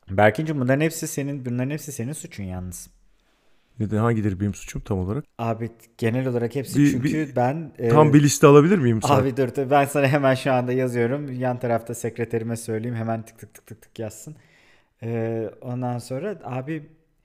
Berkinciğim bunların hepsi senin suçun yalnız. Neden, hangileri benim suçum tam olarak? Abi genel olarak hepsi, Bir çünkü ben tam bir liste alabilir miyim abi Sarp? dur ben sana hemen şu anda yazıyorum. Yan tarafta sekreterime söyleyeyim, hemen tık tık tık tık tık yazsın. Ondan sonra abi,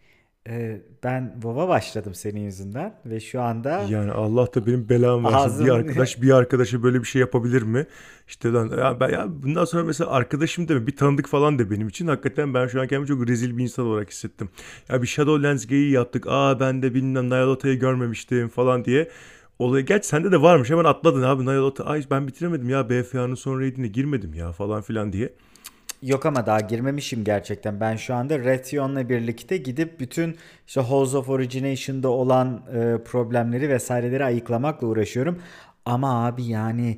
ben WoW'a başladım senin yüzünden ve şu anda Yani Allah da benim belamı versin. Bir ağzım arkadaş bir arkadaşa böyle bir şey yapabilir mi? İşte lan ya ben ya bundan sonra mesela arkadaşım deme, bir tanıdık falan de benim için. Hakikaten ben şu an kendimi çok rezil bir insan olarak hissettim. Ya bir Shadowlands geyiği yaptık. Ben de bilmem Nyalota'yı görmemiştim falan diye. Olay gerçi sende de varmış. Hemen atladın abi Nyalota. Ay ben bitiremedim ya, BFA'nın son raidine girmedim ya falan filan diye. yok ama daha girmemişim gerçekten. Ben şu anda Rethion'la birlikte gidip bütün işte Halls of Origination'da olan problemleri vesaireleri ayıklamakla uğraşıyorum. Ama abi yani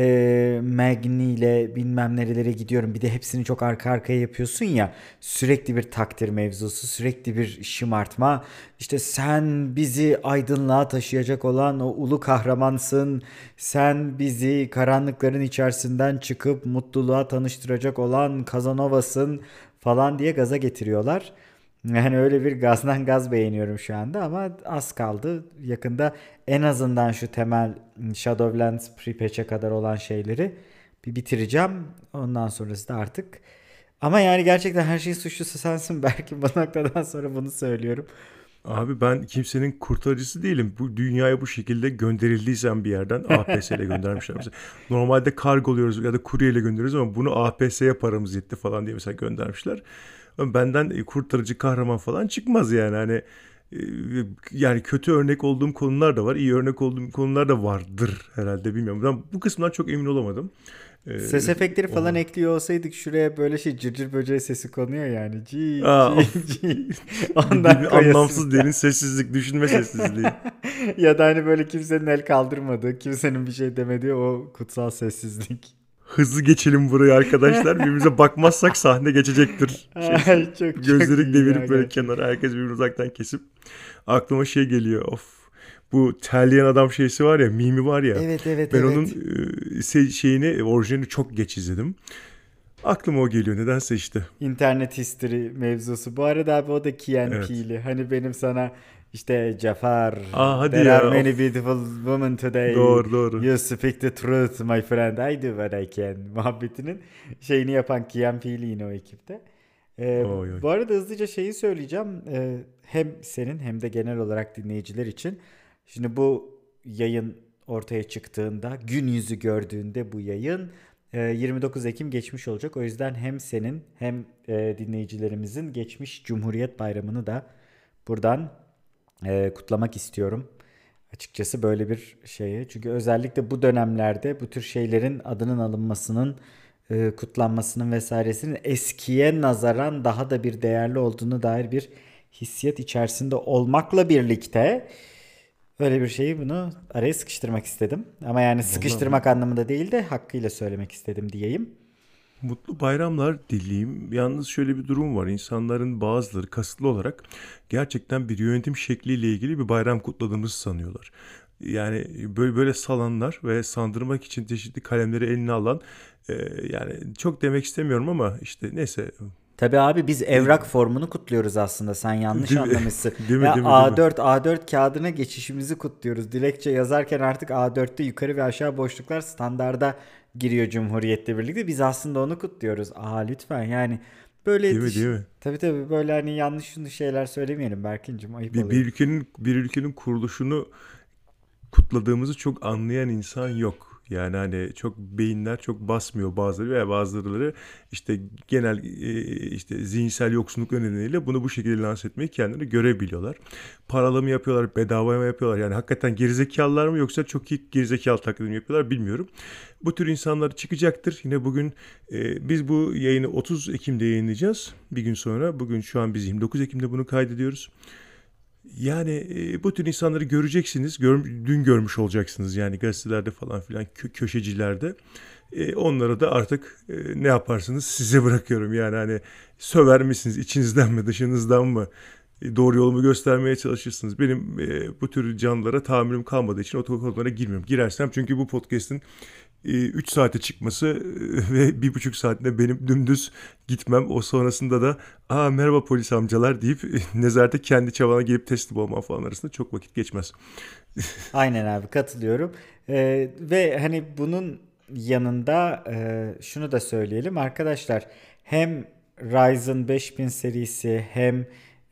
Magni ile bilmem nerelere gidiyorum. Bir de hepsini çok arka arkaya yapıyorsun ya. Sürekli bir takdir mevzusu, sürekli bir şımartma. İşte sen bizi aydınlığa taşıyacak olan o ulu kahramansın. Sen bizi karanlıkların içerisinden çıkıp mutluluğa tanıştıracak olan Casanova'sın falan diye gaza getiriyorlar. Yani öyle bir gazdan gaz beğeniyorum şu anda, ama az kaldı. Yakında en azından şu temel Shadowlands pre-patch'e kadar olan şeyleri bir bitireceğim. Ondan sonrası da artık. Ama yani gerçekten her şeyin suçlusu sensin. Belki bu noktadan sonra bunu söylüyorum. Abi ben kimsenin kurtarıcısı değilim. Bu dünyaya bu şekilde gönderildiysem bir yerden APS ile göndermişler mesela. Normalde kargoluyoruz ya da kuryeyle gönderiyoruz ama bunu APS'ye paramız yetti falan diye mesela göndermişler. Ama benden kurtarıcı kahraman falan çıkmaz yani. Hani e, yani kötü örnek olduğum konular da var, iyi örnek olduğum konular da vardır herhalde, bilmiyorum. Ben bu kısımdan çok emin olamadım. E, Ses efektleri falan o ekliyor olsaydık şuraya böyle şey cırcır böceği sesi konuyor yani. Cik cik of. cik. Ondan koyasım Anlamsız derin geldi. sessizlik, düşünme sessizliği. Ya da hani böyle kimsenin el kaldırmadığı, kimsenin bir şey demediği o kutsal sessizlik. Hızlı geçelim burayı arkadaşlar. Birbirimize bakmazsak sahne geçecektir. Şeysi. Ay çok çok Gözleri iyi ya devirip böyle gerçekten. kenara, herkes birbirini uzaktan kesip. Aklıma şey geliyor. Of. Bu terleyen adam şeysi var ya, mimi var ya. Evet evet Ben onun evet. şeyini, orijinalini çok geç izledim. Aklıma o geliyor nedense işte. İnternet history mevzusu. Bu arada abi o da Key and Evet. Peele'i. Hani benim sana işte Jafar, Hadi there are ya, many of. beautiful women today. Doğru doğru. You speak the truth my friend. I do what I can. Muhabbetinin şeyini yapan Key and Peele yine o ekipte. Oy oy. Bu arada hızlıca şeyi söyleyeceğim. Hem senin hem de genel olarak dinleyiciler için. Şimdi bu yayın ortaya çıktığında, gün yüzü gördüğünde bu yayın 29 Ekim geçmiş olacak. O yüzden hem senin hem dinleyicilerimizin geçmiş Cumhuriyet Bayramı'nı da buradan kutlamak istiyorum. Açıkçası böyle bir şeye. Çünkü özellikle bu dönemlerde bu tür şeylerin adının alınmasının, kutlanmasının vesairesinin eskiye nazaran daha da bir değerli olduğunu dair bir hissiyat içerisinde olmakla birlikte öyle bir şeyi, bunu araya sıkıştırmak istedim. Ama yani Vallahi sıkıştırmak anlamında değil de hakkıyla söylemek istedim diyeyim. mutlu bayramlar dileyim. Yalnız şöyle bir durum var. İnsanların bazıları kasıtlı olarak gerçekten bir yönetim şekliyle ilgili bir bayram kutladığımızı sanıyorlar. Yani böyle salanlar ve sandırmak için çeşitli kalemleri eline alan, e, yani çok demek istemiyorum ama işte neyse. Tabii abi, biz E, evrak formunu kutluyoruz aslında. Sen yanlış değil mi? anlamışsın. Değil mi? Ya Değil mi? Değil mi? A4 kağıdına geçişimizi kutluyoruz. Dilekçe yazarken artık A4'te yukarı ve aşağı boşluklar standarda giriyor Cumhuriyet'le birlikte. Biz aslında onu kutluyoruz. Lütfen yani böyle Değil mi? Değil mi? tabii böyle hani yanlış şeyler söylemeyelim Berkincim, ayıp Bir oluyor. ülkenin kuruluşunu kutladığımızı çok anlayan insan yok. Yani hani çok beyinler çok basmıyor bazıları veya bazıları işte genel işte zihinsel yoksunluk nedeniyle bunu bu şekilde lanse etmeyi kendileri görebiliyorlar. Paralı mı yapıyorlar, bedava mı yapıyorlar? Yani hakikaten gerizekalılar mı yoksa çok iyi gerizekalı taklidi mi yapıyorlar bilmiyorum. Bu tür insanlar çıkacaktır. Yine bugün biz bu yayını 30 Ekim'de yayınlayacağız. Bir gün sonra. Bugün şu an biz 29 Ekim'de bunu kaydediyoruz. Yani bu tür insanları göreceksiniz. Dün görmüş olacaksınız yani gazetelerde falan filan, köşecilerde. Onlara da artık ne yaparsınız size bırakıyorum. Yani hani söver misiniz, içinizden mi dışınızdan mı doğru yolumu göstermeye çalışırsınız. Benim bu tür canlılara tahammülüm kalmadığı için o konulara girmiyorum. Girersem çünkü bu podcast'in 3 saate çıkması ve 1,5 saatinde benim dümdüz gitmem. O sonrasında da merhaba polis amcalar deyip nezarete kendi çabana gelip teslim olmam falan arasında çok vakit geçmez. Aynen abi, katılıyorum. Ve hani bunun yanında şunu da söyleyelim arkadaşlar. Hem Ryzen 5000 serisi hem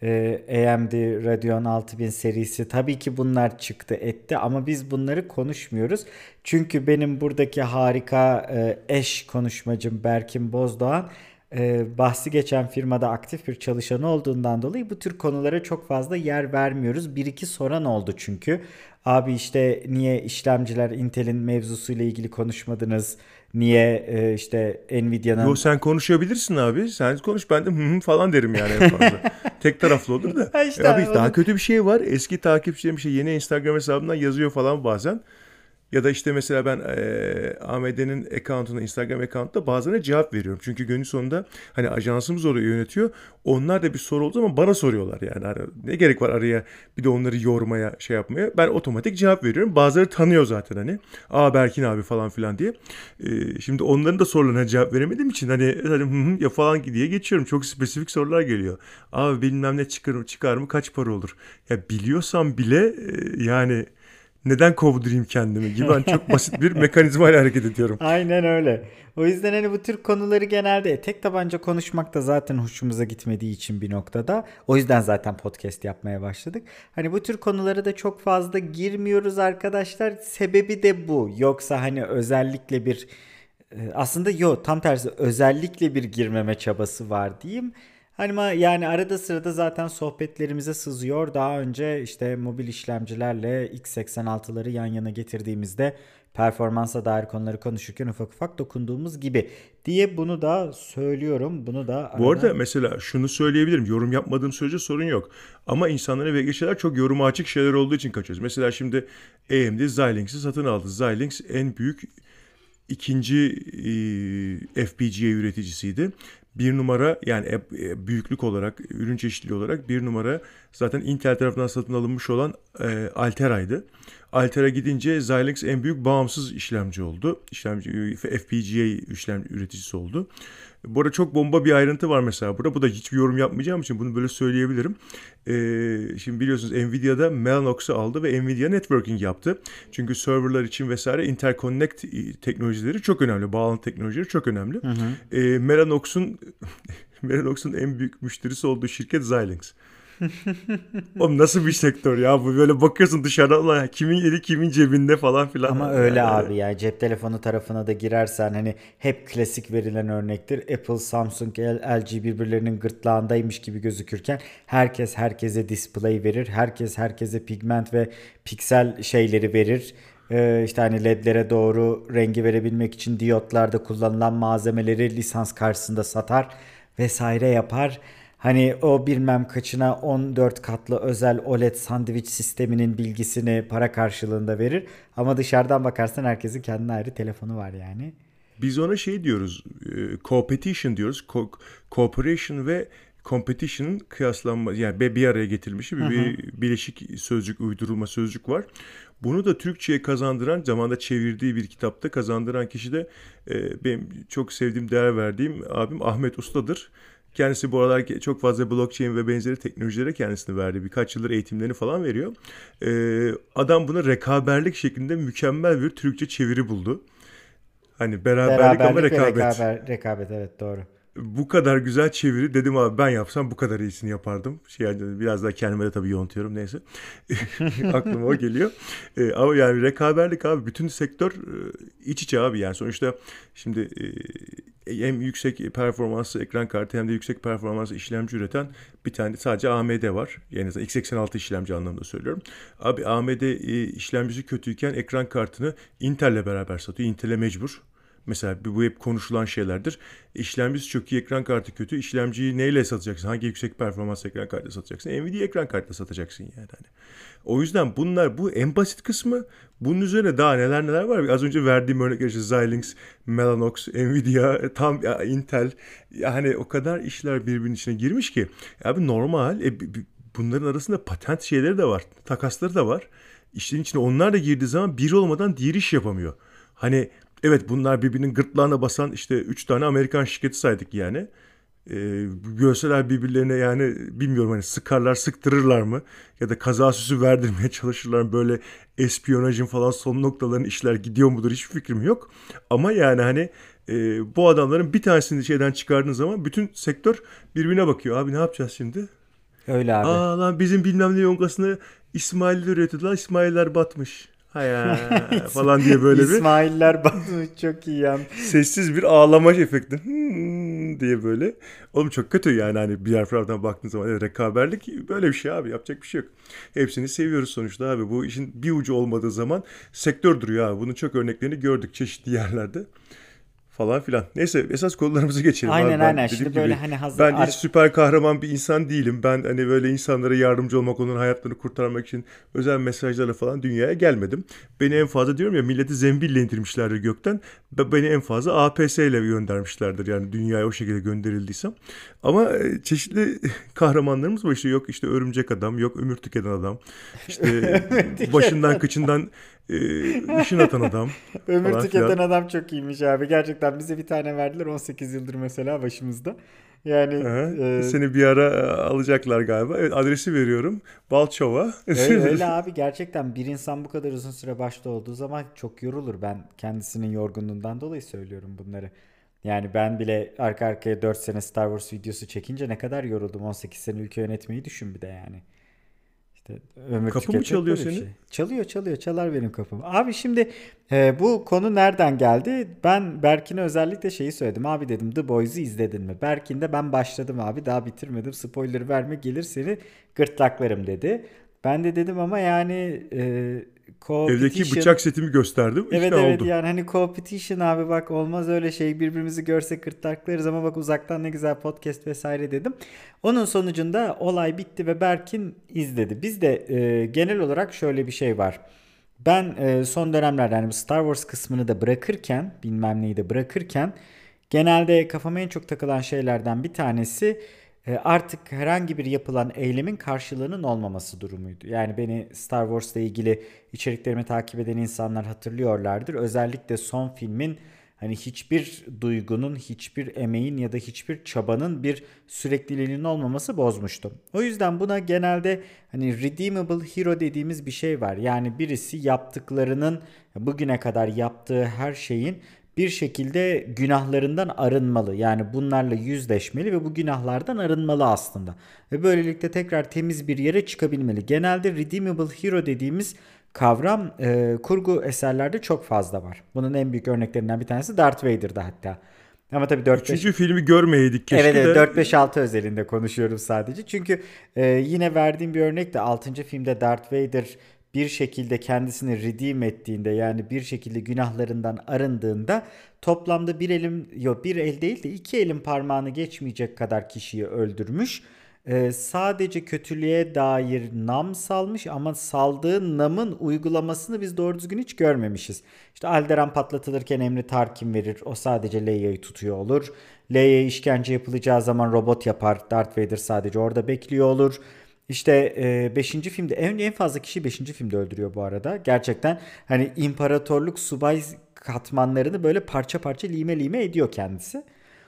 AMD Radeon 6000 serisi, tabii ki bunlar çıktı etti ama biz bunları konuşmuyoruz. Çünkü benim buradaki harika eş konuşmacım Berkin Bozdoğan bahsi geçen firmada aktif bir çalışan olduğundan dolayı bu tür konulara çok fazla yer vermiyoruz. Bir iki soran oldu çünkü. Abi işte niye işlemciler Intel'in mevzusuyla ilgili konuşmadınız? Niye işte Yo, Nvidia'nın... sen konuşabilirsin abi. Sen konuş, ben de falan derim yani en fazla. Tek taraflı olur da. Ha işte Abi daha onu... kötü bir şey var. Eski takipçilerim işte yeni Instagram hesabından yazıyor falan bazen. Ya da işte mesela ben AMD'nin account'una, Instagram account'ta bazılarına cevap veriyorum. Çünkü günün sonunda hani ajansımız orayı yönetiyor. Onlar da bir soru olduğu zaman bana soruyorlar yani. Hani ne gerek var araya bir de onları yormaya, şey yapmaya. Ben otomatik cevap veriyorum. Bazıları tanıyor zaten hani. Berkin abi falan filan diye. Şimdi onların da sorularına cevap veremediğim için hani ya falan diye geçiyorum. Çok spesifik sorular geliyor. Abi bilmem ne çıkar mı, kaç para olur? Ya biliyorsam bile yani neden kovdurayım kendimi gibi, ben çok basit bir mekanizmayla hareket ediyorum. Aynen öyle. O yüzden hani bu tür konuları genelde tek tabanca konuşmak da zaten hoşumuza gitmediği için bir noktada. O yüzden zaten podcast yapmaya başladık. Hani bu tür konulara da çok fazla girmiyoruz arkadaşlar. Sebebi de bu. Yoksa hani özellikle bir aslında yok, tam tersi, özellikle bir girmeme çabası var diyeyim. Hani yani arada sırada zaten sohbetlerimize sızıyor. Daha önce işte mobil işlemcilerle x86'ları yan yana getirdiğimizde performansa dair konuları konuşurken ufak ufak dokunduğumuz gibi diye bunu da söylüyorum. Bunu da Bu arada arada... mesela şunu söyleyebilirim. Yorum yapmadığım sürece sorun yok. Ama insanlara ve şeyler çok yoruma açık şeyler olduğu için kaçıyoruz. Mesela şimdi AMD Xilinx'i satın aldı. Xilinx en büyük ikinci FPGA üreticisiydi. Bir numara yani büyüklük olarak, ürün çeşitliliği olarak bir numara zaten Intel tarafından satın alınmış olan Altera'ydı. Altera gidince Xilinx en büyük bağımsız işlemci oldu. FPGA işlem üreticisi oldu. Bu arada çok bomba bir ayrıntı var mesela burada. Bu da hiçbir yorum yapmayacağım için bunu böyle söyleyebilirim. Şimdi biliyorsunuz Nvidia'da Mellanox'u aldı ve Nvidia Networking yaptı. Çünkü serverlar için vesaire interconnect teknolojileri çok önemli. Bağlantı teknolojileri çok önemli. Hı hı. Mellanox'un en büyük müşterisi olduğu şirket Xilinx. Oğlum nasıl bir sektör ya bu, böyle bakıyorsun dışarıdan, ulan kimin eli kimin cebinde falan filan. Ama öyle abi ya, cep telefonu tarafına da girersen hani hep klasik verilen örnektir. Apple, Samsung, LG birbirlerinin gırtlağındaymış gibi gözükürken herkes herkese display verir. Herkes herkese pigment ve piksel şeyleri verir. İşte hani ledlere doğru rengi verebilmek için diyotlarda kullanılan malzemeleri lisans karşısında satar vesaire yapar. Hani o bilmem kaçına 14 katlı özel OLED sandviç sisteminin bilgisini para karşılığında verir. Ama dışarıdan bakarsan herkesin kendine ayrı telefonu var yani. Biz ona şey diyoruz, competition diyoruz. Cooperation ve competition'ın kıyaslanma, yani bir araya getirilmiş Hı hı. bir bileşik sözcük, uydurulma sözcük var. Bunu da Türkçe'ye kazandıran, zamanda çevirdiği bir kitapta kazandıran kişi de benim çok sevdiğim, değer verdiğim abim Ahmet Usta'dır. Kendisi bu aralar çok fazla blockchain ve benzeri teknolojilere kendisini verdi. Birkaç yıldır eğitimlerini falan veriyor. Adam buna rekaberlik şeklinde mükemmel bir Türkçe çeviri buldu. Hani beraberlik ama Beraberlik ve rekabet. rekabet, evet, doğru. Bu kadar güzel çeviri, dedim abi ben yapsam bu kadar iyisini yapardım. Yani biraz daha kendime de tabii yontuyorum, neyse. Aklıma o geliyor. Ama yani rekaberlik abi, bütün sektör iç içe abi, yani sonuçta şimdi hem yüksek performanslı ekran kartı hem de yüksek performanslı işlemci üreten bir tane sadece AMD var. Yani x86 işlemci anlamında söylüyorum. Abi AMD işlemcisi kötüyken ekran kartını Intel'le beraber satıyor. Intel'e mecbur. Mesela bu hep konuşulan şeylerdir. İşlemcisi çok iyi, ekran kartı kötü. İşlemciyi neyle satacaksın? Hangi yüksek performans ekran kartı satacaksın? Nvidia ekran kartı satacaksın yani. Hani. O yüzden bunlar, bu en basit kısmı. Bunun üzerine daha neler neler var. Az önce verdiğim örnekler işte Xilinx, Mellanox, Nvidia, tam ya, Intel. Yani o kadar işler birbirinin içine girmiş ki. Abi normal. Bunların arasında patent şeyleri de var. Takasları da var. İşlerin içine onlar da girdiği zaman biri olmadan diğer iş yapamıyor. Hani Evet, bunlar birbirinin gırtlağına basan işte 3 tane Amerikan şirketi saydık yani. Görseler birbirlerine yani bilmiyorum hani sıkarlar sıktırırlar mı ya da kaza süsü verdirmeye çalışırlar mı, böyle espiyonajın falan son noktalarını işler gidiyor mudur hiçbir fikrim yok. Ama yani hani bu adamların bir tanesini şeyden çıkardığın zaman bütün sektör birbirine bakıyor. Abi ne yapacağız şimdi? Öyle abi. Aa lan bizim bilmem ne yongasını İsmail'ler üretiyorlar. İsmail'ler batmış. Haya falan diye böyle bir İsmailler Batmış çok iyi ya. sessiz bir ağlama efekti. Diye böyle. Oğlum çok kötü yani hani bir taraftan baktığın zaman evet, rekaberlik böyle bir şey abi, yapacak bir şey yok. Hepsini seviyoruz sonuçta abi. Bu işin bir ucu olmadığı zaman sektör duruyor abi. Bunun çok örneklerini gördük çeşitli yerlerde falan filan. Neyse esas konularımıza geçelim Aynen abi. aynen. Ben dediğim Şimdi böyle gibi hani hazır ben hiç süper kahraman bir insan değilim. Ben hani böyle insanlara yardımcı olmak, onların hayatlarını kurtarmak için özel mesajlarla falan dünyaya gelmedim. Beni en fazla diyorum ya milleti zembille indirmişlerdir gökten. Beni en fazla APS ile göndermişlerdir yani dünyaya o şekilde gönderildiysem. Ama çeşitli kahramanlarımız var işte, yok işte örümcek adam, yok ömür tüketen adam. İşte başından kıçından ışın atan adam ömür falan tüketen filan. adam çok iyiymiş abi. Gerçekten bize bir tane verdiler 18 yıldır mesela başımızda. Yani Aha, seni bir ara alacaklar galiba. Evet, adresi veriyorum. Balçova. öyle abi, gerçekten bir insan bu kadar uzun süre başta olduğu zaman çok yorulur. Ben kendisinin yorgunluğundan dolayı söylüyorum bunları. Yani ben bile arka arkaya 4 sene Star Wars videosu çekince ne kadar yoruldum. 18 sene ülke yönetmeyi düşün bir de yani. İşte ömür Kapı mı tüketmek çalıyor böyle bir seni? şey. Çalıyor çalıyor çalar benim kapım. Abi şimdi bu konu nereden geldi? Ben Berkin'e özellikle şeyi söyledim. Abi dedim The Boys'u izledin mi? Berkin de ben başladım abi daha bitirmedim. Spoiler verme gelir seni gırtlaklarım dedi. Ben de dedim ama yani Evdeki co-petition. bıçak setimi gösterdim. Evet İkna evet, oldu. yani hani competition abi, bak olmaz öyle şey, birbirimizi görsek gırtlaklarız ama bak uzaktan ne güzel podcast vesaire dedim. Onun sonucunda olay bitti ve Berkin izledi. Bizde genel olarak şöyle bir şey var. Ben son dönemlerde hani bu Star Wars kısmını da bırakırken, bilmem neyi de bırakırken, genelde kafama en çok takılan şeylerden bir tanesi artık herhangi bir yapılan eylemin karşılığının olmaması durumuydu. Yani beni Star Wars'la ilgili içeriklerimi takip eden insanlar hatırlıyorlardır. Özellikle son filmin hani hiçbir duygunun, hiçbir emeğin ya da hiçbir çabanın bir sürekliliğinin olmaması bozmuştu. O yüzden buna genelde hani redeemable hero dediğimiz bir şey var. Yani birisi yaptıklarının, bugüne kadar yaptığı her şeyin bir şekilde günahlarından arınmalı. Yani bunlarla yüzleşmeli ve bu günahlardan arınmalı aslında. Ve böylelikle tekrar temiz bir yere çıkabilmeli. Genelde redeemable hero dediğimiz kavram kurgu eserlerde çok fazla var. Bunun en büyük örneklerinden bir tanesi Darth Vader'da hatta. Ama tabii 4-5. Üçüncü filmi görmeyeydik Evet keşke evet, de. 4-5-6 özelinde konuşuyorum sadece. Çünkü yine verdiğim bir örnek de 6. filmde Darth Vader bir şekilde kendisini redeem ettiğinde, yani bir şekilde günahlarından arındığında toplamda bir elim, yok bir el değil de iki elin parmağını geçmeyecek kadar kişiyi öldürmüş. Sadece kötülüğe dair nam salmış ama saldığı namın uygulamasını biz doğru düzgün hiç görmemişiz. İşte Alderaan patlatılırken emri Tarkin verir. O sadece Leia'yı tutuyor olur. Leia'ya işkence yapılacağı zaman robot yapar. Darth Vader sadece orada bekliyor olur. İşte 5. filmde en fazla kişi beşinci filmde öldürüyor bu arada. Gerçekten hani imparatorluk subay katmanlarını böyle parça parça lime lime ediyor kendisi.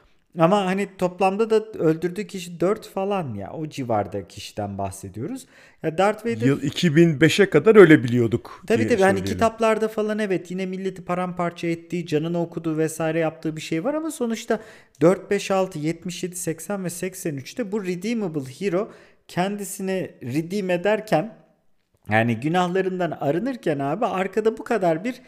Ama hani toplamda da öldürdüğü kişi 4 falan, ya o civarda kişiden bahsediyoruz. Ya Darth Vader, Yıl 2005'e kadar öyle biliyorduk tabii diye tabii, hani söyleyelim. kitaplarda falan evet yine milleti paramparça ettiği, canını okuduğu vesaire yaptığı bir şey var ama sonuçta 4, 5, 6, 77, 80 ve 83'te bu Redeemable Hero kendisini redeem ederken, yani günahlarından arınırken abi arkada bu kadar bir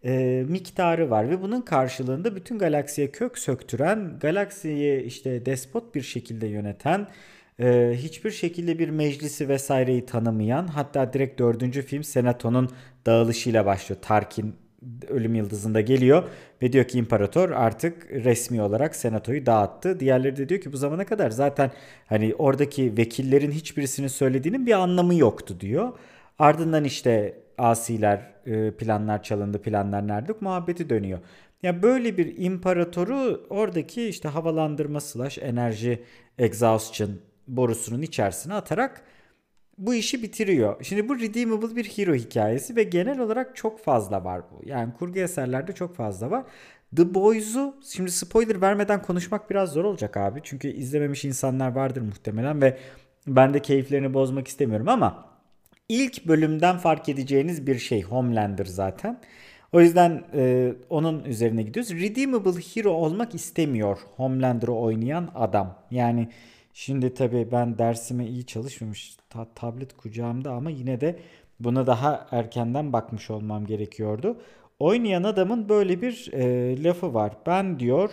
miktarı var ve bunun karşılığında bütün galaksiye kök söktüren, galaksiyi işte despot bir şekilde yöneten, hiçbir şekilde bir meclisi vesaireyi tanımayan, hatta direkt dördüncü film Senato'nun dağılışıyla başlıyor. Tarkin Ölüm Yıldızı'nda geliyor ve diyor ki imparator artık resmi olarak Senato'yu dağıttı. Diğerleri de diyor ki bu zamana kadar zaten hani oradaki vekillerin hiçbirisinin söylediğinin bir anlamı yoktu diyor. Ardından işte asiler, planlar çalındı, planlar nerede muhabbeti dönüyor. Ya böyle bir imparatoru oradaki işte havalandırma slash enerji exhaustion borusunun içerisine atarak bu işi bitiriyor. Şimdi bu redeemable bir hero hikayesi ve genel olarak çok fazla var bu. Yani kurgu eserlerde çok fazla var. The Boys'u şimdi spoiler vermeden konuşmak biraz zor olacak abi. Çünkü izlememiş insanlar vardır muhtemelen ve ben de keyiflerini bozmak istemiyorum ama ilk bölümden fark edeceğiniz bir şey Homelander zaten. O yüzden onun üzerine gidiyoruz. Redeemable hero olmak istemiyor Homelander'ı oynayan adam. Yani şimdi tabii ben dersime iyi çalışmamış. Tablet kucağımda ama yine de buna daha erkenden bakmış olmam gerekiyordu. Oynayan adamın böyle bir lafı var. Ben diyor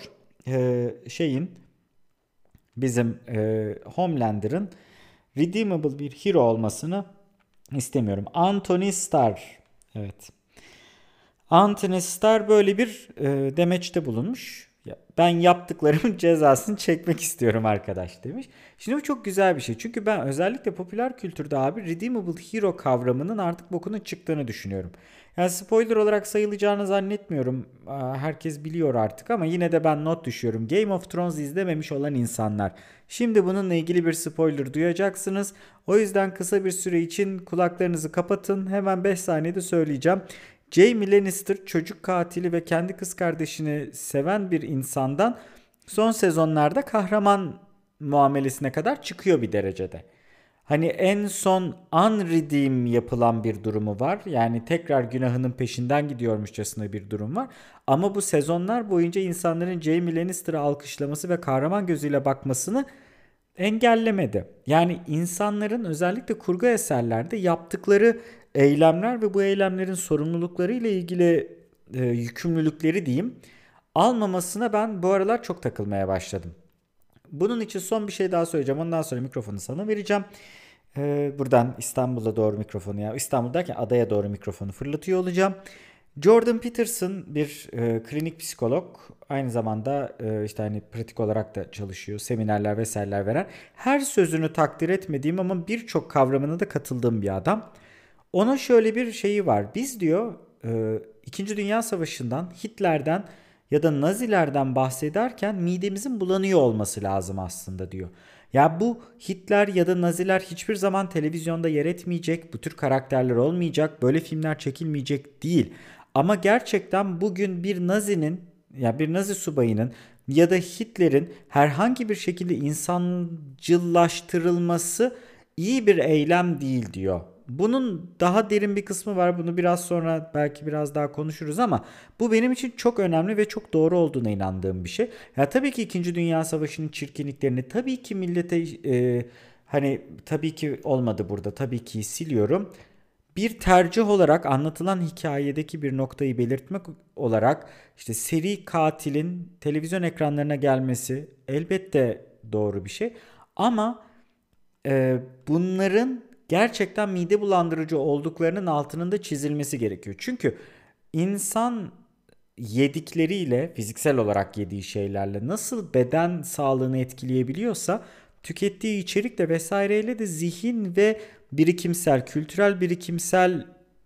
şeyin bizim Homelander'ın redeemable bir hero olmasını istemiyorum. Anthony Starr. Evet. Anthony Starr böyle bir demeçte bulunmuş. Ya, ben yaptıklarımın cezasını çekmek istiyorum arkadaş demiş. Şimdi bu çok güzel bir şey. Çünkü ben özellikle popüler kültürde abi Redeemable Hero kavramının artık bokunun çıktığını düşünüyorum. Yani spoiler olarak sayılacağını zannetmiyorum. Herkes biliyor artık ama yine de ben not düşüyorum. Game of Thrones izlememiş olan insanlar. Şimdi bununla ilgili bir spoiler duyacaksınız. O yüzden kısa bir süre için kulaklarınızı kapatın. Hemen 5 saniyede söyleyeceğim. Jaime Lannister çocuk katili ve kendi kız kardeşini seven bir insandan son sezonlarda kahraman muamelesine kadar çıkıyor bir derecede. Hani en son unredeem yapılan bir durumu var. Yani tekrar günahının peşinden gidiyormuşçasına bir durum var. Ama bu sezonlar boyunca insanların Jaime Lannister'ı alkışlaması ve kahraman gözüyle bakmasını engellemedi. Yani insanların özellikle kurgu eserlerde yaptıkları eylemler ve bu eylemlerin sorumlulukları ile ilgili yükümlülükleri diyeyim almamasına ben bu aralar çok takılmaya başladım. Bunun için son bir şey daha söyleyeceğim. Ondan sonra mikrofonu sana vereceğim. Buradan İstanbul'a doğru mikrofonu ya İstanbul derken adaya doğru mikrofonu fırlatıyor olacağım. Jordan Peterson bir klinik psikolog. Aynı zamanda işte hani pratik olarak da çalışıyor. Seminerler vesaireler veren. Her sözünü takdir etmediğim ama birçok kavramına da katıldığım bir adam. Ona şöyle bir şeyi var. Biz diyor İkinci Dünya Savaşı'ndan, Hitler'den ya da Nazilerden bahsederken midemizin bulanıyor olması lazım aslında diyor. Ya bu Hitler ya da Naziler hiçbir zaman televizyonda yer etmeyecek, bu tür karakterler olmayacak, böyle filmler çekilmeyecek değil. Ama gerçekten bugün bir Nazi'nin ya bir Nazi subayının ya da Hitler'in herhangi bir şekilde insancıllaştırılması iyi bir eylem değil diyor. Bunun daha derin bir kısmı var. Bunu biraz sonra belki biraz daha konuşuruz ama bu benim için çok önemli ve çok doğru olduğuna inandığım bir şey. Ya tabii ki 2. Dünya Savaşı'nın çirkinliklerini tabii ki millete hani tabii ki olmadı burada. Tabii ki siliyorum. Bir tercih olarak anlatılan hikayedeki bir noktayı belirtmek olarak işte seri katilin televizyon ekranlarına gelmesi elbette doğru bir şey. Ama bunların gerçekten mide bulandırıcı olduklarının altının da çizilmesi gerekiyor. Çünkü insan yedikleriyle, fiziksel olarak yediği şeylerle nasıl beden sağlığını etkileyebiliyorsa tükettiği içerikle vesaireyle de zihin ve birikimsel, kültürel birikimsel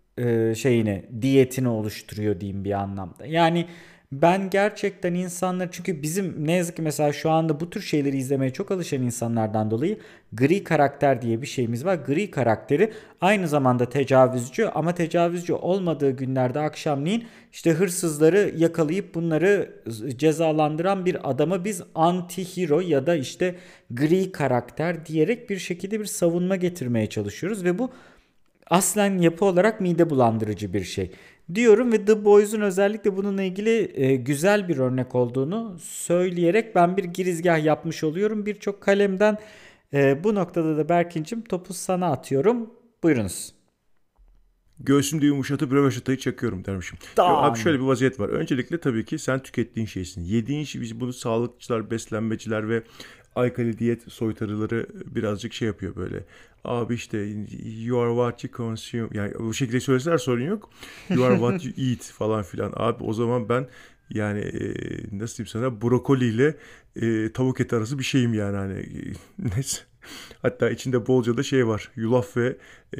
diyetini oluşturuyor diyeyim bir anlamda. Yani ben gerçekten insanlar çünkü bizim ne yazık ki mesela şu anda bu tür şeyleri izlemeye çok alışan insanlardan dolayı gri karakter diye bir şeyimiz var. Gri karakteri aynı zamanda tecavüzcü ama tecavüzcü olmadığı günlerde akşamleyin işte hırsızları yakalayıp bunları cezalandıran bir adama biz anti-hero ya da işte gri karakter diyerek bir şekilde bir savunma getirmeye çalışıyoruz ve bu aslen yapı olarak mide bulandırıcı bir şey diyorum ve The Boys'un özellikle bununla ilgili güzel bir örnek olduğunu söyleyerek ben bir girizgah yapmış oluyorum. Birçok kalemden bu noktada da Berkin'cim topu sana atıyorum. Buyurunuz. Göğsümde yumuşatıp rövaşatayı çakıyorum dermişim. Yo, abi Dan. şöyle bir vaziyet var. Öncelikle tabii ki sen tükettiğin şeysin. Yediğin şey, biz bunu sağlıkçılar, beslenmeciler ve alkali diyet soytarıları birazcık şey yapıyor böyle. Abi işte you are what you consume. Yani bu şekilde söyleseler sorun yok. You are what you eat falan filan. Abi o zaman ben yani nasıl diyeyim sana, brokoli ile tavuk eti arası bir şeyim yani hani neyse. Hatta içinde bolca da şey var. Yulaf ve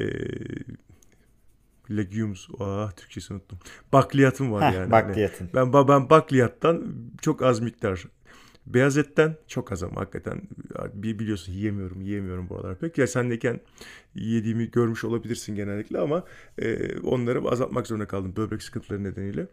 legumes. Türkçesini unuttum. Bakliyatım var Heh, yani hani. bakliyatın. Ben bakliyattan çok az miktar Beyaz etten çok az ama hakikaten biliyorsun yiyemiyorum bu aralar pek. Ya sendeyken yediğimi görmüş olabilirsin genellikle ama onları azaltmak zorunda kaldım böbrek sıkıntıları nedeniyle.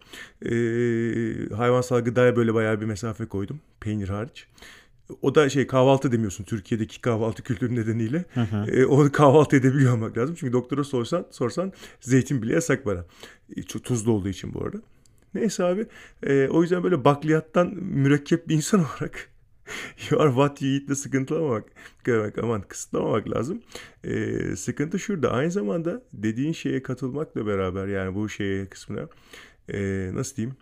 Hayvansal gıdaya böyle bayağı bir mesafe koydum, peynir hariç. O da kahvaltı demiyorsun Türkiye'deki kahvaltı kültürü nedeniyle. Hı hı. Onu kahvaltı edebiliyor olmak lazım. Çünkü doktora sorsan zeytin bile yasak bana. Çok tuzlu olduğu için bu arada. Neyse abi, o yüzden böyle bakliyattan mürekkep bir insan olarak you are what you eat'le kısıtlamamak lazım. Sıkıntı şurada. Aynı zamanda dediğin şeye katılmakla beraber, yani bu kısmına, nasıl diyeyim?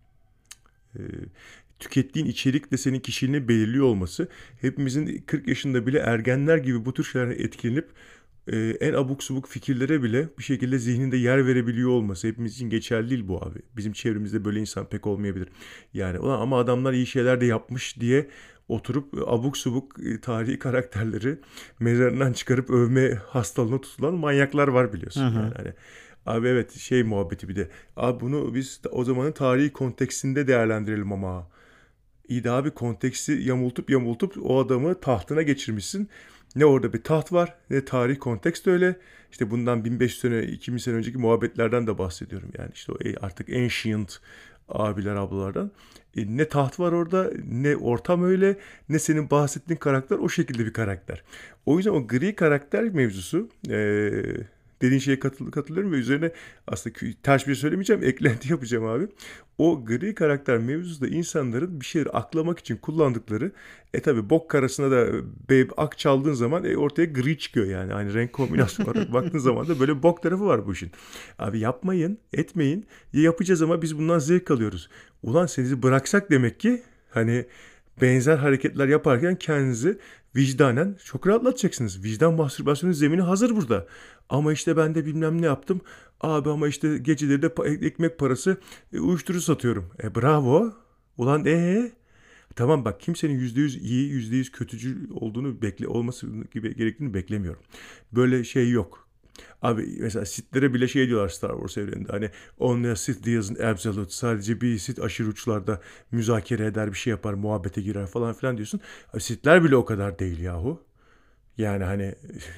E, Tükettiğin içerik de senin kişiliğini belirliyor olması, hepimizin 40 yaşında bile ergenler gibi bu tür şeylerden etkilenip en abuk subuk fikirlere bile bir şekilde zihninde yer verebiliyor olması hepimiz için geçerli değil bu abi. Bizim çevremizde böyle insan pek olmayabilir. Yani ulan ama adamlar iyi şeyler de yapmış diye oturup abuk subuk tarihi karakterleri mezarından çıkarıp övme hastalığına tutulan manyaklar var Hı biliyorsun. Yani hı. hani abi evet, muhabbeti bir de. Abi bunu biz o zamanın tarihi kontekstinde değerlendirelim ama. İyi de abi, konteksti yamultup o adamı tahtına geçirmişsin. Ne orada bir taht var, ne tarih kontekst öyle. İşte bundan 1500 sene, 2000 sene önceki muhabbetlerden de bahsediyorum. Yani işte o artık ancient abiler ablalardan. Ne taht var orada, ne ortam öyle, ne senin bahsettiğin karakter o şekilde bir karakter. O yüzden o gri karakter mevzusu, dediğin şeye katılıyorum ve üzerine aslında ters bir şey söylemeyeceğim, eklenti yapacağım abi. O gri karakter mevzusu da insanların bir şeyleri aklamak için kullandıkları, tabi bok karasına da ak çaldığın zaman ortaya gri çıkıyor yani. Aynı renk kombinasyonu olarak baktığın zaman da böyle bok tarafı var bu işin. Abi yapmayın, etmeyin. Ya yapacağız ama biz bundan zevk alıyoruz. Ulan sizi bıraksak demek ki hani benzer hareketler yaparken kendinizi vicdanen çok rahatlatacaksınız. Vicdan mastürbasyonun zemini hazır burada. Ama işte ben de bilmem ne yaptım. Abi ama işte geceleri de ekmek parası uyuşturucu satıyorum. Bravo. Ulan tamam bak, kimsenin %100 iyi, %100 kötücül olduğunu olması gibi gerektiğini beklemiyorum. Böyle şey yok. Abi mesela Sith'lere bile diyorlar Star Wars evreninde. Hani only a Sith deals in absolute. Sadece bir Sith aşırı uçlarda müzakere eder, bir şey yapar, muhabbete girer falan filan diyorsun. Abi Sith'ler bile o kadar değil yahu. Yani hani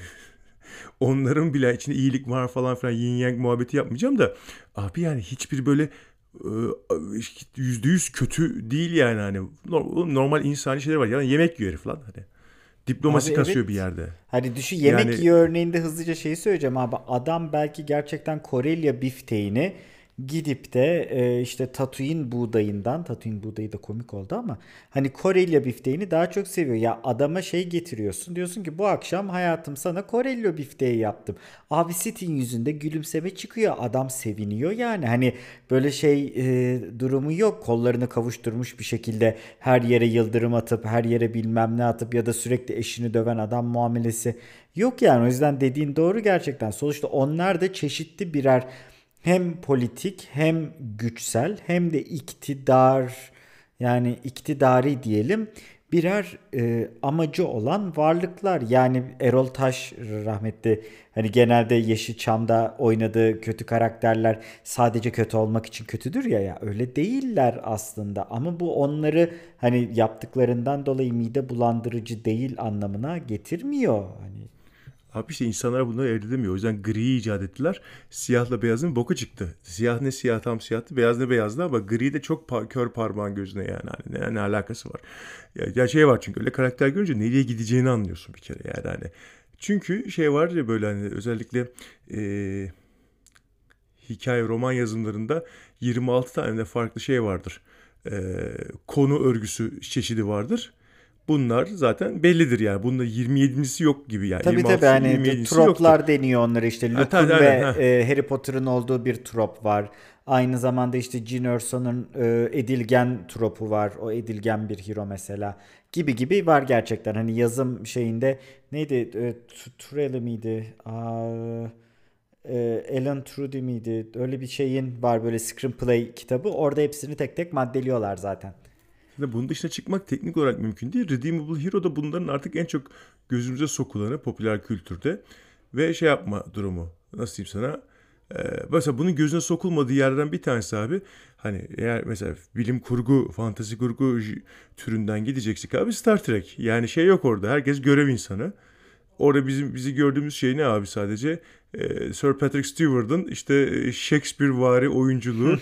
onların bile içinde iyilik var falan filan, yin yang muhabbeti yapmayacağım da. Abi yani hiçbir böyle e, %100 kötü değil yani, hani normal insani şeyler var. Yani yemek yiyor herif lan hani. Abi Diplomasi kasıyor bir evet. yerde. Hani düşün, yemek Yani yiyor örneğinde hızlıca şeyi söyleyeceğim abi. Adam belki gerçekten Korelya bifteğini gidip de işte Tatooine buğdayı da komik oldu ama hani Korelya bifteğini daha çok seviyor. Ya adama şey getiriyorsun, diyorsun ki bu akşam hayatım sana Korelya bifteği yaptım. Abi Sit'in yüzünde gülümseme çıkıyor. Adam seviniyor yani. Hani böyle şey durumu yok. Kollarını kavuşturmuş bir şekilde her yere yıldırım atıp her yere bilmem ne atıp ya da sürekli eşini döven adam muamelesi yok yani. O yüzden dediğin doğru gerçekten. Sonuçta onlar da çeşitli birer hem politik hem güçsel hem de iktidar, yani iktidari diyelim, birer amacı olan varlıklar. Yani Erol Taş rahmetli hani genelde Yeşilçam'da oynadığı kötü karakterler sadece kötü olmak için kötüdür ya, ya öyle değiller aslında, ama bu onları hani yaptıklarından dolayı mide bulandırıcı değil anlamına getirmiyor. Hani abi işte insanlar bunları elde edemiyor. O yüzden griyi icat ettiler. Siyahla beyazın boku çıktı. Siyah ne siyah tam siyahtı, beyaz ne beyazdı, ama gri de çok kör parmağın gözüne yani. Hani ne alakası var? Ya var, çünkü öyle karakter görünce nereye gideceğini anlıyorsun bir kere yani hani. Çünkü var ya, böyle hani özellikle eee, hikaye roman yazımlarında 26 tane de farklı vardır. Konu örgüsü çeşidi vardır. Bunlar zaten bellidir yani. Bunda 27'si yok gibi yani. tabii tabii, 26'sı hani 27'si yoktur. troplar deniyor onlara, işte Ha, tabii, Luke'un ve aynen ha. Harry Potter'ın olduğu bir trop var. Aynı zamanda işte Jyn Erso'nun edilgen tropu var. O edilgen bir hero mesela. Gibi gibi var gerçekten. Hani yazım şeyinde neydi? Trelli miydi? Alan Trudy miydi? Öyle bir şeyin var, böyle screenplay kitabı. Orada hepsini tek tek maddeliyorlar zaten. Şimdi bunun dışına çıkmak teknik olarak mümkün değil. Redeemable Hero da bunların artık en çok gözümüze sokulanı popüler kültürde. Ve yapma durumu. Nasıl diyeyim sana? Mesela bunun gözüne sokulmadığı yerden bir tanesi abi. Hani eğer mesela bilim kurgu, fantasy kurgu türünden gideceksek abi Star Trek. Yani şey yok orada. Herkes görev insanı. Orada bizi gördüğümüz şey ne abi sadece? Sir Patrick Stewart'ın işte Shakespeare-vari oyunculuğu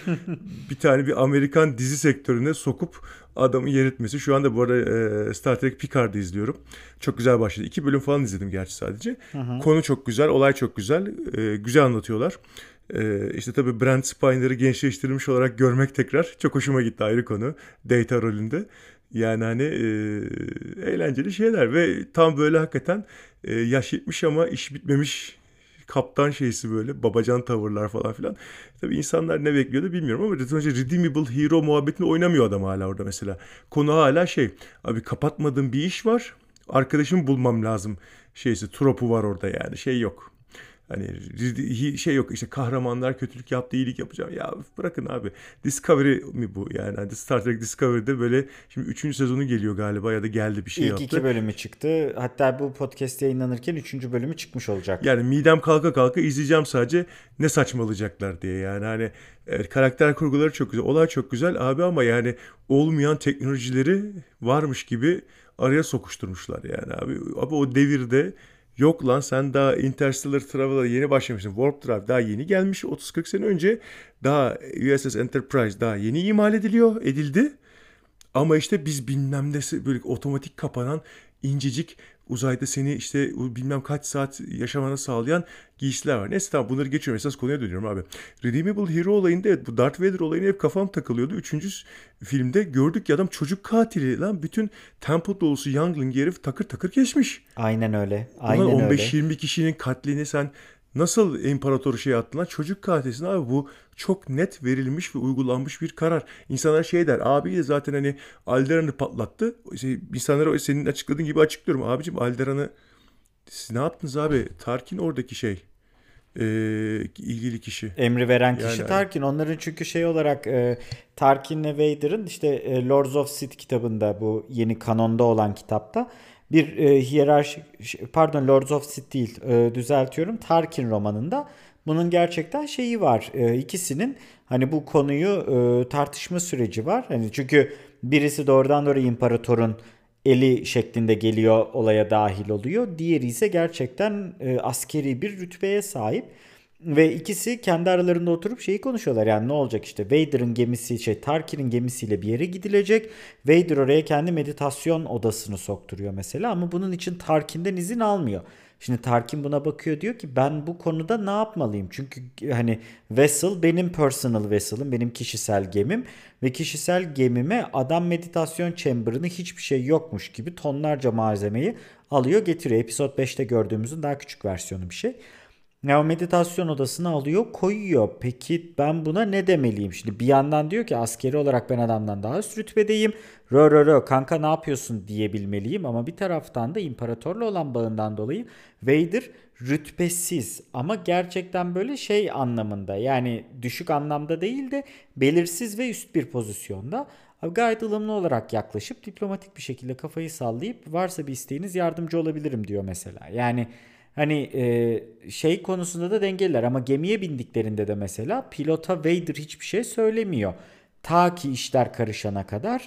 bir Amerikan dizi sektörüne sokup adamı yer etmesi. Şu anda bu arada Star Trek Picard'ı izliyorum. Çok güzel başladı. 2 bölüm falan izledim gerçi sadece. Hı hı. Konu çok güzel, olay çok güzel. Güzel anlatıyorlar. İşte tabii Brent Spiner'ı gençleştirilmiş olarak görmek tekrar çok hoşuma gitti, ayrı konu. Data rolünde. Yani hani eğlenceli şeyler ve tam böyle hakikaten yaş 70 ama iş bitmemiş kaptan şeysi, böyle babacan tavırlar falan filan. Tabii insanlar ne bekliyordu bilmiyorum ama sonuçta Redeemable Hero muhabbetini oynamıyor adam hala orada mesela. Konu hala şey, abi kapatmadığım bir iş var, arkadaşımı bulmam lazım şeysi, tropu var orada, yani şey yok. Hani şey yok işte, kahramanlar kötülük yaptı, iyilik yapacağım. Ya bırakın abi. Discovery mi bu yani? Hani Star Trek Discovery'de böyle şimdi üçüncü sezonu geliyor galiba, ya da geldi, bir şey İlk iki yaptı. bölümü çıktı. Hatta bu podcast yayınlanırken üçüncü bölümü çıkmış olacak. Yani midem kalka kalka izleyeceğim sadece, ne saçmalayacaklar diye. Yani hani evet, karakter kurguları çok güzel, olay çok güzel abi, ama yani olmayan teknolojileri varmış gibi araya sokuşturmuşlar yani abi. Abi o devirde yok lan, sen daha Interstellar Travel'a yeni başlamışsın. Warp Drive daha yeni gelmiş 30-40 sene önce. Daha USS Enterprise daha yeni imal edildi. Ama işte biz bilmem ne böyle otomatik kapanan incecik, uzayda seni işte bilmem kaç saat yaşamana sağlayan giysiler var. Neyse tamam, bunları geçiyorum. Esas konuya dönüyorum abi. Redeemable Hero olayında, evet, bu Darth Vader olayına hep kafam takılıyordu. Üçüncü filmde gördük ki adam çocuk katili lan. Bütün temple dolusu youngling herif takır takır geçmiş. Aynen öyle. Ulan Aynen öyle. 15-20 kişinin katlini sen nasıl imparatoru şey attın lan? Çocuk katilsin abi, bu çok net verilmiş ve uygulanmış bir karar. İnsanlar şey der, abi de zaten hani Alderan'ı patlattı. İnsanlara senin açıkladığın gibi açıklıyorum. Abicim, Alderan'ı siz ne yaptınız abi? Tarkin oradaki şey, ilgili kişi. Emri veren Yani kişi hani. Tarkin. Onların çünkü şey olarak Tarkin'le Vader'ın işte Lords of Sith kitabında, bu yeni kanonda olan kitapta bir hiyerarşi, pardon, Lords of Sith değil, düzeltiyorum, Tarkin romanında bunun gerçekten şeyi var. İkisinin hani bu konuyu tartışma süreci var. Hani çünkü birisi doğrudan doğruya imparatorun eli şeklinde geliyor, olaya dahil oluyor. Diğeri ise gerçekten askeri bir rütbeye sahip. Ve ikisi kendi aralarında oturup şeyi konuşuyorlar. Yani ne olacak, işte Vader'ın gemisi, Tarkin'in gemisiyle bir yere gidilecek. Vader oraya kendi meditasyon odasını sokturuyor mesela, ama bunun için Tarkin'den izin almıyor. Şimdi Tarkin buna bakıyor, diyor ki ben bu konuda ne yapmalıyım? Çünkü hani vessel benim personal vessel'ım, benim kişisel gemim ve kişisel gemime adam meditasyon chamber'ını hiçbir şey yokmuş gibi tonlarca malzemeyi alıyor getiriyor. Episode 5'te gördüğümüzün daha küçük versiyonu bir şey. Ya o meditasyon odasına alıyor, koyuyor. Peki ben buna ne demeliyim? Şimdi bir yandan diyor ki askeri olarak ben adamdan daha üst rütbedeyim. Rö kanka ne yapıyorsun diyebilmeliyim, ama bir taraftan da imparatorla olan bağından dolayı Vader rütbesiz, ama gerçekten böyle şey anlamında, yani düşük anlamda değil de belirsiz ve üst bir pozisyonda. Abi gayet ılımlı olarak yaklaşıp diplomatik bir şekilde kafayı sallayıp varsa bir isteğiniz yardımcı olabilirim diyor mesela. Yani hani şey konusunda da dengeliler, ama gemiye bindiklerinde de mesela pilota Vader hiçbir şey söylemiyor. Ta ki işler karışana kadar.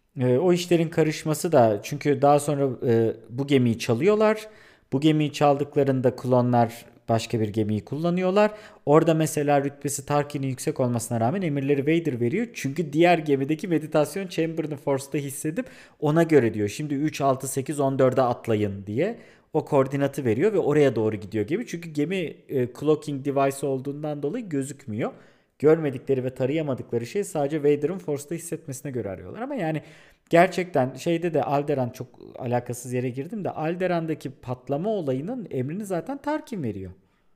O işlerin karışması da çünkü daha sonra bu gemiyi çalıyorlar. Bu gemiyi çaldıklarında klonlar başka bir gemiyi kullanıyorlar. Orada mesela rütbesi Tarkin'in yüksek olmasına rağmen emirleri Vader veriyor. Çünkü diğer gemideki meditasyon chamber'ını Force'ta hissedip ona göre diyor, şimdi 3, 6, 8, 14'e atlayın diye o koordinatı veriyor ve oraya doğru gidiyor gemi. Çünkü gemi clocking device olduğundan dolayı gözükmüyor. Görmedikleri ve tarayamadıkları şey sadece Vader'ın Force'ta hissetmesine göre arıyorlar. Ama yani gerçekten şeyde de Alderaan, çok alakasız yere girdim de, Alderaan'daki patlama olayının emrini zaten Tarkin veriyor.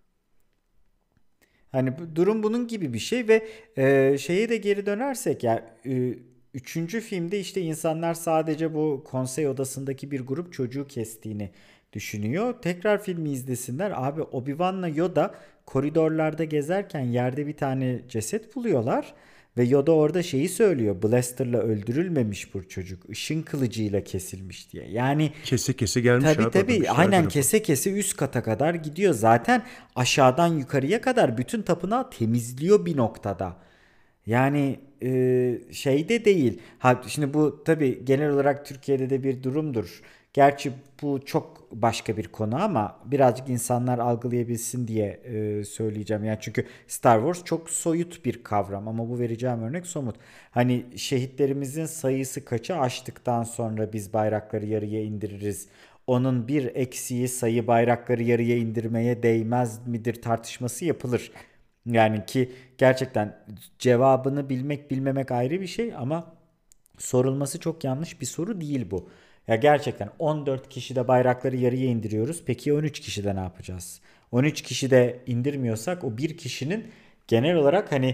Hani durum bunun gibi bir şey ve şeye de geri dönersek ya, üçüncü filmde işte insanlar sadece bu konsey odasındaki bir grup çocuğu kestiğini düşünüyor. Tekrar filmi izlesinler. Abi Obi-Wan'la Yoda koridorlarda gezerken yerde bir tane ceset buluyorlar. Ve Yoda orada şeyi söylüyor. Blaster'la öldürülmemiş bu çocuk. Işın kılıcıyla kesilmiş diye. Yani Kese kese gelmiş tabii abi adam tabii işte her aynen tarafa. kese kese üst kata kadar gidiyor. Zaten aşağıdan yukarıya kadar bütün tapınağı temizliyor bir noktada. Yani şey de değil. Ha, şimdi bu tabii genel olarak Türkiye'de de bir durumdur. Gerçi bu çok başka bir konu ama birazcık insanlar algılayabilsin diye söyleyeceğim. Yani çünkü Star Wars çok soyut bir kavram ama bu vereceğim örnek somut. Hani şehitlerimizin sayısı kaçı aştıktan sonra biz bayrakları yarıya indiririz. Onun bir eksiği sayı bayrakları yarıya indirmeye değmez midir tartışması yapılır. Yani ki gerçekten cevabını bilmek bilmemek ayrı bir şey ama sorulması çok yanlış bir soru değil bu. Ya gerçekten 14 kişide bayrakları yarıya indiriyoruz. Peki 13 kişide ne yapacağız? 13 kişide indirmiyorsak o bir kişinin genel olarak hani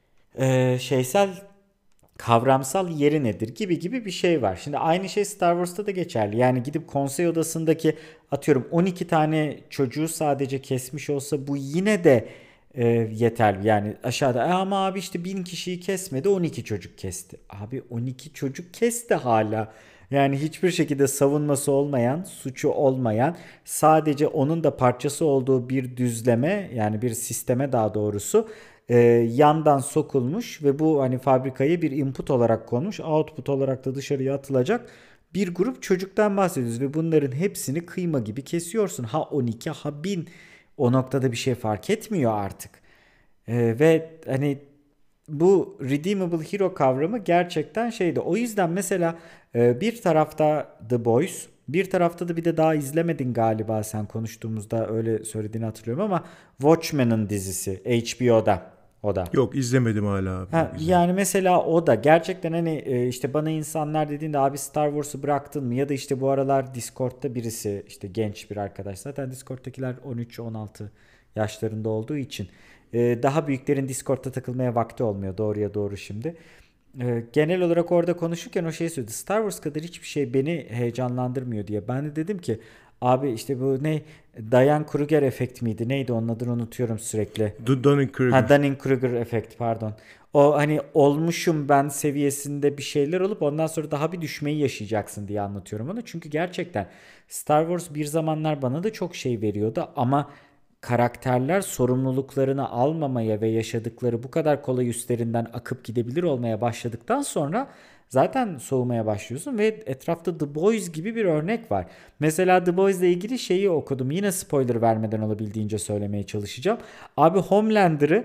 şeysel kavramsal yeri nedir gibi gibi bir şey var. Şimdi aynı şey Star Wars'ta da geçerli. Yani gidip konsey odasındaki atıyorum 12 tane çocuğu sadece kesmiş olsa bu yine de yeterli. Yani aşağıda ama abi işte 1000 kişiyi kesmedi 12 çocuk kesti. Abi 12 çocuk kesti hala. Yani hiçbir şekilde savunması olmayan, suçu olmayan, sadece onun da parçası olduğu bir düzleme yani bir sisteme daha doğrusu yandan sokulmuş ve bu hani fabrikaya bir input olarak konmuş, output olarak da dışarıya atılacak bir grup çocuktan bahsediyoruz ve bunların hepsini kıyma gibi kesiyorsun. Ha 12 ha 1000 o noktada bir şey fark etmiyor artık. Ve hani bu redeemable hero kavramı gerçekten şeydi. O yüzden mesela bir tarafta The Boys, bir tarafta da bir de daha izlemedin galiba sen konuştuğumuzda öyle söylediğini hatırlıyorum ama Watchmen'ın dizisi HBO'da o da. Yok izlemedim hala abi Ha, yok izlemedim. yani mesela o da gerçekten hani işte bana insanlar dediğinde abi Star Wars'u bıraktın mı ya da işte bu aralar Discord'da birisi işte genç bir arkadaş zaten Discord'dakiler 13-16 yaşlarında olduğu için daha büyüklerin Discord'da takılmaya vakti olmuyor doğruya doğru şimdi. Genel olarak orada konuşurken o şeyi söyledi. Star Wars kadar hiçbir şey beni heyecanlandırmıyor diye. Ben de dedim ki abi işte bu ne Diane-Kruger efekt miydi? Neydi onun adını unutuyorum sürekli. Ha Dunning-Kruger. Dunning-Kruger efekt pardon. O hani olmuşum ben seviyesinde bir şeyler olup ondan sonra daha bir düşmeyi yaşayacaksın diye anlatıyorum onu. Çünkü gerçekten Star Wars bir zamanlar bana da çok şey veriyordu ama karakterler sorumluluklarını almamaya ve yaşadıkları bu kadar kolay üstlerinden akıp gidebilir olmaya başladıktan sonra zaten soğumaya başlıyorsun ve etrafta The Boys gibi bir örnek var. Mesela The Boys ile ilgili şeyi okudum. Yine spoiler vermeden olabildiğince söylemeye çalışacağım. Abi Homelander'ı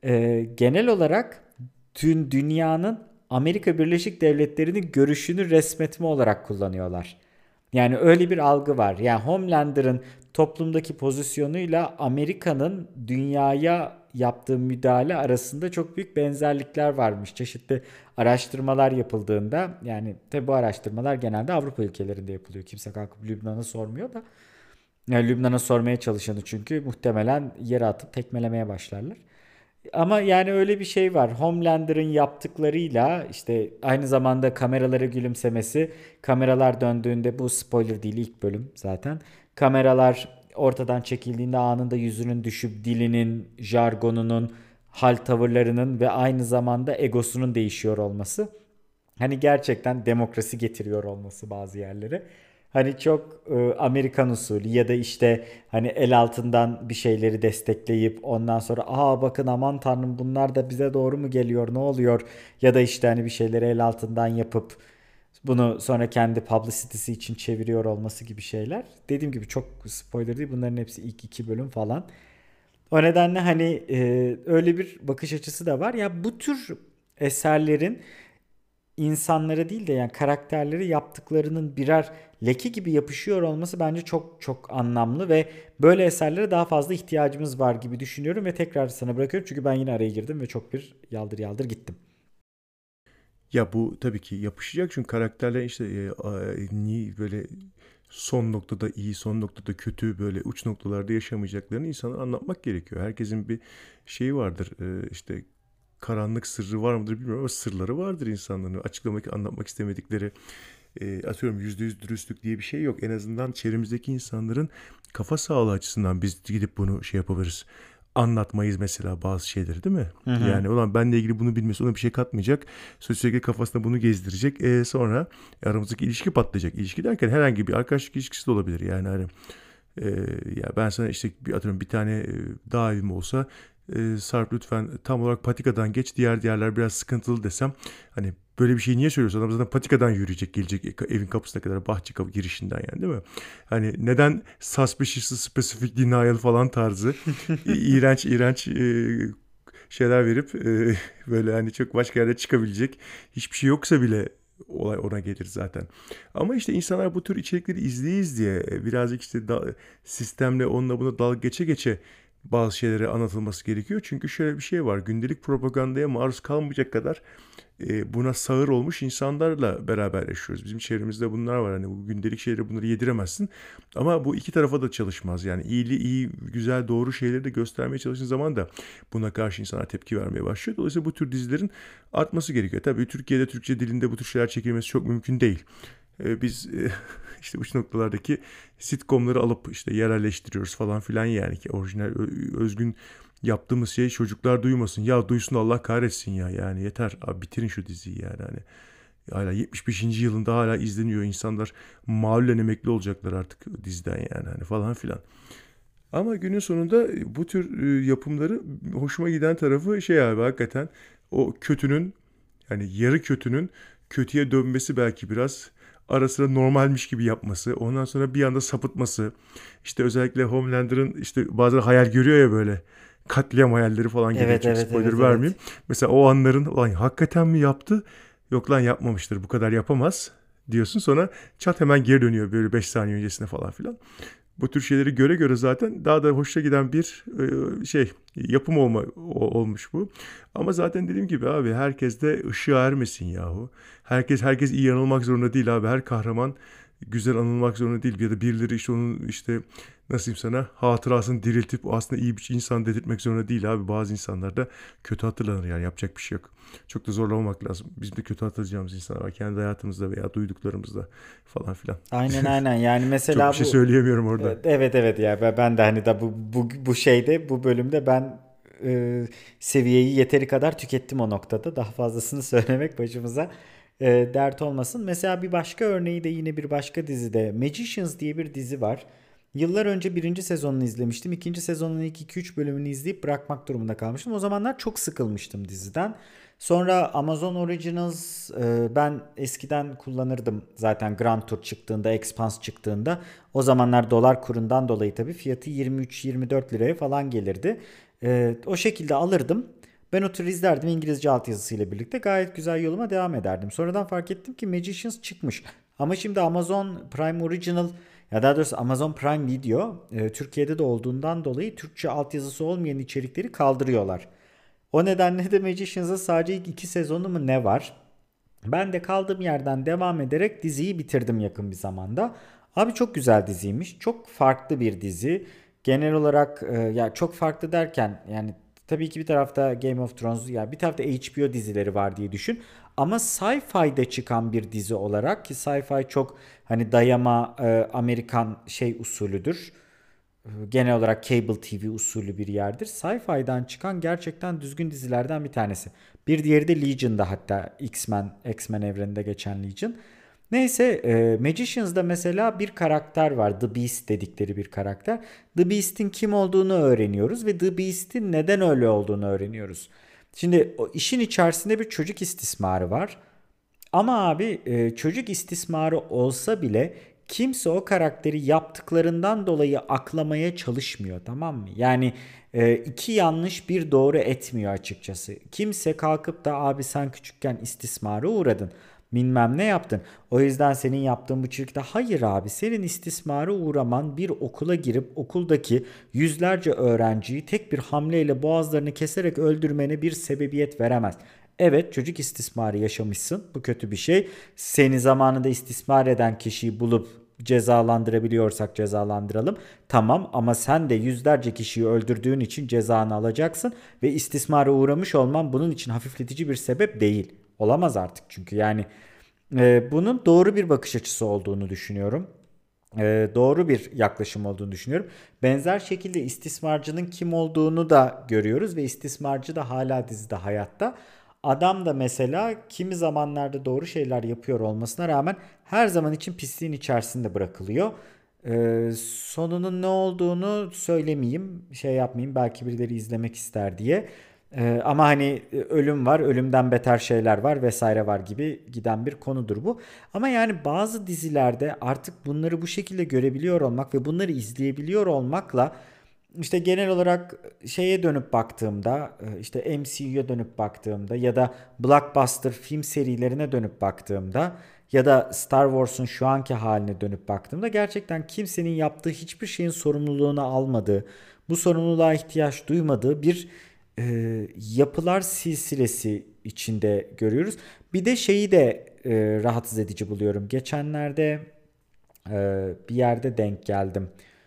genel olarak tüm dünyanın Amerika Birleşik Devletleri'nin görüşünü resmetme olarak kullanıyorlar. Yani öyle bir algı var. Yani Homelander'ın toplumdaki pozisyonuyla Amerika'nın dünyaya yaptığı müdahale arasında çok büyük benzerlikler varmış. Çeşitli araştırmalar yapıldığında yani tabi bu araştırmalar genelde Avrupa ülkelerinde yapılıyor. Kimse kalkıp Lübnan'a sormuyor da. Yani Lübnan'a sormaya çalışanı çünkü muhtemelen yere atıp tekmelemeye başlarlar. Ama yani öyle bir şey var. Homelander'ın yaptıklarıyla işte aynı zamanda kameralara gülümsemesi. Kameralar döndüğünde bu spoiler değil ilk bölüm zaten. Kameralar ortadan çekildiğinde anında yüzünün düşüp dilinin, jargonunun, hal tavırlarının ve aynı zamanda egosunun değişiyor olması. Hani gerçekten demokrasi getiriyor olması bazı yerlere. Hani çok Amerikan usulü ya da işte hani el altından bir şeyleri destekleyip ondan sonra bakın aman tanrım bunlar da bize doğru mu geliyor ne oluyor ya da işte hani bir şeyleri el altından yapıp bunu sonra kendi publicity'si için çeviriyor olması gibi şeyler. Dediğim gibi çok spoiler değil bunların hepsi ilk iki bölüm falan. O nedenle hani öyle bir bakış açısı da var. Ya bu tür eserlerin insanlara değil de yani karakterleri yaptıklarının birer leke gibi yapışıyor olması bence çok çok anlamlı ve böyle eserlere daha fazla ihtiyacımız var gibi düşünüyorum ve tekrar sana bırakıyorum çünkü ben yine araya girdim ve çok bir yaldır yaldır gittim. Ya bu tabii ki yapışacak çünkü karakterler işte böyle son noktada iyi, son noktada kötü böyle uç noktalarda yaşamayacaklarını insana anlatmak gerekiyor. Herkesin bir şeyi vardır işte karanlık sırrı var mıdır bilmiyorum ama sırları vardır insanların. Açıklamak, anlatmak istemedikleri atıyorum %100 dürüstlük diye bir şey yok. En azından çevremizdeki insanların kafa sağlığı açısından biz gidip bunu şey yapabiliriz. anlatmayız mesela bazı şeyleri, değil mi? Hı hı. Yani olan benle ilgili bunu bilmesi ona bir şey katmayacak. Sürekli kafasında bunu gezdirecek. Sonra aramızdaki ilişki patlayacak. İlişki derken herhangi bir arkadaşlık ilişkisi de olabilir. Yani hani e, ya ben sana işte bir atıyorum bir tane dağ evim olsa, Sarp lütfen tam olarak patikadan geç, diğer yerler biraz sıkıntılı desem, hani böyle bir şeyi niye söylüyorsun? Adam zaten patikadan yürüyecek, gelecek evin kapısına kadar, bahçe kapı girişinden, yani değil mi? Hani neden suspicious, specific denial falan tarzı iğrenç iğrenç şeyler verip böyle hani çok başka yerde çıkabilecek hiçbir şey yoksa bile olay ona gelir zaten. Ama işte insanlar bu tür içerikleri izleyiz diye birazcık işte sistemle onunla buna dalga geçe geçe bazı şeylere anlatılması gerekiyor. Çünkü şöyle bir şey var. Gündelik propagandaya maruz kalmayacak kadar buna sağır olmuş insanlarla beraber yaşıyoruz. Bizim çevremizde bunlar var. Hani bu gündelik şeyleri, bunları yediremezsin. Ama bu iki tarafa da çalışmaz. Yani iyi, güzel, doğru şeyleri de göstermeye çalıştığın zaman da buna karşı insanlar tepki vermeye başlıyor. Dolayısıyla bu tür dizilerin artması gerekiyor. Tabii Türkiye'de Türkçe dilinde bu tür şeyler çekilmesi çok mümkün değil. Biz işte uç noktalardaki sitcomları alıp işte yerelleştiriyoruz falan filan, yani ki orijinal özgün yaptığımız şey çocuklar duymasın. Ya duysun Allah kahretsin ya, yani yeter abi, bitirin şu diziyi yani, hani hala 75. yılında hala izleniyor, insanlar mahallen emekli olacaklar artık diziden, yani hani falan filan. Ama günün sonunda bu tür yapımları, hoşuma giden tarafı şey abi, hakikaten o kötünün, yani yarı kötünün kötüye dönmesi, belki biraz ara sıra normalmiş gibi yapması, ondan sonra bir anda sapıtması. İşte özellikle Homelander'ın işte bazen hayal görüyor ya, böyle katliam hayalleri falan geliyor. Evet Çok evet spoiler evet vermeyeyim. evet. Mesela o anların ulan hakikaten mi yaptı? Yok lan, yapmamıştır, bu kadar yapamaz diyorsun, sonra çat hemen geri dönüyor böyle 5 saniye öncesine falan filan. Bu tür şeyleri göre göre zaten daha da hoşuna giden bir yapım olmuş bu. Ama zaten dediğim gibi abi, herkes de ışığa ermesin yahu. Herkes iyi anılmak zorunda değil abi. Her kahraman güzel anılmak zorunda değil. Ya da birileri işte onun işte nasıl diyeyim sana, hatırasını diriltip o aslında iyi bir insan dedirtmek zorunda değil abi. Bazı insanlar da kötü hatırlanır, yani yapacak bir şey yok. Çok da zorlamamak lazım. Bizim de kötü hatırlayacağımız insanlar var. Kendi hayatımızda veya duyduklarımızda falan filan. Aynen aynen. Yani Çok bir mesela şey bu söyleyemiyorum orada. evet evet ya ben de hani da bu şeyde bu bölümde ben seviyeyi yeteri kadar tükettim o noktada. Daha fazlasını söylemek başımıza dert olmasın. Mesela bir başka örneği de yine bir başka dizide, Magicians diye bir dizi var. Yıllar önce birinci sezonunu izlemiştim. İkinci sezonun ilk iki üç bölümünü izleyip bırakmak durumunda kalmıştım. O zamanlar çok sıkılmıştım diziden. Sonra Amazon Originals, ben eskiden kullanırdım zaten Grand Tour çıktığında, Expanse çıktığında. O zamanlar dolar kurundan dolayı tabii fiyatı 23-24 liraya falan gelirdi. O şekilde alırdım. Ben oturur izlerdim İngilizce altyazısıyla birlikte. Gayet güzel yoluma devam ederdim. Sonradan fark ettim ki Magicians çıkmış. Ama şimdi Amazon Prime Original, ya daha doğrusu Amazon Prime Video, Türkiye'de de olduğundan dolayı Türkçe altyazısı olmayan içerikleri kaldırıyorlar. O nedenle de Magicians'ın sadece ilk iki sezonu mu ne var? Ben de kaldığım yerden devam ederek diziyi bitirdim yakın bir zamanda. Abi çok güzel diziymiş. Çok farklı bir dizi. Genel olarak ya çok farklı derken yani tabii ki bir tarafta Game of Thrones, ya bir tarafta HBO dizileri var diye düşün. Ama sci-fi'de çıkan bir dizi olarak, ki sci-fi çok hani dayama Amerikan şey usulüdür, genel olarak cable TV usulü bir yerdir. Sci-fi'den çıkan gerçekten düzgün dizilerden bir tanesi. Bir diğeri de Legion'da, hatta X-Men evreninde geçen Legion. Neyse, Magicians'da mesela bir karakter var. The Beast dedikleri bir karakter. The Beast'in kim olduğunu öğreniyoruz ve The Beast'in neden öyle olduğunu öğreniyoruz. Şimdi o işin içerisinde bir çocuk istismarı var. Ama abi çocuk istismarı olsa bile kimse o karakteri yaptıklarından dolayı aklamaya çalışmıyor, tamam mı? Yani iki yanlış bir doğru etmiyor açıkçası. Kimse kalkıp da abi sen küçükken istismara uğradın, bilmem ne yaptın, o yüzden senin yaptığın bu çocukta, hayır abi, senin istismara uğraman bir okula girip okuldaki yüzlerce öğrenciyi tek bir hamleyle boğazlarını keserek öldürmene bir sebebiyet veremez. Evet, çocuk istismarı yaşamışsın. Bu kötü bir şey. Seni zamanında istismar eden kişiyi bulup cezalandırabiliyorsak cezalandıralım. Tamam, ama sen de yüzlerce kişiyi öldürdüğün için cezanı alacaksın ve istismara uğramış olman bunun için hafifletici bir sebep değil. Olamaz artık çünkü yani bunun doğru bir bakış açısı olduğunu düşünüyorum. doğru bir yaklaşım olduğunu düşünüyorum. Benzer şekilde istismarcının kim olduğunu da görüyoruz ve istismarcı da hala dizide hayatta. Adam da mesela kimi zamanlarda doğru şeyler yapıyor olmasına rağmen her zaman için pisliğin içerisinde bırakılıyor. Sonunun ne olduğunu söylemeyeyim, şey yapmayayım, belki birileri izlemek ister diye. Ama hani ölüm var, ölümden beter şeyler var vesaire var gibi giden bir konudur bu. Ama yani bazı dizilerde artık bunları bu şekilde görebiliyor olmak ve bunları izleyebiliyor olmakla işte genel olarak şeye dönüp baktığımda, işte MCU'ya dönüp baktığımda ya da blockbuster film serilerine dönüp baktığımda ya da Star Wars'un şu anki haline dönüp baktığımda gerçekten kimsenin yaptığı hiçbir şeyin sorumluluğunu almadığı, bu sorumluluğa ihtiyaç duymadığı bir yapılar silsilesi içinde görüyoruz. Bir de şeyi de rahatsız edici buluyorum. Geçenlerde bir yerde denk geldim.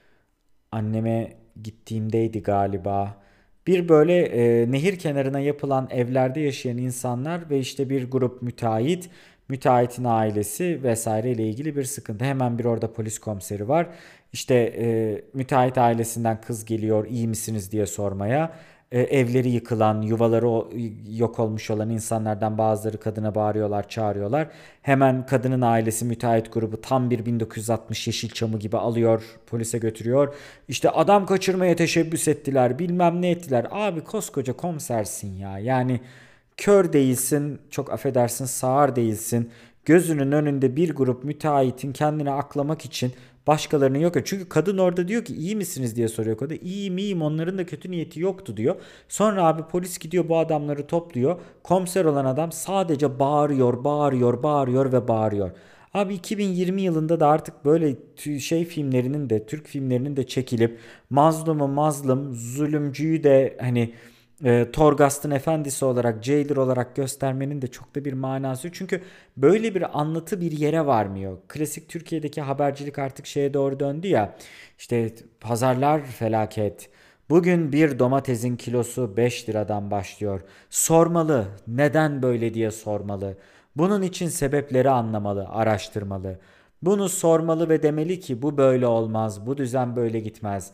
Anneme gittiğimdeydi galiba. Bir böyle nehir kenarına yapılan evlerde yaşayan insanlar ve işte bir grup müteahhit, müteahhitin ailesi vesaire ile ilgili bir sıkıntı. Hemen bir orada polis komiseri var. İşte müteahhit ailesinden kız geliyor, iyi misiniz diye sormaya. Evleri yıkılan, yuvaları yok olmuş olan insanlardan bazıları kadına bağırıyorlar, çağırıyorlar. Hemen kadının ailesi müteahhit grubu tam bir 1960 Yeşilçam'ı gibi alıyor, polise götürüyor. İşte adam kaçırmaya teşebbüs ettiler, bilmem ne ettiler. Abi koskoca komisersin ya. Yani kör değilsin, çok affedersin, sağır değilsin. Gözünün önünde bir grup müteahhitin kendini aklamak için başkalarını yok. Çünkü kadın orada diyor ki iyi misiniz diye soruyor kadın. İyiyim iyiyim, onların da kötü niyeti yoktu diyor. Sonra abi polis gidiyor, bu adamları topluyor. Komiser olan adam sadece bağırıyor, bağırıyor, bağırıyor ve bağırıyor. Abi 2020 yılında da artık böyle şey filmlerinin de, Türk filmlerinin de çekilip mazlumu mazlum, zulümcüyü de hani Torgast'ın efendisi olarak, Jailer olarak göstermenin de çok da bir manası yok. Çünkü böyle bir anlatı bir yere varmıyor. Klasik Türkiye'deki habercilik artık şeye doğru döndü ya. İşte pazarlar felaket. Bugün bir domatesin kilosu 5 liradan başlıyor. Sormalı, neden böyle diye sormalı. Bunun için sebepleri anlamalı, araştırmalı. Bunu sormalı ve demeli ki bu böyle olmaz, bu düzen böyle gitmez.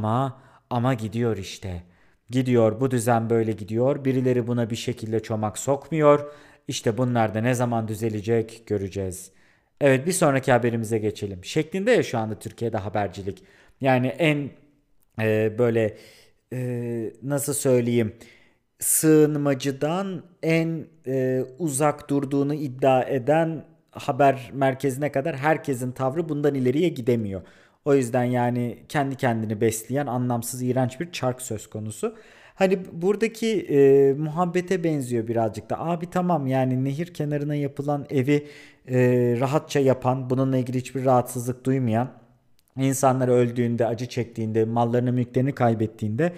Ama gidiyor işte. Gidiyor, bu düzen böyle gidiyor. Birileri buna bir şekilde çomak sokmuyor. İşte bunlar da ne zaman düzelecek göreceğiz. Evet, bir sonraki haberimize geçelim. Şeklinde ya şu anda Türkiye'de habercilik. Yani en böyle nasıl söyleyeyim, sığınmacıdan en uzak durduğunu iddia eden haber merkezine kadar herkesin tavrı bundan ileriye gidemiyor. O yüzden yani kendi kendini besleyen anlamsız iğrenç bir çark söz konusu. Hani buradaki muhabbete benziyor birazcık da. Abi tamam, yani nehir kenarına yapılan evi rahatça yapan, bununla ilgili hiçbir rahatsızlık duymayan, insanlar öldüğünde, acı çektiğinde, mallarını, mülklerini kaybettiğinde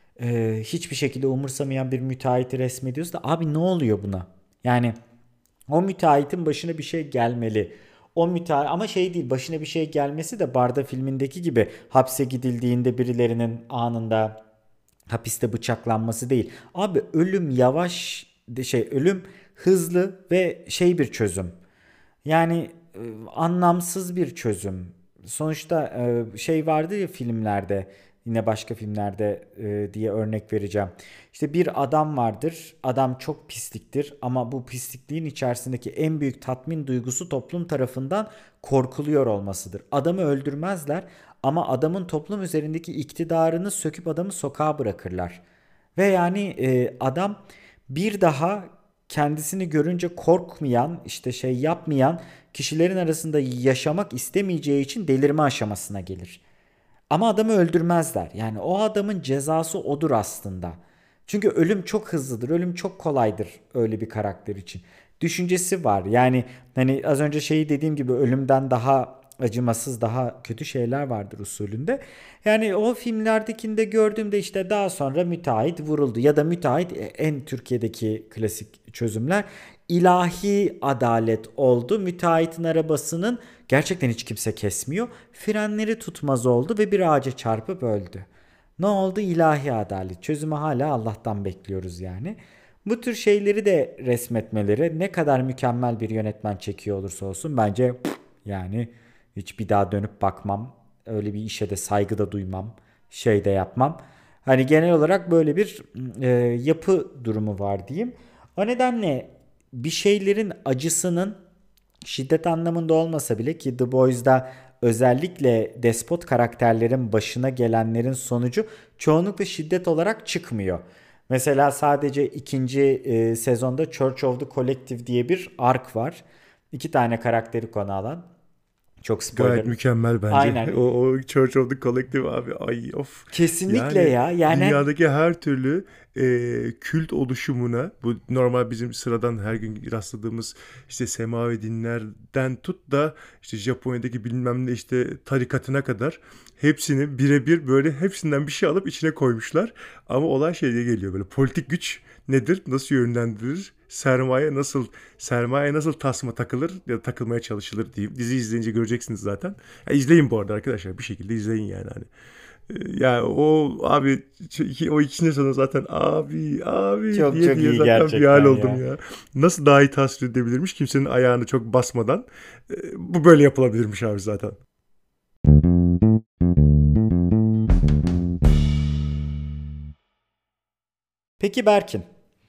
hiçbir şekilde umursamayan bir müteahhiti resmediyoruz da abi ne oluyor buna? Yani o müteahhitin başına bir şey gelmeli. O müteahhit ama şey değil, başına bir şey gelmesi de Barda filmindeki gibi hapse gidildiğinde birilerinin anında hapiste bıçaklanması değil. Abi ölüm yavaş, ölüm hızlı ve şey bir çözüm. Yani anlamsız bir çözüm. Sonuçta şey vardı ya filmlerde, yine başka filmlerde diye örnek vereceğim. İşte bir adam vardır. Adam çok pisliktir ama bu pislikliğin içerisindeki en büyük tatmin duygusu toplum tarafından korkuluyor olmasıdır. Adamı öldürmezler ama adamın toplum üzerindeki iktidarını söküp adamı sokağa bırakırlar. Ve yani adam bir daha kendisini görünce korkmayan, işte şey yapmayan kişilerin arasında yaşamak istemeyeceği için delirme aşamasına gelir. Ama adamı öldürmezler. Yani o adamın cezası odur aslında. Çünkü ölüm çok hızlıdır, ölüm çok kolaydır öyle bir karakter için. Düşüncesi var. Yani hani az önce şeyi dediğim gibi ölümden daha acımasız, daha kötü şeyler vardır usulünde. Yani o filmlerdekinde gördüğümde işte daha sonra müteahhit vuruldu ya da müteahhit, en Türkiye'deki klasik çözümler, ilahi adalet oldu. Müteahhitin arabasının gerçekten hiç kimse kesmiyor. Frenleri tutmaz oldu ve bir ağaca çarpıp öldü. Ne oldu? İlahi adalet. Çözümü hala Allah'tan bekliyoruz yani. Bu tür şeyleri de resmetmeleri, ne kadar mükemmel bir yönetmen çekiyor olursa olsun, bence yani Hiç bir daha dönüp bakmam. Öyle bir işe de saygı da duymam. Şey de yapmam. Hani genel olarak böyle bir yapı durumu var diyeyim. O nedenle bir şeylerin acısının şiddet anlamında olmasa bile ki The Boys'da özellikle despot karakterlerin başına gelenlerin sonucu çoğunlukla şiddet olarak çıkmıyor. Mesela sadece ikinci sezonda Church of the Collective diye bir ark var. İki tane karakteri konu alan. Çok spoiler. Gayet mükemmel bence. Aynen. O Church of the Collective abi, ay of. Kesinlikle Yani ya. Yani dünyadaki her türlü kült oluşumuna, bu normal bizim sıradan her gün rastladığımız işte semavi dinlerden tut da işte Japonya'daki bilmem ne işte tarikatına kadar hepsini birebir böyle hepsinden bir şey alıp içine koymuşlar. Ama olay şey diye geliyor, böyle politik güç nedir? Nasıl yönlendirir? Sermaye nasıl tasma takılır ya da takılmaya çalışılır diyeyim. Dizi izleyince göreceksiniz zaten. Ya izleyin bu arada arkadaşlar, bir şekilde izleyin yani hani. Ya o abi, o ikisinin sonu zaten abi çok diye çok diye iyi zaten bir hal gerçekten oldum ya. ya. Nasıl daha iyi tasvir edebilirmiş kimsenin ayağını çok basmadan. Bu böyle yapılabilirmiş abi zaten. Peki Berkin,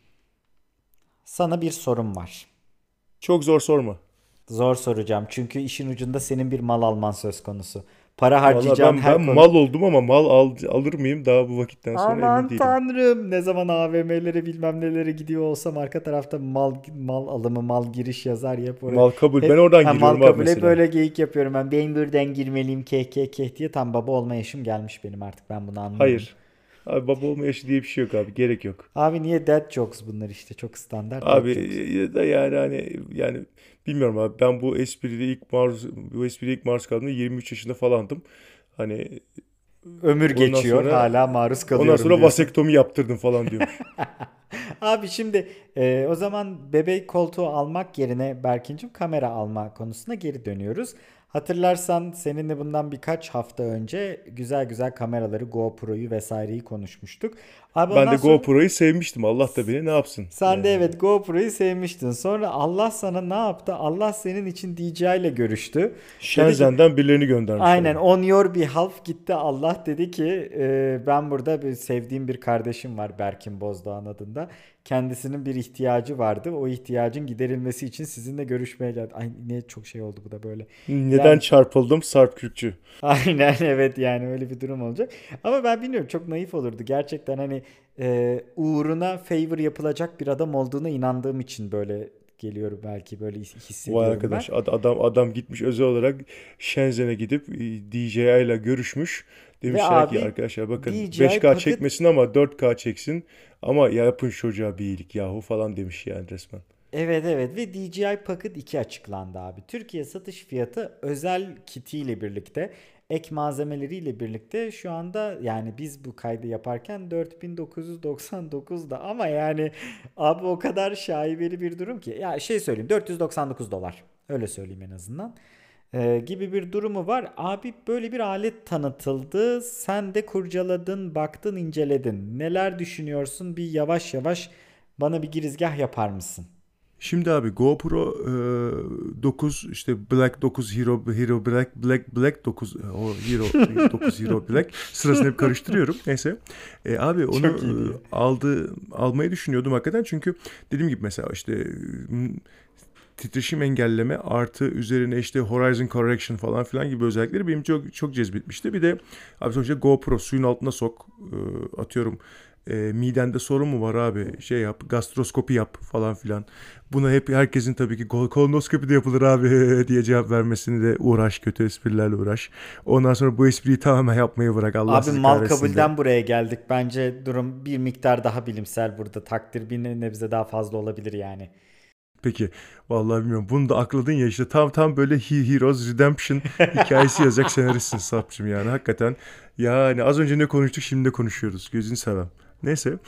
sana bir sorum var. Çok zor sorma. Zor soracağım çünkü işin ucunda senin bir mal alman söz konusu. Para Valla harcayacağın ben her konu. mal oldum ama alır mıyım daha bu vakitten sonra emin Aman değilim. tanrım, ne zaman AVM'lere bilmem nelere gidiyor olsam arka tarafta mal alımı, mal giriş yazar hep oraya. Mal kabul. Ben Hep oradan ha, mal giriyorum abi kabul hep mesela. böyle geyik yapıyorum ben buradan girmeliyim keh keh keh diye tam baba olma yaşım gelmiş benim artık ben bunu anlıyorum. Hayır. Abi baba olma yaşı diye bir şey yok abi. Gerek yok. Abi niye dad jokes bunlar işte çok standart dad Abi jokes. ya da yani hani yani bilmiyorum abi, ben bu espriye ilk maruz kaldığımda 23 yaşında falandım. Hani Ömür ondan geçiyor sonra hala maruz ondan kalıyorum sonra diyorsun. vasektomi yaptırdım falan diyormuş. Abi şimdi o zaman bebek koltuğu almak yerine Berkincim kamera alma konusuna geri dönüyoruz. Hatırlarsan seninle bundan birkaç hafta önce güzel güzel kameraları, GoPro'yu vesaireyi konuşmuştuk. Abi Ben ondan de sonra GoPro'yu sevmiştim. Allah da beni ne yapsın sen de yani. evet GoPro'yu sevmiştin. Sonra Allah sana ne yaptı? Allah senin için DJI ile görüştü. Dedi ki Shenzhen'den birilerini göndermişler aynen bana. on your behalf gitti Allah dedi ki ben burada bir sevdiğim bir kardeşim var Berkin Bozdoğan adında. Kendisinin bir ihtiyacı vardı. O ihtiyacın giderilmesi için sizinle görüşmeye geldi. Ay ne çok şey oldu bu da böyle. Neden Yani çarpıldım? Sarp Kürkçü. aynen evet yani öyle bir durum olacak. Ama ben bilmiyorum çok naif olurdu. Gerçekten hani uğruna favor yapılacak bir adam olduğuna inandığım için böyle geliyorum belki böyle Vay hissediyorum ben. arkadaş, adam gitmiş özel olarak Shenzhen'e gidip DJI ile görüşmüş. Ve Demişler ki abi arkadaşlar bakın DJI 5K Pocket. çekmesin ama 4K çeksin. Ama yapın çocuğa bir iyilik yahu falan demiş yani resmen. Evet evet ve DJI Pocket 2 açıklandı abi. Türkiye satış fiyatı özel kitiyle birlikte ek malzemeleriyle birlikte şu anda yani biz bu kaydı yaparken 4999'da ama yani abi o kadar şaibeli bir durum ki ya şey söyleyeyim 499 dolar öyle söyleyeyim en azından. Gibi bir durumu var. Abi böyle bir alet tanıtıldı. Sen de kurcaladın, baktın, inceledin. Neler düşünüyorsun? Bir yavaş yavaş bana bir girizgah yapar mısın? Şimdi abi GoPro 9 işte Black 9 Hero Black 9 o Hero 9 Hero Black sırasını hep karıştırıyorum. Neyse. Abi onu Çok iyiydi ya. almayı düşünüyordum hakikaten, çünkü dediğim gibi mesela işte titreşim engelleme artı üzerine işte Horizon Correction falan filan gibi özellikleri benim çok çok cezbetmişti. Bir de abi sonuçta GoPro suyun altına sok, atıyorum midende sorun mu var abi şey yap, gastroskopi yap falan filan. Buna hep herkesin tabii ki kolonoskopi de yapılır abi diye cevap vermesini de uğraş, kötü esprilerle uğraş. Ondan sonra bu espriyi tamamen yapmayı bırak, Allah Abi sizi mal kahretsin de. kabulden buraya geldik. Bence durum bir miktar daha bilimsel burada. Takdir bir nebze daha fazla olabilir yani. Peki, vallahi bilmiyorum. Bunu da akladın ya, işte tam böyle Heroes Redemption hikayesi yazacak senaristsin Sarp'cığım yani hakikaten. Yani az önce ne konuştuk, şimdi de konuşuyoruz. Gözünü seveyim. Neyse.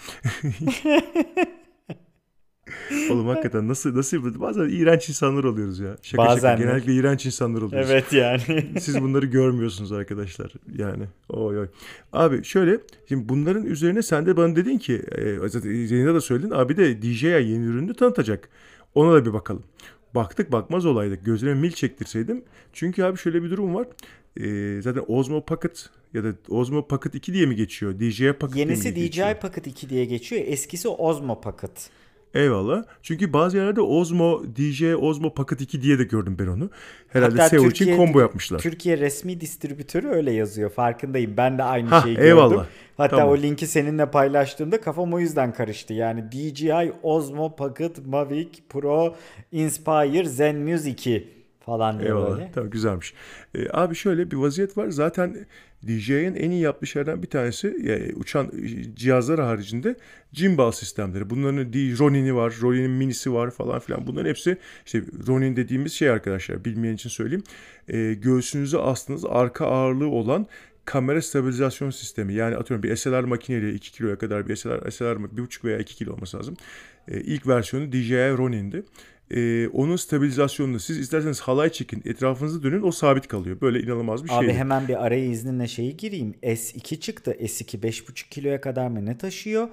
Oğlum hakikaten nasıl bazen iğrenç insanlar oluyoruz ya. Şaka şaka. Bazen mi? Genellikle iğrenç insanlar oluyoruz. Evet yani. Siz bunları görmüyorsunuz arkadaşlar. Yani oy oy. Abi şöyle, şimdi bunların üzerine sen de bana dedin ki zaten yayında da söyledin abi, de DJI yeni ürünü tanıtacak. Ona da bir bakalım. Baktık bakmaz olaydık. Gözüme mil çektirseydim. Çünkü abi şöyle bir durum var. Zaten Osmo Pocket ya da Osmo Pocket 2 diye mi geçiyor? DJI Pocket diye Yenisi mi DJI geçiyor? Pocket 2 diye geçiyor. Eskisi Osmo Pocket. Eyvallah. Çünkü bazı yerlerde Osmo, DJI Osmo Pocket 2 diye de gördüm ben onu. Herhalde Hatta SEO için combo yapmışlar. Türkiye resmi distribütörü öyle yazıyor. Farkındayım. Ben de aynı Ha, şeyi gördüm. eyvallah. Hatta o Tamam. linki seninle paylaştığımda kafam o yüzden karıştı. Yani DJI Osmo Pocket Mavic Pro Inspire Zen Muse 2 falan diye Eyvallah. böyle. Tamam, güzelmiş. Abi şöyle bir vaziyet var. Zaten DJI'nin en iyi yaptığı şeylerden bir tanesi yani uçan cihazlar haricinde gimbal sistemleri. Bunların Ronin'i var, Ronin'in minisi var falan filan. Bunların hepsi işte Ronin dediğimiz şey arkadaşlar. Bilmeyen için söyleyeyim. Göğsünüze astığınız arka ağırlığı olan kamera stabilizasyon sistemi. Yani atıyorum bir SLR makineyle 2 kiloya kadar bir SLR 1,5 veya 2 kilo olması lazım. İlk versiyonu DJI Ronin'di. Onun stabilizasyonunu siz isterseniz halay çekin, etrafınızı dönün, o sabit kalıyor. Böyle inanılmaz bir Abi şeydi. hemen bir araya izninle şeyi gireyim. S2 çıktı. S2 5,5 kiloya kadar mı ne taşıyor?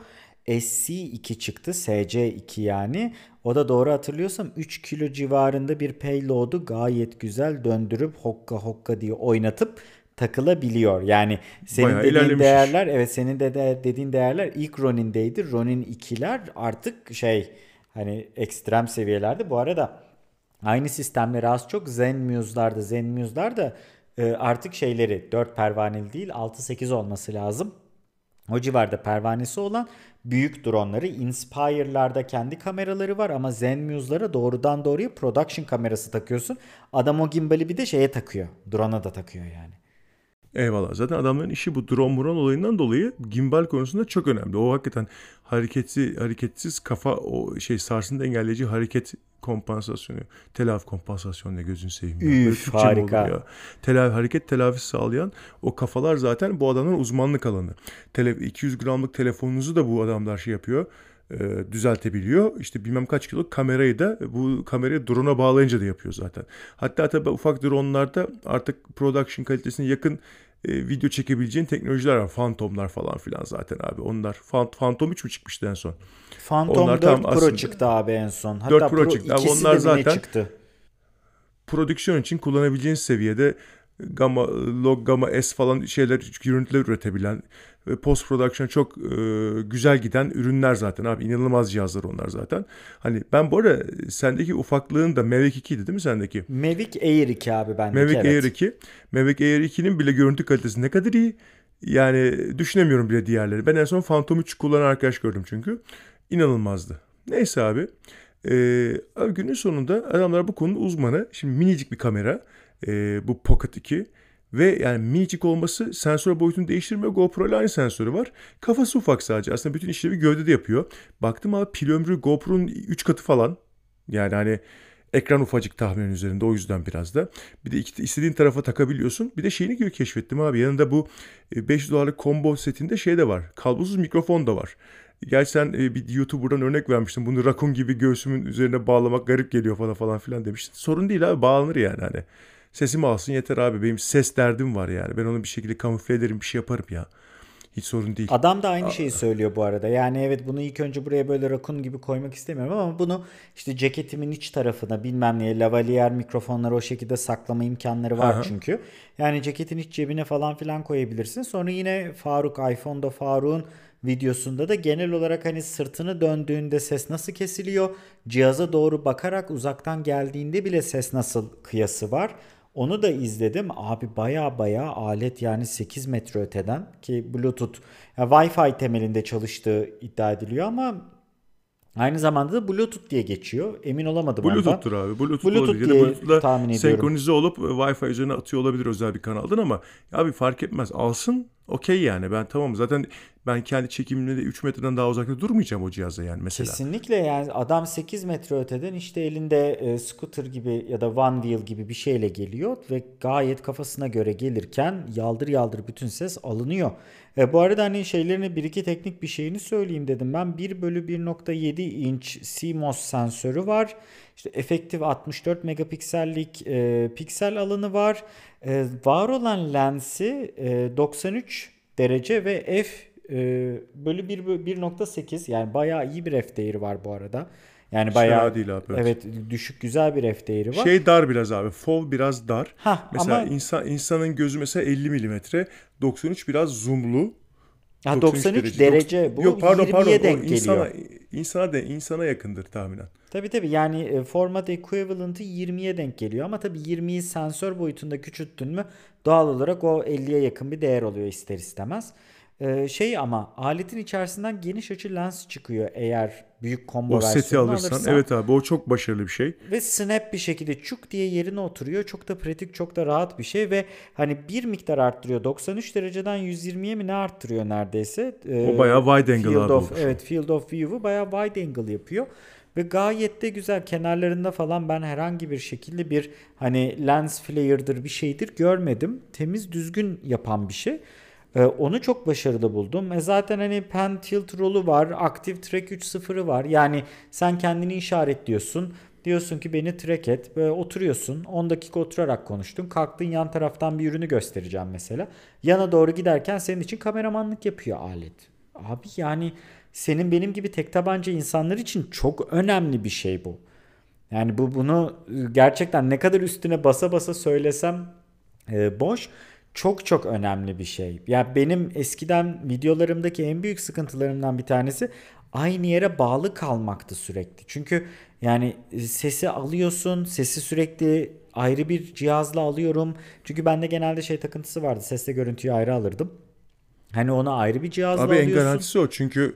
SC2 çıktı. SC2 yani. O da doğru hatırlıyorsam 3 kilo civarında bir payload'u gayet güzel döndürüp hokka hokka diye oynatıp takılabiliyor. Yani senin Bayağı dediğin ilerlemiş iş. değerler, evet, senin de dediğin değerler ilk Ronin'deydi. Ronin 2'ler artık hani ekstrem seviyelerde. Bu arada aynı sistemleri az çok Zenmuse'larda artık şeyleri 4 pervaneli değil 6-8 olması lazım. O civarda pervanesi olan büyük dronları Inspire'larda kendi kameraları var ama Zenmuse'lara doğrudan doğruya production kamerası takıyorsun. Adam o gimbali bir de şeye takıyor. Drone'a da takıyor yani. Eyvallah. Zaten adamların işi bu drone muron olayından dolayı gimbal konusunda çok önemli. O hakikaten hareketsiz kafa o şey sarsıntı engelleyici hareket kompansasyonu, telafi kompansasyonu ne gözünü seveyim ya. Böyle Üf, Türkçe mi olur harika. ya? Hareket telafisi sağlayan o kafalar zaten bu adamların uzmanlık alanı. 200 gramlık telefonunuzu da bu adamlar şey yapıyor. Düzeltebiliyor. İşte bilmem kaç kilo kamerayı da bu kamerayı drone'a bağlayınca da yapıyor zaten. Hatta tabii ufak drone'larda artık production kalitesine yakın video çekebileceğin teknolojiler var. Phantom'lar falan filan zaten abi. Onlar Phantom 3 mü çıkmıştı en son? Onlar Phantom tam 4 Pro aslında çıktı abi en son. 4 Hatta Pro Pro çıktı. Abi ikisi onlar de mi ne zaten çıktı? prodüksiyon için kullanabileceğiniz seviyede gamma, log, gamma S falan görüntüler üretebilen post production çok güzel giden ürünler zaten abi. İnanılmaz cihazlar onlar zaten. Hani ben bu arada sendeki ufaklığın da Mavic 2'ydi değil mi sendeki? Mavic Air 2 abi bendeki, Mavic Air evet. 2. Mavic Air 2'nin bile görüntü kalitesi ne kadar iyi. Yani düşünemiyorum bile diğerleri. Ben en son Phantom 3 kullanan arkadaş gördüm çünkü. İnanılmazdı. Neyse abi. Abi günün sonunda adamlar bu konunun uzmanı. Şimdi minicik bir kamera. Bu Pocket 2. Ve yani minicik olması sensör boyutunu değiştirmiyor. GoPro ile aynı sensörü var. Kafası ufak sadece. Aslında bütün işlevi gövdede yapıyor. Baktım abi pil ömrü GoPro'nun 3 katı falan. Yani hani ekran ufacık tahminin üzerinde, o yüzden biraz da. Bir de istediğin tarafa takabiliyorsun. Bir de şeyini keşfettim abi. Yanında bu $500 combo setinde şey de var. Kablosuz mikrofon da var. Gerçi sen bir YouTuber'dan örnek vermiştin. Bunu rakun gibi göğsümün üzerine bağlamak garip geliyor falan falan filan demiştin. Sorun değil abi, bağlanır yani hani. Sesimi alsın yeter abi. Benim ses derdim var yani. Ben onu bir şekilde kamufle ederim, bir şey yaparım ya. Hiç sorun değil. Adam da aynı şeyi söylüyor bu arada. Yani evet, bunu ilk önce buraya böyle rakun gibi koymak istemiyorum ama bunu işte ceketimin iç tarafına bilmem neye, lavalier mikrofonları o şekilde saklama imkanları var Aha. çünkü. Yani ceketin iç cebine falan filan koyabilirsin. Sonra yine iPhone'da Faruk'un videosunda da genel olarak hani sırtını döndüğünde ses nasıl kesiliyor, cihaza doğru bakarak uzaktan geldiğinde bile ses nasıl kıyası var. Onu da izledim. Abi baya baya alet, yani 8 metre öteden, ki Bluetooth ya Wi-Fi temelinde çalıştığı iddia ediliyor ama aynı zamanda da Bluetooth diye geçiyor. Emin olamadım ondan. Bluetooth'tur abi. Bluetooth olabilir. Bluetooth Ya da diye Bluetooth'la tahmin ediyorum. senkronize olup Wi-Fi üzerine atıyor olabilir özel bir kanaldan ama abi fark etmez. Alsın okey yani. Ben tamam, zaten ben kendi çekimimle de 3 metreden daha uzakta durmayacağım o cihaza yani mesela. Kesinlikle, yani adam 8 metre öteden işte elinde scooter gibi ya da one wheel gibi bir şeyle geliyor ve gayet kafasına göre gelirken yaldır yaldır bütün ses alınıyor. Bu arada hani şeylerini, bir iki teknik bir şeyini söyleyeyim dedim. Ben 1/1.7 inç CMOS sensörü var. İşte efektif 64 megapiksellik piksel alanı var. Var olan lensi 93 derece ve f bölü 1/1.8, yani bayağı iyi bir f değeri var bu arada. Yani Hiç fena bayağı, değil abi, evet. evet, düşük güzel bir f değeri var. Şey dar biraz abi. Fov biraz dar. Ha Mesela ama insanın gözü mesela 50 milimetre. 93 biraz zoomlu. ha, 93 93 derece. derece, bu Yok, pardon. 20'ye O denk geliyor. insana yakındır tahminen. Tabii yani format equivalent'ı 20'ye denk geliyor ama tabii 20'yi sensör boyutunda küçülttün mü doğal olarak o 50'ye yakın bir değer oluyor ister istemez. Şey, ama aletin içerisinden geniş açı lens çıkıyor eğer büyük O combo seti versiyonunu alırsan, alırsan. evet abi, o çok başarılı bir şey. Ve snap bir şekilde çuk diye yerine oturuyor. Çok da pratik, çok da rahat bir şey ve hani bir miktar arttırıyor. 93 dereceden 120'ye mi ne arttırıyor neredeyse. O bayağı wide angle Field abi of, olmuş o. evet, field of view'u bayağı wide angle yapıyor. Ve gayet de güzel. Kenarlarında falan ben herhangi bir şekilde bir hani lens flare'dır bir şeydir görmedim. Temiz, düzgün yapan bir şey. Onu çok başarılı buldum. Zaten hani pen tilt rolü var. Active Track 3.0'ı var. Yani sen kendini işaretliyorsun. Diyorsun ki beni track et. Böyle oturuyorsun. 10 dakika oturarak konuştun. Kalktın, yan taraftan bir ürünü göstereceğim mesela. Yana doğru giderken senin için kameramanlık yapıyor alet. Abi yani senin benim gibi tek tabanca insanlar için çok önemli bir şey bu. Yani bunu gerçekten ne kadar üstüne basa basa söylesem boş. Çok çok önemli bir şey. Ya benim eskiden videolarımdaki en büyük sıkıntılarımdan bir tanesi aynı yere bağlı kalmaktı sürekli. Çünkü yani sesi alıyorsun, sesi sürekli ayrı bir cihazla alıyorum. Çünkü bende genelde şey takıntısı vardı. Sesle görüntüyü ayrı alırdım. Hani onu ayrı bir cihazla Abi en alıyorsun. garantisi o. Çünkü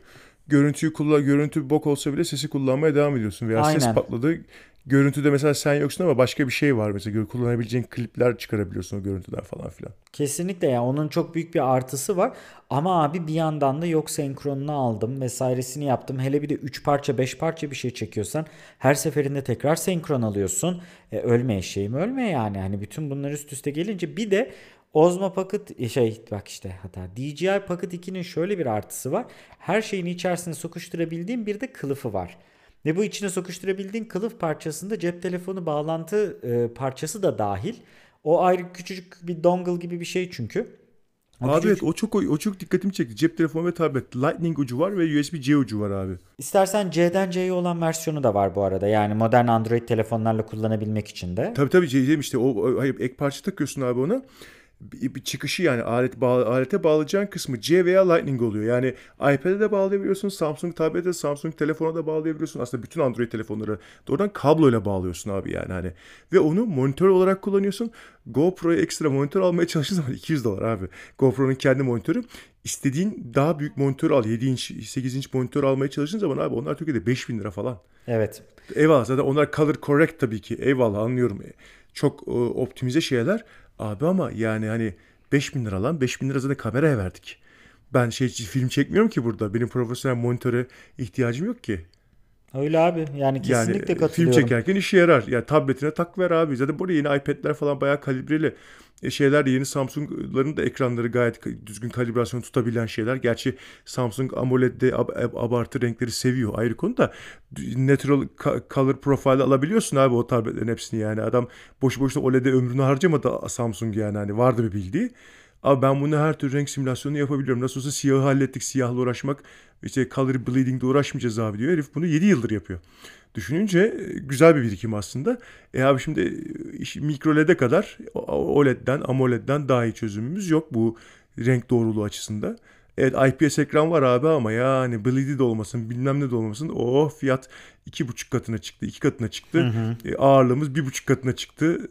görüntü bok olsa bile sesi kullanmaya devam ediyorsun. Veya ses Aynen. patladı. Görüntüde mesela sen yoksun ama başka bir şey var. Mesela kullanabileceğin klipler çıkarabiliyorsun o görüntüden falan filan. Kesinlikle ya, onun çok büyük bir artısı var. Ama abi bir yandan da yok senkronunu aldım vesairesini yaptım. Hele bir de 3 parça 5 parça bir şey çekiyorsan her seferinde tekrar senkron alıyorsun. Ölme eşeğim ölme yani. Hani bütün bunlar üst üste gelince bir de Osmo Pocket bak işte, hatta DJI Pocket 2'nin şöyle bir artısı var. Her şeyin içerisine sokuşturabildiğim bir de kılıfı var. Ve bu içine sokuşturabildiğin kılıf parçasında cep telefonu bağlantı parçası da dahil. O ayrı küçücük bir dongle gibi bir şey çünkü. O Abi evet, küçücük. o çok dikkatimi çekti. Cep telefonu ve tablet. Lightning ucu var ve USB-C ucu var abi. İstersen C'den C'ye olan versiyonu da var bu arada. Yani modern Android telefonlarla kullanabilmek için de. Tabii diyeceğim işte hayır, ek parça takıyorsun abi ona. Bir çıkışı yani alete bağlayacağın kısmı C veya Lightning oluyor. Yani iPad'e de bağlayabiliyorsun, Samsung tablete, Samsung telefona da bağlayabiliyorsun. Aslında bütün Android telefonları doğrudan kabloyla bağlıyorsun abi yani hani. Ve onu monitör olarak kullanıyorsun. GoPro'ya ekstra monitör almaya çalıştığın zaman $200 abi. GoPro'nun kendi monitörü. İstediğin daha büyük monitör al. 7 inç, 8 inç monitör almaya çalıştığın zaman abi onlar Türkiye'de 5.000 lira falan. Evet. Eyvallah, zaten onlar color correct tabii ki. Eyvallah, anlıyorum. Çok optimize şeyler. Abi ama yani hani 5.000 lira lan. 5.000 lira zaten kameraya verdik. Ben film çekmiyorum ki burada. Benim profesyonel monitöre ihtiyacım yok ki. Öyle abi. Yani Yani kesinlikle film katılıyorum. çekerken işe yarar. Ya tabletine tak ver abi. Zaten burada yeni iPad'ler falan bayağı kalibreli. Şeyler de yeni, Samsung'ların da ekranları gayet düzgün kalibrasyon tutabilen şeyler. Gerçi Samsung AMOLED'de abartı renkleri seviyor, ayrı konu da. Natural color profile alabiliyorsun abi o tabletlerin hepsini yani. Adam boşu boşuna OLED'e ömrünü harcamadı Samsung yani, hani vardı bir bildiği. Abi ben bunu her türlü renk simülasyonu yapabiliyorum. Nasıl olsa siyahı hallettik. Siyahla uğraşmak, işte color bleeding'de uğraşmayacağız abi diyor. Herif bunu 7 yıldır yapıyor. Düşününce güzel bir birikim aslında. Abi şimdi mikro LED'e kadar OLED'den, AMOLED'den daha iyi çözümümüz yok bu renk doğruluğu açısında. Evet, IPS ekran var abi ama yani bleed'i de olmasın, bilmem ne de olmasın. O fiyat 2,5 katına çıktı, 2 katına Hı çıktı. hı. Ağırlığımız 1,5 katına çıktı.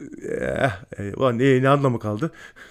Ulan ne anlamı kaldı?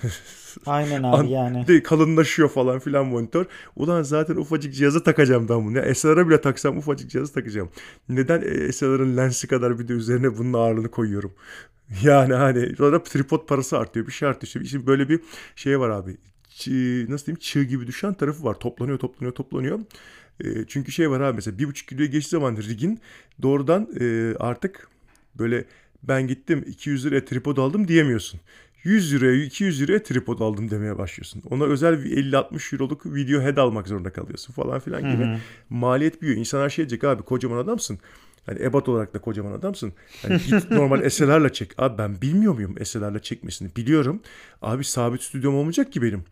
Aynen abi yani. Kalınlaşıyor falan filan monitör. Ulan zaten ufacık cihaza takacağım ben bunu. Ya SLR'a bile taksam ufacık cihazı takacağım. Neden SLR'ın lensi kadar bir de üzerine bunun ağırlığını koyuyorum? Yani hani sonra tripod parası artıyor. Bir şey artıyor. Şimdi böyle bir şey var abi. Nasıl diyeyim? Çığ gibi düşen tarafı var. Toplanıyor. Çünkü şey var abi, mesela 1,5 kiloya geçtiği zaman rigin doğrudan artık böyle ben gittim 200 liraya tripod aldım diyemiyorsun. 100 liraya 200 liraya tripod aldım demeye başlıyorsun. Ona özel 50-60 euroluk video head almak zorunda kalıyorsun falan Hı filan gibi. hı. Maliyet büyüyor. İnsanlar şey diyecek abi, kocaman adamsın. Hani ebat olarak da kocaman adamsın. Hani git normal SLR'la çek. Abi ben bilmiyor muyum SLR'la çekmesini? Biliyorum. Abi sabit stüdyom olmayacak ki benim.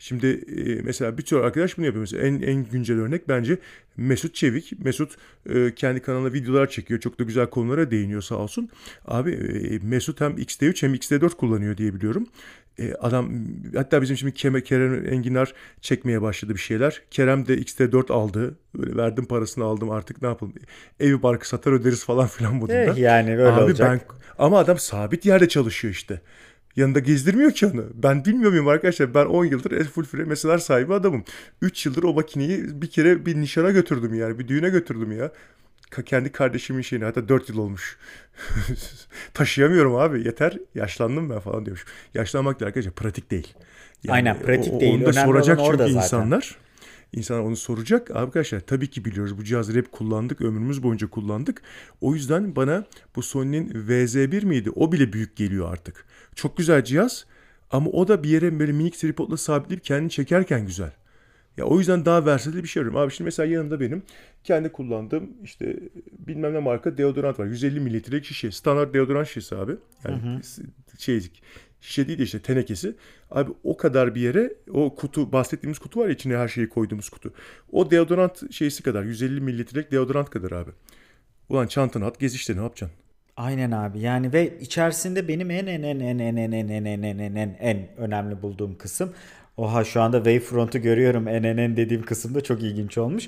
Şimdi mesela bir tür arkadaş bunu yapıyor. Mesela en güncel örnek bence Mesut Çevik. Mesut kendi kanalına videolar çekiyor. Çok da güzel konulara değiniyor sağ olsun. Abi Mesut hem XT3 hem XT4 kullanıyor diye biliyorum. Adam hatta bizim şimdi Kerem Enginar çekmeye başladı bir şeyler. Kerem de X-T4 aldı. Böyle verdim parasını aldım artık ne yapalım. Evi barkı satar öderiz falan filan modunda. Yani öyle Abi ben olacak. ama adam sabit yerde çalışıyor işte. Yanında gezdirmiyor ki onu. Ben bilmiyor muyum arkadaşlar? Ben 10 yıldır full frame MSLR sahibi adamım. 3 yıldır o makineyi bir kere bir nişana götürdüm yani. Bir düğüne götürdüm ya. Kendi kardeşimin şeyini hatta 4 yıl olmuş. Taşıyamıyorum abi yeter yaşlandım ben falan diyormuş. Yaşlanmak da arkadaşlar pratik değil. Yani Aynen, pratik değil. onu da Önemli olan soracak orada çünkü zaten. insanlar. İnsanlar onu soracak. Arkadaşlar tabii ki biliyoruz bu cihazları hep kullandık. Ömrümüz boyunca kullandık. O yüzden bana bu Sony'nin VZ1 miydi? O bile büyük geliyor artık. Çok güzel cihaz ama o da bir yere böyle minik tripodla sabitleyip kendini çekerken güzel. Ya o yüzden daha versatil bir şey arıyorum. Abi şimdi mesela yanımda benim kendi kullandığım işte bilmem ne marka deodorant var. 150 mililitrelik şişe. Standart deodorant şişesi abi. Hı Yani hı. şey şişe değil de işte tenekesi. Abi o kadar bir yere o kutu bahsettiğimiz kutu var ya içine her şeyi koyduğumuz kutu. O deodorant şeysi kadar 150 mililitrelik deodorant kadar abi. Ulan çantana at gez işte ne yapacaksın? Aynen abi, yani ve içerisinde benim en önemli bulduğum kısım, oha şu anda Wavefront'u görüyorum, en dediğim kısımda çok ilginç olmuş.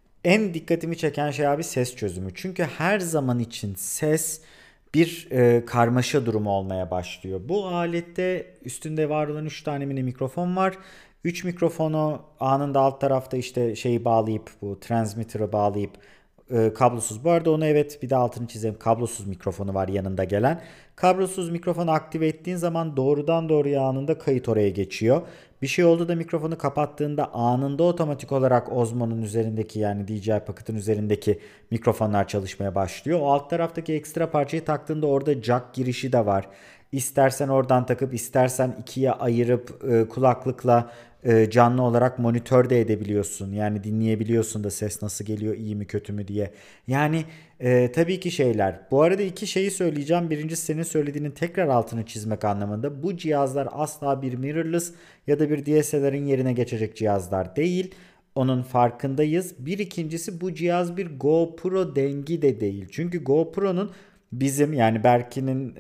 En dikkatimi çeken şey abi ses çözümü. Çünkü her zaman için ses bir karmaşa durumu olmaya başlıyor. Bu alette üstünde var olan 3 tane mini mikrofon var. 3 mikrofonu anında alt tarafta işte şeyi bağlayıp, bu transmitter'ı bağlayıp kablosuz. Bu arada onu, evet, bir de altını çizelim. Kablosuz mikrofonu var yanında gelen. Kablosuz mikrofonu aktive ettiğin zaman doğrudan doğruya anında kayıt oraya geçiyor. Bir şey oldu da mikrofonu kapattığında anında otomatik olarak Osmo'nun üzerindeki, yani DJI Pocket'ın üzerindeki mikrofonlar çalışmaya başlıyor. O alt taraftaki ekstra parçayı taktığında orada jack girişi de var. İstersen oradan takıp istersen ikiye ayırıp kulaklıkla canlı olarak monitör de edebiliyorsun. Yani dinleyebiliyorsun da ses nasıl geliyor, iyi mi kötü mü diye. Yani tabii ki şeyler. Bu arada iki şeyi söyleyeceğim. Birincisi, senin söylediğinin tekrar altını çizmek anlamında. Bu cihazlar asla bir mirrorless ya da bir DSLR'in yerine geçecek cihazlar değil. Onun farkındayız. Bir ikincisi, bu cihaz bir GoPro dengi de değil. Çünkü GoPro'nun bizim, yani Berkin'in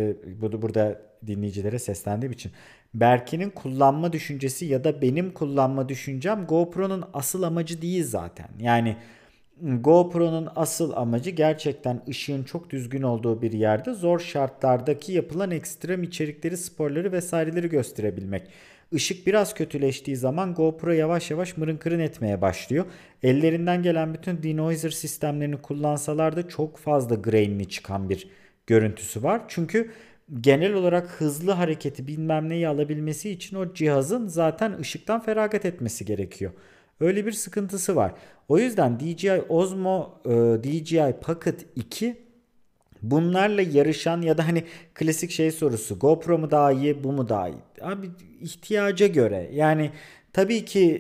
burada dinleyicilere seslendiğim için, Berkin'in kullanma düşüncesi ya da benim kullanma düşüncem GoPro'nun asıl amacı değil zaten. Yani GoPro'nun asıl amacı gerçekten ışığın çok düzgün olduğu bir yerde zor şartlardaki yapılan ekstrem içerikleri, sporları vesaireleri gösterebilmek. Işık biraz kötüleştiği zaman GoPro yavaş yavaş mırın kırın etmeye başlıyor. Ellerinden gelen bütün denoiser sistemlerini kullansalar da çok fazla grainli çıkan bir görüntüsü var. Çünkü genel olarak hızlı hareketi bilmem neyi alabilmesi için o cihazın zaten ışıktan feragat etmesi gerekiyor. Öyle bir sıkıntısı var. O yüzden DJI Osmo, DJI Pocket 2 bunlarla yarışan ya da hani klasik şey sorusu, GoPro mu daha iyi, bu mu daha iyi? Abi ihtiyaca göre, yani tabii ki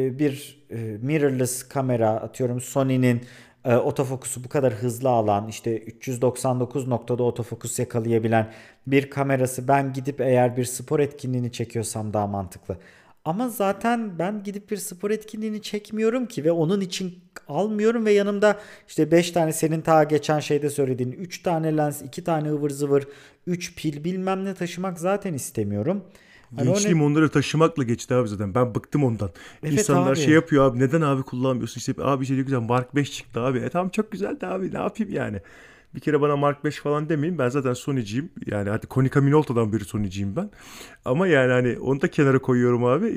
bir mirrorless kamera, atıyorum Sony'nin otofokusu bu kadar hızlı alan, işte 399 noktada otofokus yakalayabilen bir kamerası, ben gidip eğer bir spor etkinliğini çekiyorsam daha mantıklı. Ama zaten ben gidip bir spor etkinliğini çekmiyorum ki ve onun için almıyorum ve yanımda işte 5 tane, senin ta geçen şeyde söylediğin 3 tane lens, 2 tane ıvır zıvır, 3 pil bilmem ne taşımak zaten istemiyorum. Hani o ne? Gençliğim onları taşımakla geçti abi zaten. Ben bıktım ondan. Evet İnsanlar şey abi. yapıyor abi. Neden abi kullanmıyorsun? İşte abi şey güzel Mark 5 çıktı abi. Tamam çok güzel de abi ne yapayım yani. Bir kere bana Mark 5 falan demeyin. Ben zaten Sony'ciyim. Yani hadi Konica Minolta'dan beri Sony'ciyim ben. Ama yani hani onu da kenara koyuyorum abi.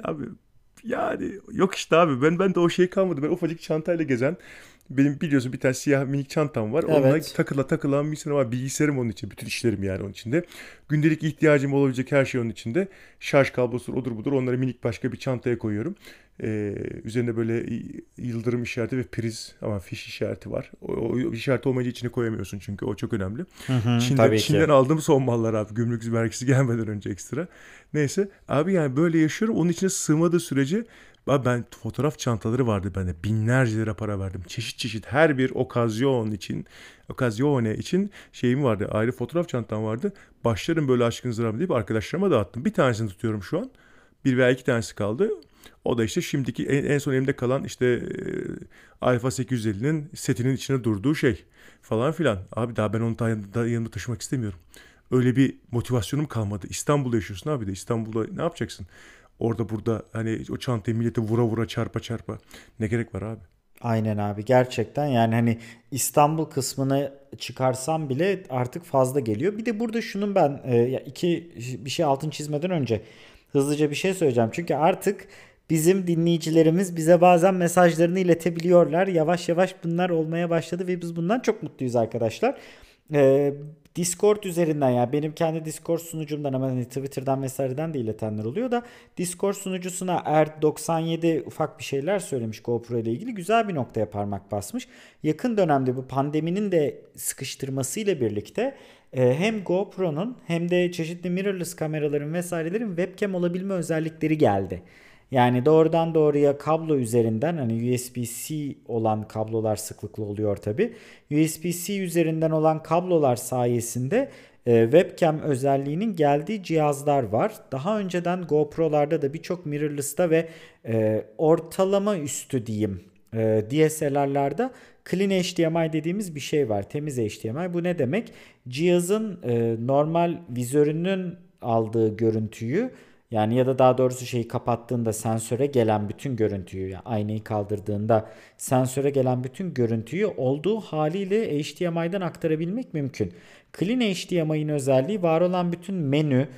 Yani yok işte abi. Ben de o şey kalmadı. Ben ufacık çantayla gezen, benim biliyorsun bir tane siyah minik çantam var. Onunla Evet. takılan bilgisayarım var. Bilgisayarım onun için. Bütün işlerim yani onun içinde. Gündelik ihtiyacım olabilecek her şey onun içinde. Şarj kablosu odur budur. Onları minik başka bir çantaya koyuyorum. Üzerinde böyle yıldırım işareti ve priz ama fiş işareti var. O işareti olmayınca içine koyamıyorsun çünkü o çok önemli. Hı hı, Çin'den, tabii ki. Çin'den aldığım son mallar abi. Gümrük vergisi gelmeden önce ekstra. Neyse abi yani böyle yaşıyorum. Onun içine sığmadığı sürece abi ben fotoğraf çantaları vardı bende. Binlerce lira para verdim. Çeşit çeşit her bir okazyone için şeyim vardı. Ayrı fotoğraf çantam vardı. Başlarım böyle aşkın zırhım deyip arkadaşlarıma dağıttım. Bir tanesini tutuyorum şu an. Bir veya iki tanesi kaldı. O da işte şimdiki en son elimde kalan işte Alfa 850'nin setinin içine durduğu şey falan filan. Abi daha ben onu daha yanımda taşımak istemiyorum. Öyle bir motivasyonum kalmadı. İstanbul'da yaşıyorsun abi de. İstanbul'da ne yapacaksın? Orada burada hani o çantayı millete vura vura çarpa çarpa. Ne gerek var abi? Aynen abi, gerçekten yani hani İstanbul kısmını çıkarsam bile artık fazla geliyor. Bir de burada şunun ben bir şey altın çizmeden önce hızlıca bir şey söyleyeceğim. Çünkü artık bizim dinleyicilerimiz bize bazen mesajlarını iletebiliyorlar. Yavaş yavaş bunlar olmaya başladı ve biz bundan çok mutluyuz arkadaşlar. Ee, Discord üzerinden, ya benim kendi Discord sunucumdan ama hani Twitter'dan vesaireden de iletenler oluyor da Discord sunucusuna Erd97 ufak bir şeyler söylemiş GoPro ile ilgili, güzel bir noktaya parmak basmış. Yakın dönemde bu pandeminin de sıkıştırmasıyla birlikte hem GoPro'nun hem de çeşitli mirrorless kameraların vesairelerin webcam olabilme özellikleri geldi. Yani doğrudan doğruya kablo üzerinden, hani USB-C olan kablolar sıklıkla oluyor tabi. USB-C üzerinden olan kablolar sayesinde webcam özelliğinin geldiği cihazlar var. Daha önceden GoPro'larda da birçok mirrorless'ta ve ortalama üstü diyeyim DSLR'larda Clean HDMI dediğimiz bir şey var. Temiz HDMI. Bu ne demek? Cihazın normal vizörünün aldığı görüntüyü, yani ya da daha doğrusu şeyi kapattığında sensöre gelen bütün görüntüyü, yani aynayı kaldırdığında sensöre gelen bütün görüntüyü olduğu haliyle HDMI'den aktarabilmek mümkün. Clean HDMI'nin özelliği var olan bütün menü,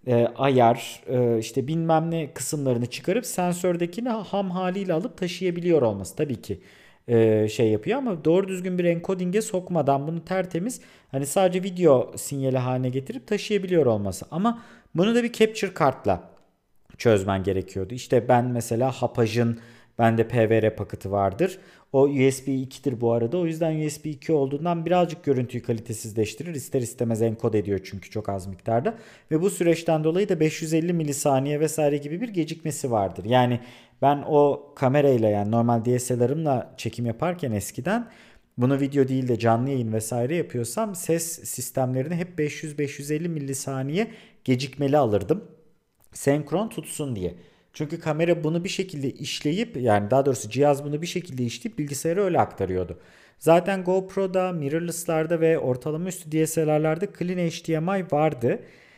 ayar, işte bilmem ne kısımlarını çıkarıp sensördekini ham haliyle alıp taşıyabiliyor olması. Tabii ki şey yapıyor ama doğru düzgün bir encoding'e sokmadan bunu tertemiz, hani sadece video sinyali haline getirip taşıyabiliyor olması. Ama bunu da bir capture kartla çözmen gerekiyordu. İşte ben mesela Hapaj'ın bende PVR paketi vardır. O USB 2'dir bu arada. O yüzden USB 2 olduğundan birazcık görüntüyü kalitesizleştirir. İster istemez enkod ediyor çünkü çok az miktarda. Ve bu süreçten dolayı da 550 milisaniye vesaire gibi bir gecikmesi vardır. Yani ben o kamerayla, yani normal DSLR'ımla çekim yaparken eskiden, bunu video değil de canlı yayın vesaire yapıyorsam ses sistemlerini hep 500-550 milisaniye gecikmeli alırdım. Senkron tutsun diye. Çünkü kamera bunu bir şekilde işleyip, yani daha doğrusu cihaz bunu bir şekilde işleyip bilgisayara öyle aktarıyordu. Zaten GoPro'da, mirrorless'larda ve ortalama üstü DSLR'larda Clean HDMI vardı.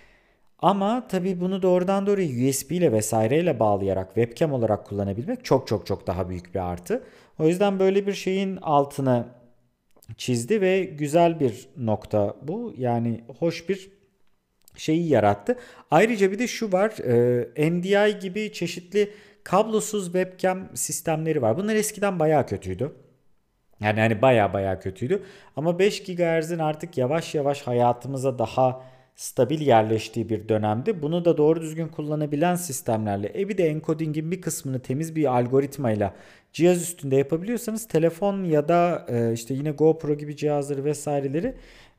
Ama tabii bunu doğrudan doğruya USB ile vesaireyle bağlayarak webcam olarak kullanabilmek çok çok çok daha büyük bir artı. O yüzden böyle bir şeyin altını çizdi ve güzel bir nokta bu. Yani hoş bir şeyi yarattı. Ayrıca bir de şu var. NDI gibi çeşitli kablosuz webcam sistemleri var. Bunlar eskiden bayağı kötüydü. Yani hani bayağı kötüydü. Ama 5 GHz'in artık yavaş yavaş hayatımıza daha stabil yerleştiği bir dönemde bunu da doğru düzgün kullanabilen sistemlerle, bir de encoding'in bir kısmını temiz bir algoritmayla cihaz üstünde yapabiliyorsanız, telefon ya da işte yine GoPro gibi cihazları vesaireleri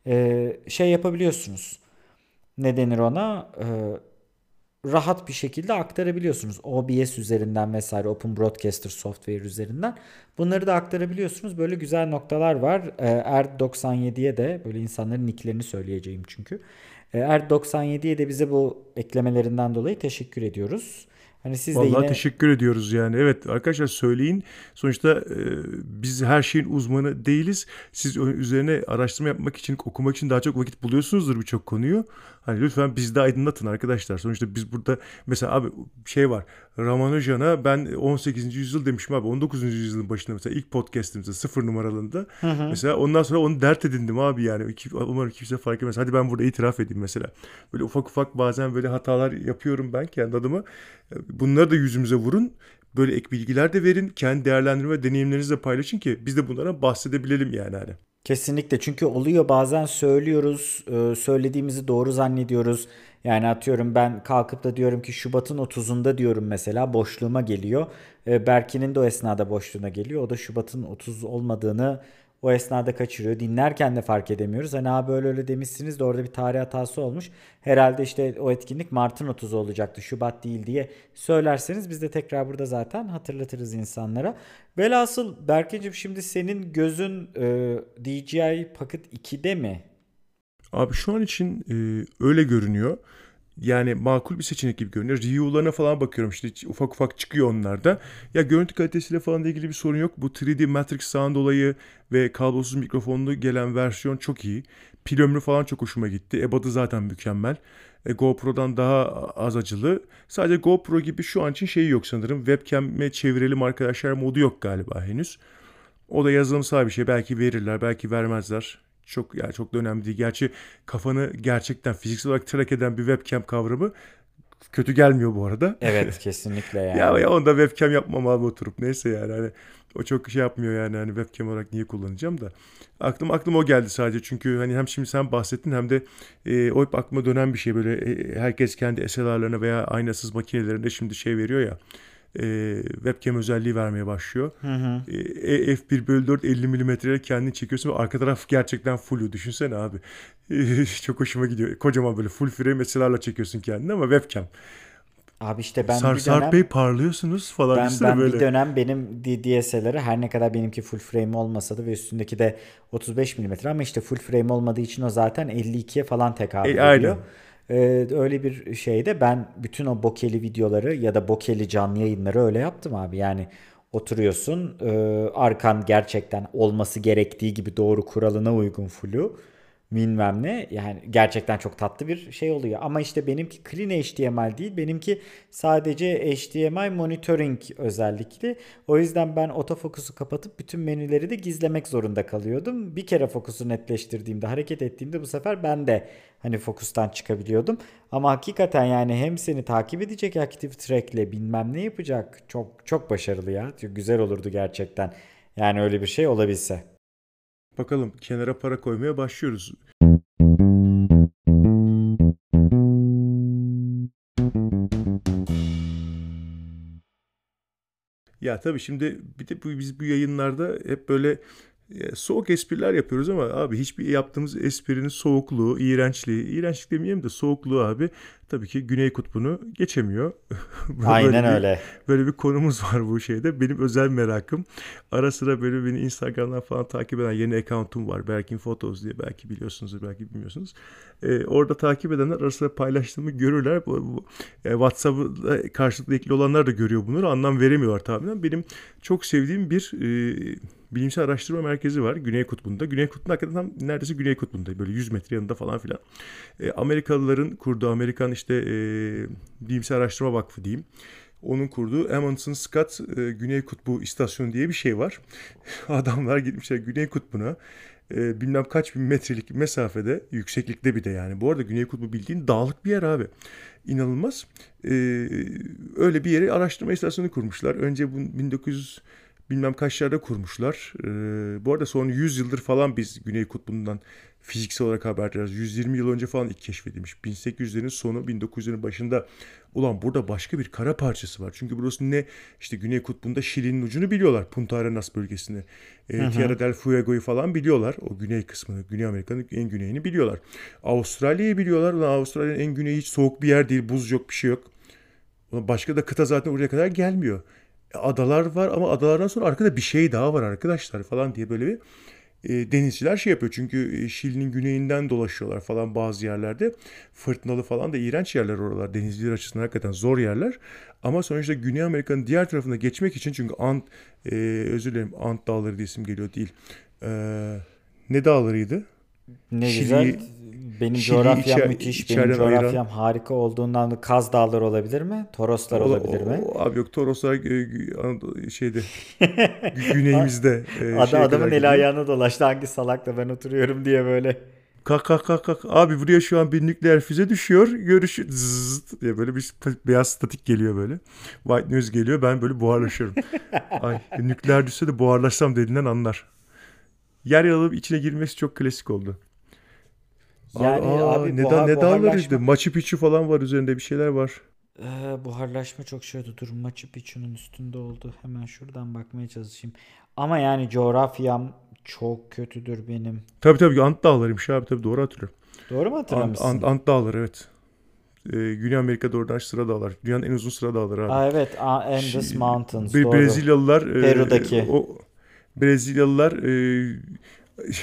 şey yapabiliyorsunuz. Ne denir ona? Rahat bir şekilde aktarabiliyorsunuz. OBS üzerinden vesaire, Open Broadcaster Software üzerinden. Bunları da aktarabiliyorsunuz. Böyle güzel noktalar var. Erd97'ye de, böyle insanların nicklerini söyleyeceğim çünkü. Erd97'ye de bize bu eklemelerinden dolayı teşekkür ediyoruz. Hani siz de Vallahi yine teşekkür ediyoruz yani. Evet arkadaşlar söyleyin. Sonuçta biz her şeyin uzmanı değiliz. Siz üzerine araştırma yapmak için, okumak için daha çok vakit buluyorsunuzdur birçok konuyu. Hani lütfen bizi de aydınlatın arkadaşlar. Sonuçta biz burada mesela abi şey var. Ramanujan'a ben 18. yüzyıl demişim abi. 19. yüzyılın başında mesela ilk podcast'imizde 0 numaralığında. hı hı. Mesela ondan sonra onu dert edindim abi yani. Umarım kimse fark etmez. Hadi ben burada itiraf edeyim mesela. Böyle ufak ufak bazen böyle hatalar yapıyorum ben kendi adıma. Bunları da yüzümüze vurun. Böyle ek bilgiler de verin. Kendi değerlendirme deneyimlerinizi de paylaşın ki biz de bunlara bahsedebilelim yani hani. Kesinlikle, çünkü oluyor bazen söylüyoruz, söylediğimizi doğru zannediyoruz. Yani atıyorum, ben kalkıp da diyorum ki Şubat'ın 30'unda diyorum mesela, boşluğuma geliyor. Berkin'in de o esnada boşluğuna geliyor. O da Şubat'ın 30 olmadığını o esnada kaçırıyor. Dinlerken de fark edemiyoruz. Hani abi öyle öyle demişsiniz de orada bir tarih hatası olmuş. Herhalde işte o etkinlik Mart'ın 30'u olacaktı, Şubat değil diye söylerseniz biz de tekrar burada zaten hatırlatırız insanlara. Velhasıl Berkeciğim, şimdi senin gözün DJI Pocket 2'de mi? Abi şu an için öyle görünüyor. Yani makul bir seçenek gibi görünüyor. Review'larına falan bakıyorum, işte ufak ufak çıkıyor onlarda. Ya görüntü kalitesiyle falan da ilgili bir sorun yok. Bu 3D Matrix Sound olayı ve kablosuz mikrofonlu gelen versiyon çok iyi. Pil ömrü falan çok hoşuma gitti. Ebatı zaten mükemmel. GoPro'dan daha az acılı. Sadece GoPro gibi şu an için şeyi yok sanırım. Webcam'e çevirelim arkadaşlar modu yok galiba henüz. O da yazılımsal bir şey. Belki verirler, belki vermezler. Çok, yani çok da önemli değil. Gerçi kafanı gerçekten fiziksel olarak track eden bir webcam kavramı kötü gelmiyor bu arada. Evet, kesinlikle Ya, yani. ya onda webcam yapmam abi oturup. Neyse yani hani o çok şey yapmıyor yani, hani webcam olarak niye kullanacağım da. Aklım o geldi sadece, çünkü hani hem şimdi sen bahsettin hem de o hep aklıma dönen bir şey, böyle herkes kendi SLR'larına veya aynasız makinelerinde şimdi şey veriyor ya, webcam özelliği vermeye başlıyor. Hı hı. F1/4 50 milimetreyle kendini çekiyorsun ve arka taraf gerçekten full. Düşünsene abi. Çok hoşuma gidiyor. Kocaman böyle full frame SLR'la çekiyorsun kendini ama webcam. Abi işte ben bir Sarp Bey dönem parlıyorsunuz falan, Ben düşünsene ben bir böyle. dönem benim DSLR'ı, her ne kadar benimki full frame olmasa da ve üstündeki de 35 milimetre, ama işte full frame olmadığı için o zaten 52'ye falan tekabül ediyor. Aynen. Öyle bir şeyde ben bütün o bokeli videoları ya da bokeli canlı yayınları öyle yaptım abi. Yani oturuyorsun, arkan gerçekten olması gerektiği gibi doğru, kuralına uygun flu bilmem ne, yani gerçekten çok tatlı bir şey oluyor. Ama işte benimki clean HDMI değil, benimki sadece HDMI monitoring özellikli. O yüzden ben otofokusu kapatıp bütün menüleri de gizlemek zorunda kalıyordum. Bir kere fokusu netleştirdiğimde, hareket ettiğimde, bu sefer ben de hani fokustan çıkabiliyordum. Ama hakikaten yani hem seni takip edecek Active Track'le bilmem ne yapacak, çok çok başarılı ya. Çok güzel olurdu gerçekten. Yani öyle bir şey olabilse. Bakalım, kenara para koymaya başlıyoruz. Ya tabii şimdi bir de biz bu yayınlarda hep böyle soğuk espriler yapıyoruz ama abi hiçbir yaptığımız esprinin soğukluğu, iğrençlik demeyelim de soğukluğu abi tabii ki Güney Kutbu'nu geçemiyor. Aynen Böyle bir öyle. böyle bir konumuz var bu şeyde. Benim özel merakım. Ara sıra böyle beni Instagram'dan falan takip eden yeni account'um var. Berkin Photos diye, belki biliyorsunuzdur, belki bilmiyorsunuz. Orada takip edenler ara sıra paylaştığımı görürler. WhatsApp'da karşılıklı ekli olanlar da görüyor bunları. Anlam veremiyorlar tahminen. Benim çok sevdiğim bir bilimsel araştırma merkezi var Güney Kutbu'nda. Güney Kutbu'nda hakikaten tam neredeyse Güney Kutbu'nda. Böyle 100 metre yanında falan filan. Amerikalıların kurduğu, Amerikan işte Bilimsel Araştırma Vakfı diyeyim. Onun kurduğu Amundsen Scott Güney Kutbu İstasyonu diye bir şey var. Adamlar gitmişler Güney Kutbu'na. Bilmem kaç bin metrelik mesafede, yükseklikte bir de yani. Bu arada Güney Kutbu bildiğin dağlık bir yer abi. İnanılmaz. Ee, Öyle bir yere araştırma istasyonu kurmuşlar. Önce bu 1900 bilmem kaçlarda kurmuşlar. Bu arada son 100 yıldır falan biz Güney Kutbu'ndan fiziksel olarak haberdarız. 120 yıl önce falan ilk keşfedilmiş. 1800'lerin sonu, 1900'lerin başında ulan burada başka bir kara parçası var. Çünkü burası ne, işte Güney Kutbu'nda Şili'nin ucunu biliyorlar. Punta Arenas bölgesini. Hı hı. Tierra del Fuego'yu falan biliyorlar. O güney kısmını, Güney Amerika'nın en güneyini biliyorlar. Avustralya'yı biliyorlar. Ulan Avustralya'nın en güneyi hiç soğuk bir yer değil. Buz yok, bir şey yok. Ulan başka da kıta zaten oraya kadar gelmiyor. Adalar var ama adalardan sonra arkada bir şey daha var arkadaşlar falan diye böyle bir denizciler şey yapıyor. Çünkü Şili'nin güneyinden dolaşıyorlar falan bazı yerlerde. Fırtınalı falan da iğrenç yerler oralar. Denizciler açısından hakikaten zor yerler. Ama sonuçta Güney Amerika'nın diğer tarafına geçmek için, çünkü e, özür dilerim, Ant Dağları diye isim geliyor değil. E, Ne dağlarıydı? Ne güzel. Şili'yi Benim Şili'yi coğrafyam müthiş. Benim içeriden ayıran. coğrafyam harika olduğundan da Kaz Dağları olabilir mi? Toroslar olabilir mi? Abi yok, Toroslar şeyde güneyimizde şeye kadar Adamın eli gidiyor. ayağına dolaştı. Hangi salakla ben oturuyorum diye böyle. Kalk kalk kalk kalk. Abi buraya şu an bir nükleer füze düşüyor. Görüşürüz diye böyle bir beyaz statik geliyor böyle. White noise geliyor. Ben böyle buharlaşıyorum. Ay, nükleer düşse de buharlaşsam dediğinden anlar. Yer yarılıp içine girmesi çok klasik oldu. Abi Yani abi ne dağlarıydı? buharlaşma. Machu Picchu falan var, üzerinde bir şeyler var. Buharlaşma çok şöyle, dur, Machu Picchu'nun üstünde oldu. Hemen şuradan bakmaya çalışayım. Ama yani coğrafyam çok kötüdür benim. Tabii tabii, Ant Dağları'ymış abi, tabii doğru hatırlıyorum. Doğru mu hatırlamışsın? Ant Dağları, evet. Güney Amerika'da oradan sıra dağlar. Dünyanın en uzun sıra dağları abi. Aa, evet, Andes Mountains, Bir doğru. Brezilyalılar Peru'daki. o Brezilyalılar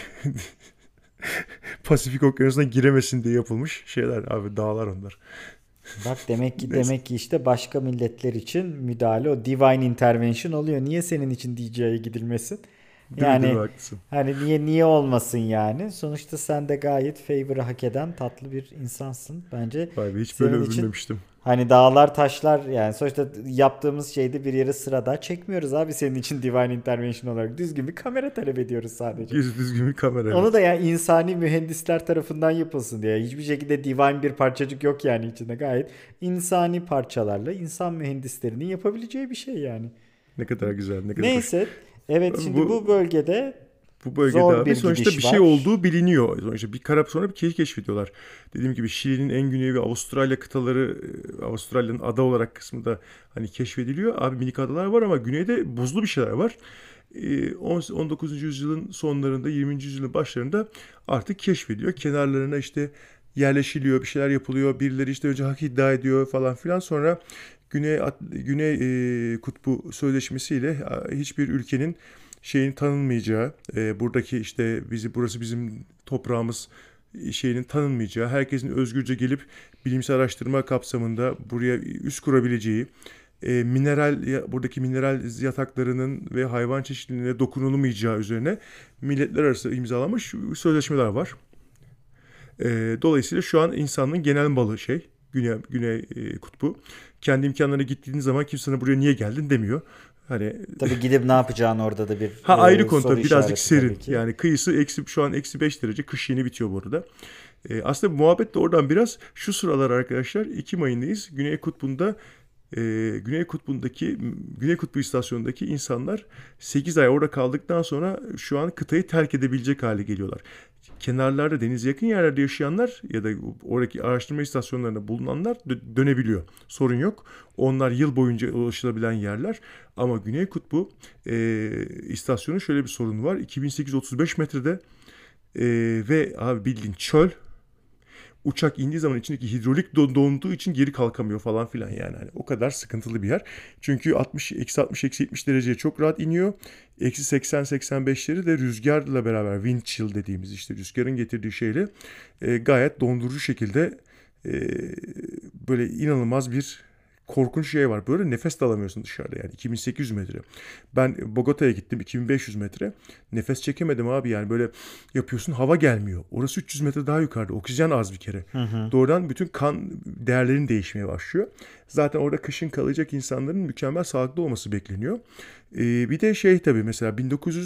Pasifik Okyanusu'na giremesin diye yapılmış şeyler abi, dağlar onlar. Bak demek ki Neyse. demek ki işte başka milletler için müdahale o divine intervention oluyor. Niye senin için DJ'ye gidilmesin? Değil mi, değil mi, Yani haklısın. hani niye olmasın yani? Sonuçta sen de gayet favor'ı hak eden tatlı bir insansın. Bence Vay be, hiç böyle senin için övülmemiştim. hani dağlar taşlar yani sonuçta yaptığımız şeyde bir yere sırada çekmiyoruz abi senin için divine intervention olarak. Düzgün bir kamera talep ediyoruz sadece. Yüz düzgün bir kamera, Onu da evet. yani insani mühendisler tarafından yapılsın diye. Hiçbir şekilde divine bir parçacık yok yani içinde. Gayet insani parçalarla insan mühendislerinin yapabileceği bir şey yani. Ne kadar güzel, ne kadar hoş. Neyse. Evet Abi şimdi bu bu bölgede Bu bölgede zor abi bir sonuçta bir gidiş şey var. olduğu biliniyor. Sonuçta bir kara sonra bir keyif keşfediyorlar. Dediğim gibi Şili'nin en güneyi ve Avustralya kıtaları, Avustralya'nın ada olarak kısmı da hani keşfediliyor. Abi minik adalar var ama güneyde buzlu bir şeyler var. 19. yüzyılın sonlarında, 20. yüzyılın başlarında artık keşfediyor. Kenarlarına işte yerleşiliyor, bir şeyler yapılıyor. Birileri işte önce hak iddia ediyor falan filan. Sonra Güney Kutbu Sözleşmesi ile hiçbir ülkenin şeyin tanınmayacağı, buradaki işte burası bizim toprağımız şeyinin tanınmayacağı, herkesin özgürce gelip bilimsel araştırma kapsamında buraya üs kurabileceği, buradaki mineral yataklarının ve hayvan çeşitliliğine dokunulmayacağı üzerine milletler arası imzalanmış sözleşmeler var. Dolayısıyla şu an insanlığın genel malı Güney Kutbu. Kendi imkanlarına gittiğin zaman kimse sana buraya niye geldin demiyor. Hani Tabii gidip ne yapacağını orada da bir ayrı konu soru tabii, birazcık işareti serin. tabii ki. Yani kıyısı şu an -5 derece. Kış yeni bitiyor bu arada. Aslında muhabbet de oradan biraz şu sıralar arkadaşlar, Ekim ayındayız. Güney Kutbu istasyonundaki insanlar 8 ay orada kaldıktan sonra şu an kıtayı terk edebilecek hale geliyorlar. Kenarlarda, denize yakın yerlerde yaşayanlar ya da oradaki araştırma istasyonlarında bulunanlar dönebiliyor. Sorun yok. Onlar yıl boyunca ulaşılabilen yerler. Ama Güney Kutbu istasyonun şöyle bir sorunu var. 2835 metrede ve abi bildiğin çöl. Uçak indiği zaman içindeki hidrolik donduğu için geri kalkamıyor falan filan yani. Hani o kadar sıkıntılı bir yer. Çünkü -60, -70 dereceye çok rahat iniyor. -80-85'leri de rüzgarla beraber wind chill dediğimiz işte rüzgarın getirdiği şeyle gayet dondurucu şekilde e, böyle inanılmaz bir korkunç şey var. Böyle nefes de alamıyorsun dışarıda yani 2800 metre. Ben Bogota'ya gittim 2500 metre. Nefes çekemedim abi yani böyle yapıyorsun hava gelmiyor. Orası 300 metre daha yukarıda. Oksijen az bir kere. Hı hı. Doğrudan bütün kan değerlerin değişmeye başlıyor. Zaten orada kışın kalacak insanların mükemmel sağlıklı olması bekleniyor. Bir de tabii mesela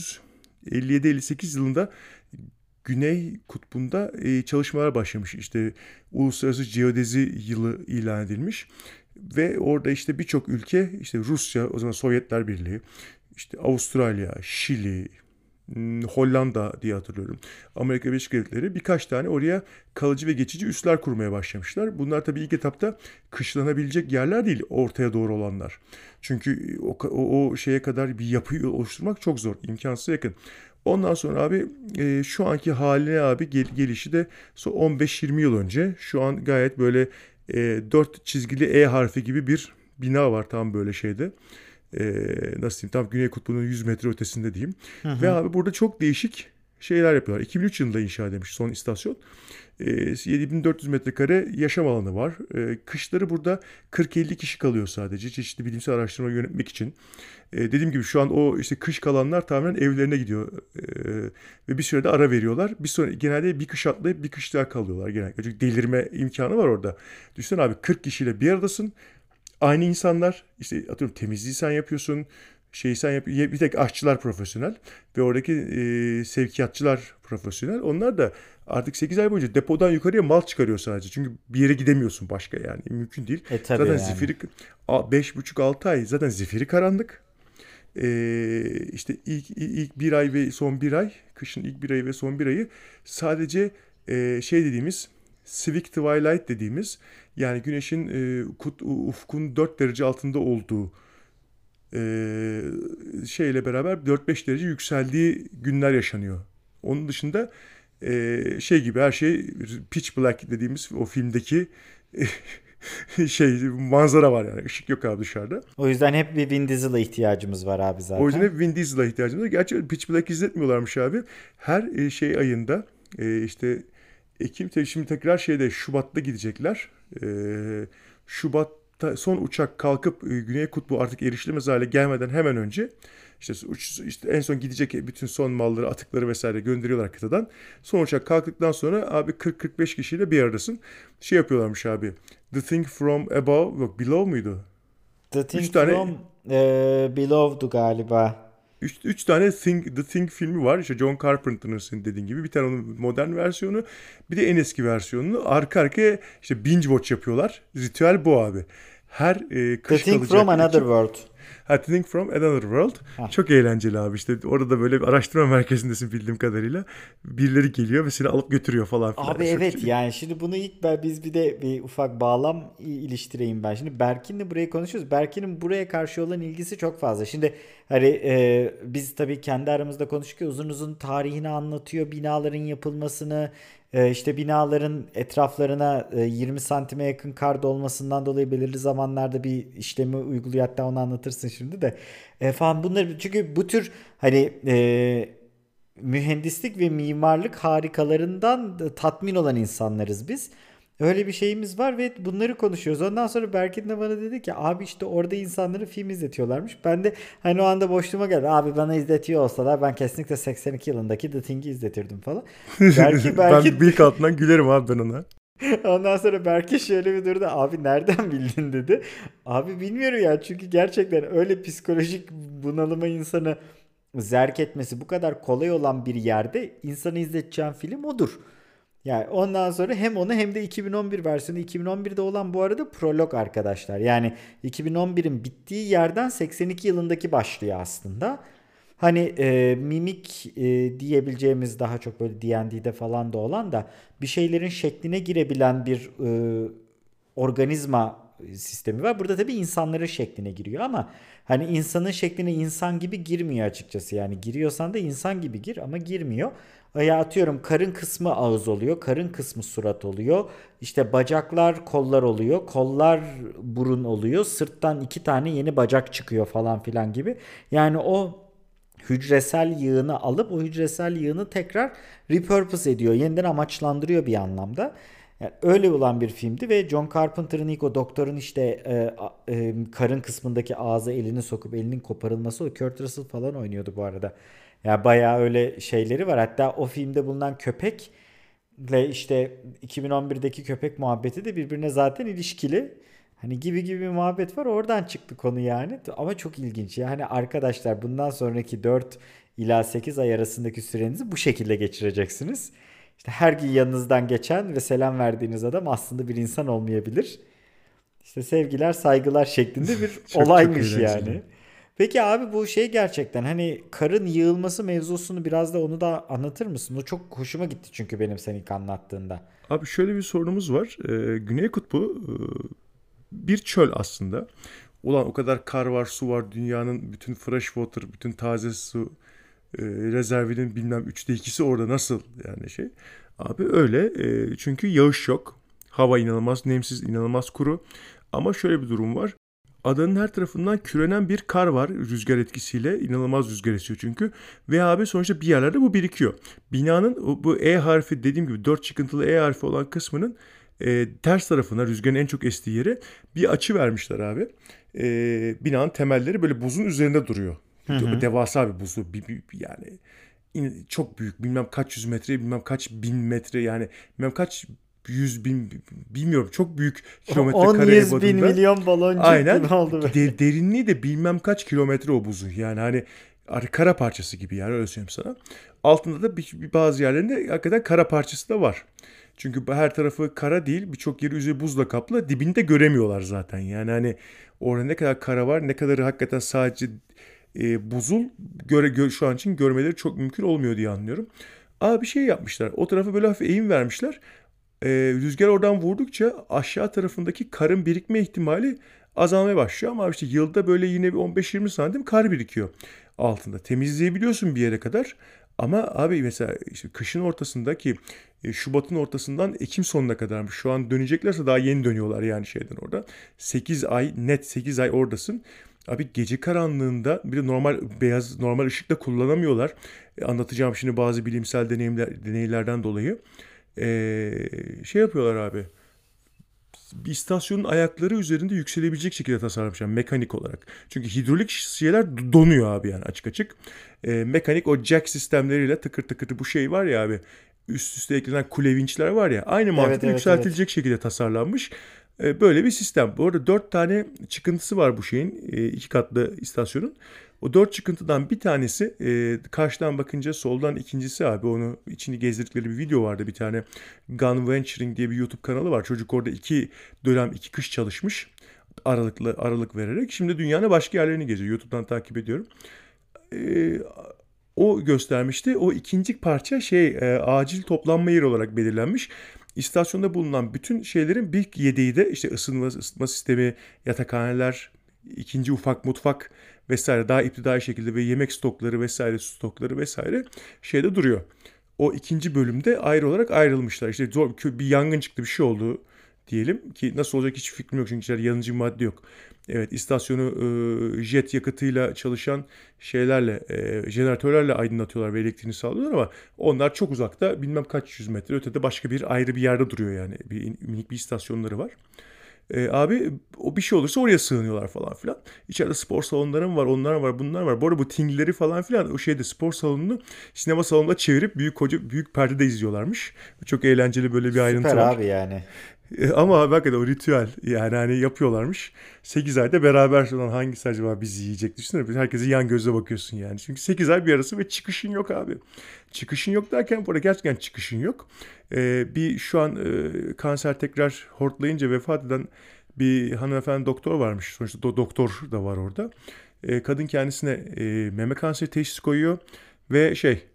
1957-58 yılında Güney Kutbu'nda çalışmalar başlamış. İşte Uluslararası Jeodezi Yılı ilan edilmiş. Ve orada işte birçok ülke, işte Rusya, o zaman Sovyetler Birliği, işte Avustralya, Şili, Hollanda diye hatırlıyorum. Amerika Birleşik Devletleri birkaç tane oraya kalıcı ve geçici üsler kurmaya başlamışlar. Bunlar tabii ilk etapta kışlanabilecek yerler değil, ortaya doğru olanlar. Çünkü o şeye kadar bir yapıyı oluşturmak çok zor, imkansıza yakın. Ondan sonra abi şu anki haline abi gelişi de 15-20 yıl önce şu an gayet böyle 4 çizgili E harfi gibi bir bina var tam böyle şeyde. Nasıl diyeyim, tam Güney Kutbu'nun 100 metre ötesinde diyeyim. Hı Ve hı. abi burada çok değişik şeyler yapıyorlar. 2003 yılında inşa edilmiş son istasyon. 7400 metrekare yaşam alanı var. Kışları burada 40-50 kişi kalıyor sadece çeşitli bilimsel araştırma yönetmek için. Dediğim gibi şu an o işte kış kalanlar tamamen evlerine gidiyor. Ve bir sürede ara veriyorlar. Bir sonra genelde bir kış atlayıp bir kış daha kalıyorlar genellikle. Çünkü delirme imkanı var orada. Düşünsene abi, 40 kişiyle bir aradasın. Aynı insanlar, işte atıyorum temizliği sen yapıyorsun. Sen yapıyorsun. Bir tek aşçılar profesyonel. Ve oradaki sevkiyatçılar profesyonel. Onlar da artık 8 ay boyunca depodan yukarıya mal çıkarıyor sadece. Çünkü bir yere gidemiyorsun başka yani. Mümkün değil. Tabii Zaten yani. 5,5-6 ay zaten zifiri karanlık. İşte ilk bir ay ve son bir ay, kışın ilk bir ayı ve son bir ayı sadece dediğimiz civic twilight dediğimiz, yani güneşin ufkun 4 derece altında olduğu şeyle beraber 4-5 derece yükseldiği günler yaşanıyor. Onun dışında gibi her şey pitch black dediğimiz o filmdeki manzara var yani. Işık yok abi dışarıda. O yüzden hep bir Vin Diesel'a ihtiyacımız var abi O yüzden zaten. hep Vin Diesel'a ihtiyacımız var. Gerçi Pitch Black izletmiyorlarmış abi. Her ayında işte Ekim, şimdi tekrar Şubat'ta gidecekler. Şubat'ta son uçak kalkıp Güney Kutbu artık erişilemez hale gelmeden hemen önce işte en son gidecek bütün son malları, atıkları vesaire gönderiyorlar kıtadan. Son uçak kalktıktan sonra abi 40-45 kişiyle bir aradasın. Şey yapıyorlarmış abi. The Thing from Above, yok Below muydu? The Üç Thing tane from Below'du galiba. üç tane The Thing filmi var. İşte John Carpenter'ın senin dediğin gibi. Bir tane onun modern versiyonu. Bir de en eski versiyonunu. Arka arkaya işte binge watch yapıyorlar. Ritüel bu abi. Her The kış Thing from kalacak Another ekip. World. I Think From Another World. Hah. Çok eğlenceli abi, işte orada da böyle bir araştırma merkezindesin bildiğim kadarıyla. Birileri geliyor ve seni alıp götürüyor falan filan. Abi Çok evet, yani şimdi bunu ilk biz bir de bir ufak bağlam iliştireyim ben. Şimdi Berkin'le burayı konuşuyoruz. Berkin'in buraya karşı olan ilgisi çok fazla. Şimdi hani biz tabii kendi aramızda konuşurken uzun uzun tarihini anlatıyor. Binaların yapılmasını, işte binaların etraflarına 20 santime yakın kar dolmasından dolayı belirli zamanlarda bir işlemi uyguluyor. Hatta onu anlatırsın şimdi de. Falan bunları, çünkü bu tür hani mühendislik ve mimarlık harikalarından tatmin olan insanlarız biz. Öyle bir şeyimiz var ve bunları konuşuyoruz. Ondan sonra Berkin de bana dedi ki abi işte orada insanları film izletiyorlarmış. Ben de hani o anda boşluğuma geldi. Abi bana izletiyor olsalar ben kesinlikle 82 yılındaki The Thing'i izletirdim falan. Ben Berkin bıyık altından gülerim abi ben ona. ondan sonra Berkin şöyle bir durdu. Abi nereden bildin dedi. Abi bilmiyorum ya, çünkü gerçekten öyle psikolojik bunalıma insanı zerk etmesi bu kadar kolay olan bir yerde insanı izleteceğim film odur. Yani ondan sonra hem onu hem de 2011 versiyonu, 2011'de olan bu arada prolog arkadaşlar. Yani 2011'in bittiği yerden 82 yılındaki başlıyor aslında. Hani mimik diyebileceğimiz, daha çok böyle D&D'de falan da olan da bir şeylerin şekline girebilen bir organizma sistemi var. Burada tabii insanların şekline giriyor ama hani insanın şekline insan gibi girmiyor açıkçası. Yani giriyorsan da insan gibi gir ama girmiyor. Ya atıyorum karın kısmı ağız oluyor, karın kısmı surat oluyor. İşte bacaklar kollar oluyor, kollar burun oluyor. Sırttan 2 tane yeni bacak çıkıyor falan filan gibi. Yani o hücresel yığını alıp o hücresel yığını tekrar repurpose ediyor. Yeniden amaçlandırıyor bir anlamda. Yani öyle olan bir filmdi ve John Carpenter'ın ilk o doktorun işte karın kısmındaki ağza elini sokup elinin koparılması, o Kurt Russell falan oynuyordu bu arada. Ya yani bayağı öyle şeyleri var. Hatta o filmde bulunan köpekle işte 2011'deki köpek muhabbeti de birbirine zaten ilişkili. Hani gibi gibi bir muhabbet var. Oradan çıktı konu yani. Ama çok ilginç. Yani arkadaşlar bundan sonraki 4 ila 8 ay arasındaki sürenizi bu şekilde geçireceksiniz. İşte her gün yanınızdan geçen ve selam verdiğiniz adam aslında bir insan olmayabilir. İşte sevgiler, saygılar şeklinde bir Çok çok olaymış eğlenceli. yani. Peki abi bu şey gerçekten hani karın yığılması mevzusunu biraz da onu da anlatır mısın? O çok hoşuma gitti çünkü benim sen ilk anlattığında. Abi şöyle bir sorunumuz var. Güney Kutbu bir çöl aslında. Ulan o kadar kar var, su var. Dünyanın bütün fresh water, bütün taze su rezervinin bilmem 2/3'ü orada, nasıl yani şey. Abi öyle. Çünkü yağış yok. Hava inanılmaz nemsiz, inanılmaz kuru. Ama şöyle bir durum var. Adanın her tarafından kürenen bir kar var rüzgar etkisiyle. İnanılmaz rüzgar esiyor çünkü. Ve abi sonuçta bir yerlerde bu birikiyor. Binanın bu E harfi, dediğim gibi 4 çıkıntılı E harfi olan kısmının ters tarafına, rüzgarın en çok estiği yere bir açı vermişler abi. Binanın temelleri böyle buzun üzerinde duruyor. Hı hı. Devasa bir buzlu yani çok büyük, bilmem kaç yüz metre, bilmem kaç bin metre, yani bilmem kaç yüz bin, bilmiyorum, çok büyük kilometre 10 kare 100 bin ebadında. milyon baloncuk Aynen. gibi oldu böyle. Derinliği de bilmem kaç kilometre o buzun. Yani hani kara parçası gibi, yani öyle söyleyeyim sana. Altında da bazı yerlerinde hakikaten kara parçası da var. Çünkü her tarafı kara değil, birçok yeri üzeri buzla kaplı. Dibini de göremiyorlar zaten. Yani hani orada ne kadar kara var, ne kadarı hakikaten sadece buzul, şu an için görmeleri çok mümkün olmuyor diye anlıyorum. Bir şey yapmışlar. O tarafa böyle hafif eğim vermişler. Rüzgar oradan vurdukça aşağı tarafındaki karın birikme ihtimali azalmaya başlıyor. Ama işte yılda böyle yine bir 15-20 santim kar birikiyor altında. Temizleyebiliyorsun bir yere kadar. Ama abi mesela işte kışın ortasındaki Şubat'ın ortasından Ekim sonuna kadarmış. Şu an döneceklerse daha yeni dönüyorlar yani şeyden orada. 8 ay, net 8 ay oradasın. Abi gece karanlığında bir de normal ışıkla kullanamıyorlar. Anlatacağım şimdi bazı deneylerden dolayı. Şey yapıyorlar abi. bir istasyonun ayakları üzerinde yükselebilecek şekilde tasarlamışlar mekanik olarak. Çünkü hidrolik şeyler donuyor abi yani açık açık. Mekanik o jack sistemleriyle tıkır tıkır bu şey var ya abi, üst üste eklenen kule vinçler var ya, aynı Evet, mantıkla evet, evet. yükseltilecek şekilde tasarlanmış. Böyle bir sistem. Bu arada 4 tane çıkıntısı var bu şeyin, iki katlı istasyonun. O 4 çıkıntıdan bir tanesi karşıdan bakınca soldan, ikincisi abi onu içini gezdirdikleri bir video vardı bir tane. Gun Venturing diye bir YouTube kanalı var. Çocuk orada 2 dönem 2 kış çalışmış. Aralık vererek. Şimdi dünyanın başka yerlerini geziyor. YouTube'dan takip ediyorum. E, O göstermişti. O ikinci parça acil toplanma yeri olarak belirlenmiş. İstasyonda bulunan bütün şeylerin bir yedeği de işte ısıtma sistemi, yatakhaneler, ikinci ufak mutfak vesaire, daha iptidai şekilde ve yemek stokları vesaire, su stokları vesaire şeyde duruyor. O ikinci bölümde ayrı olarak ayrılmışlar. İşte bir yangın çıktı, bir şey oldu diyelim ki, nasıl olacak hiç fikrim yok çünkü içeride yanıcı madde yok. Evet, istasyonu jet yakıtıyla çalışan şeylerle, jeneratörlerle aydınlatıyorlar ve elektriğini sağlıyorlar ama onlar çok uzakta, bilmem kaç yüz metre ötede başka bir ayrı bir yerde duruyor yani. Minik bir istasyonları var. Abi o bir şey olursa oraya sığınıyorlar falan filan. İçeride spor salonları mı var, onlar var, bunlar var. Bu arada bu tingleri falan filan o şeyde, spor salonunu sinema salonuna çevirip büyük perdede izliyorlarmış. Çok eğlenceli böyle bir Süper ayrıntı var. abi yani. Ama abi hakikaten o ritüel yani, hani yapıyorlarmış. 8 ayda beraber olan hangisi acaba bizi yiyecek, düşünsene. Herkese yan gözle bakıyorsun yani. Çünkü 8 ay bir arası ve çıkışın yok abi. Çıkışın yok derken burada gerçekten çıkışın yok. Bir şu an kanser tekrar hortlayınca vefat eden bir hanımefendi doktor varmış. Sonuçta doktor da var orada. Kadın kendisine meme kanseri teşhisi koyuyor ve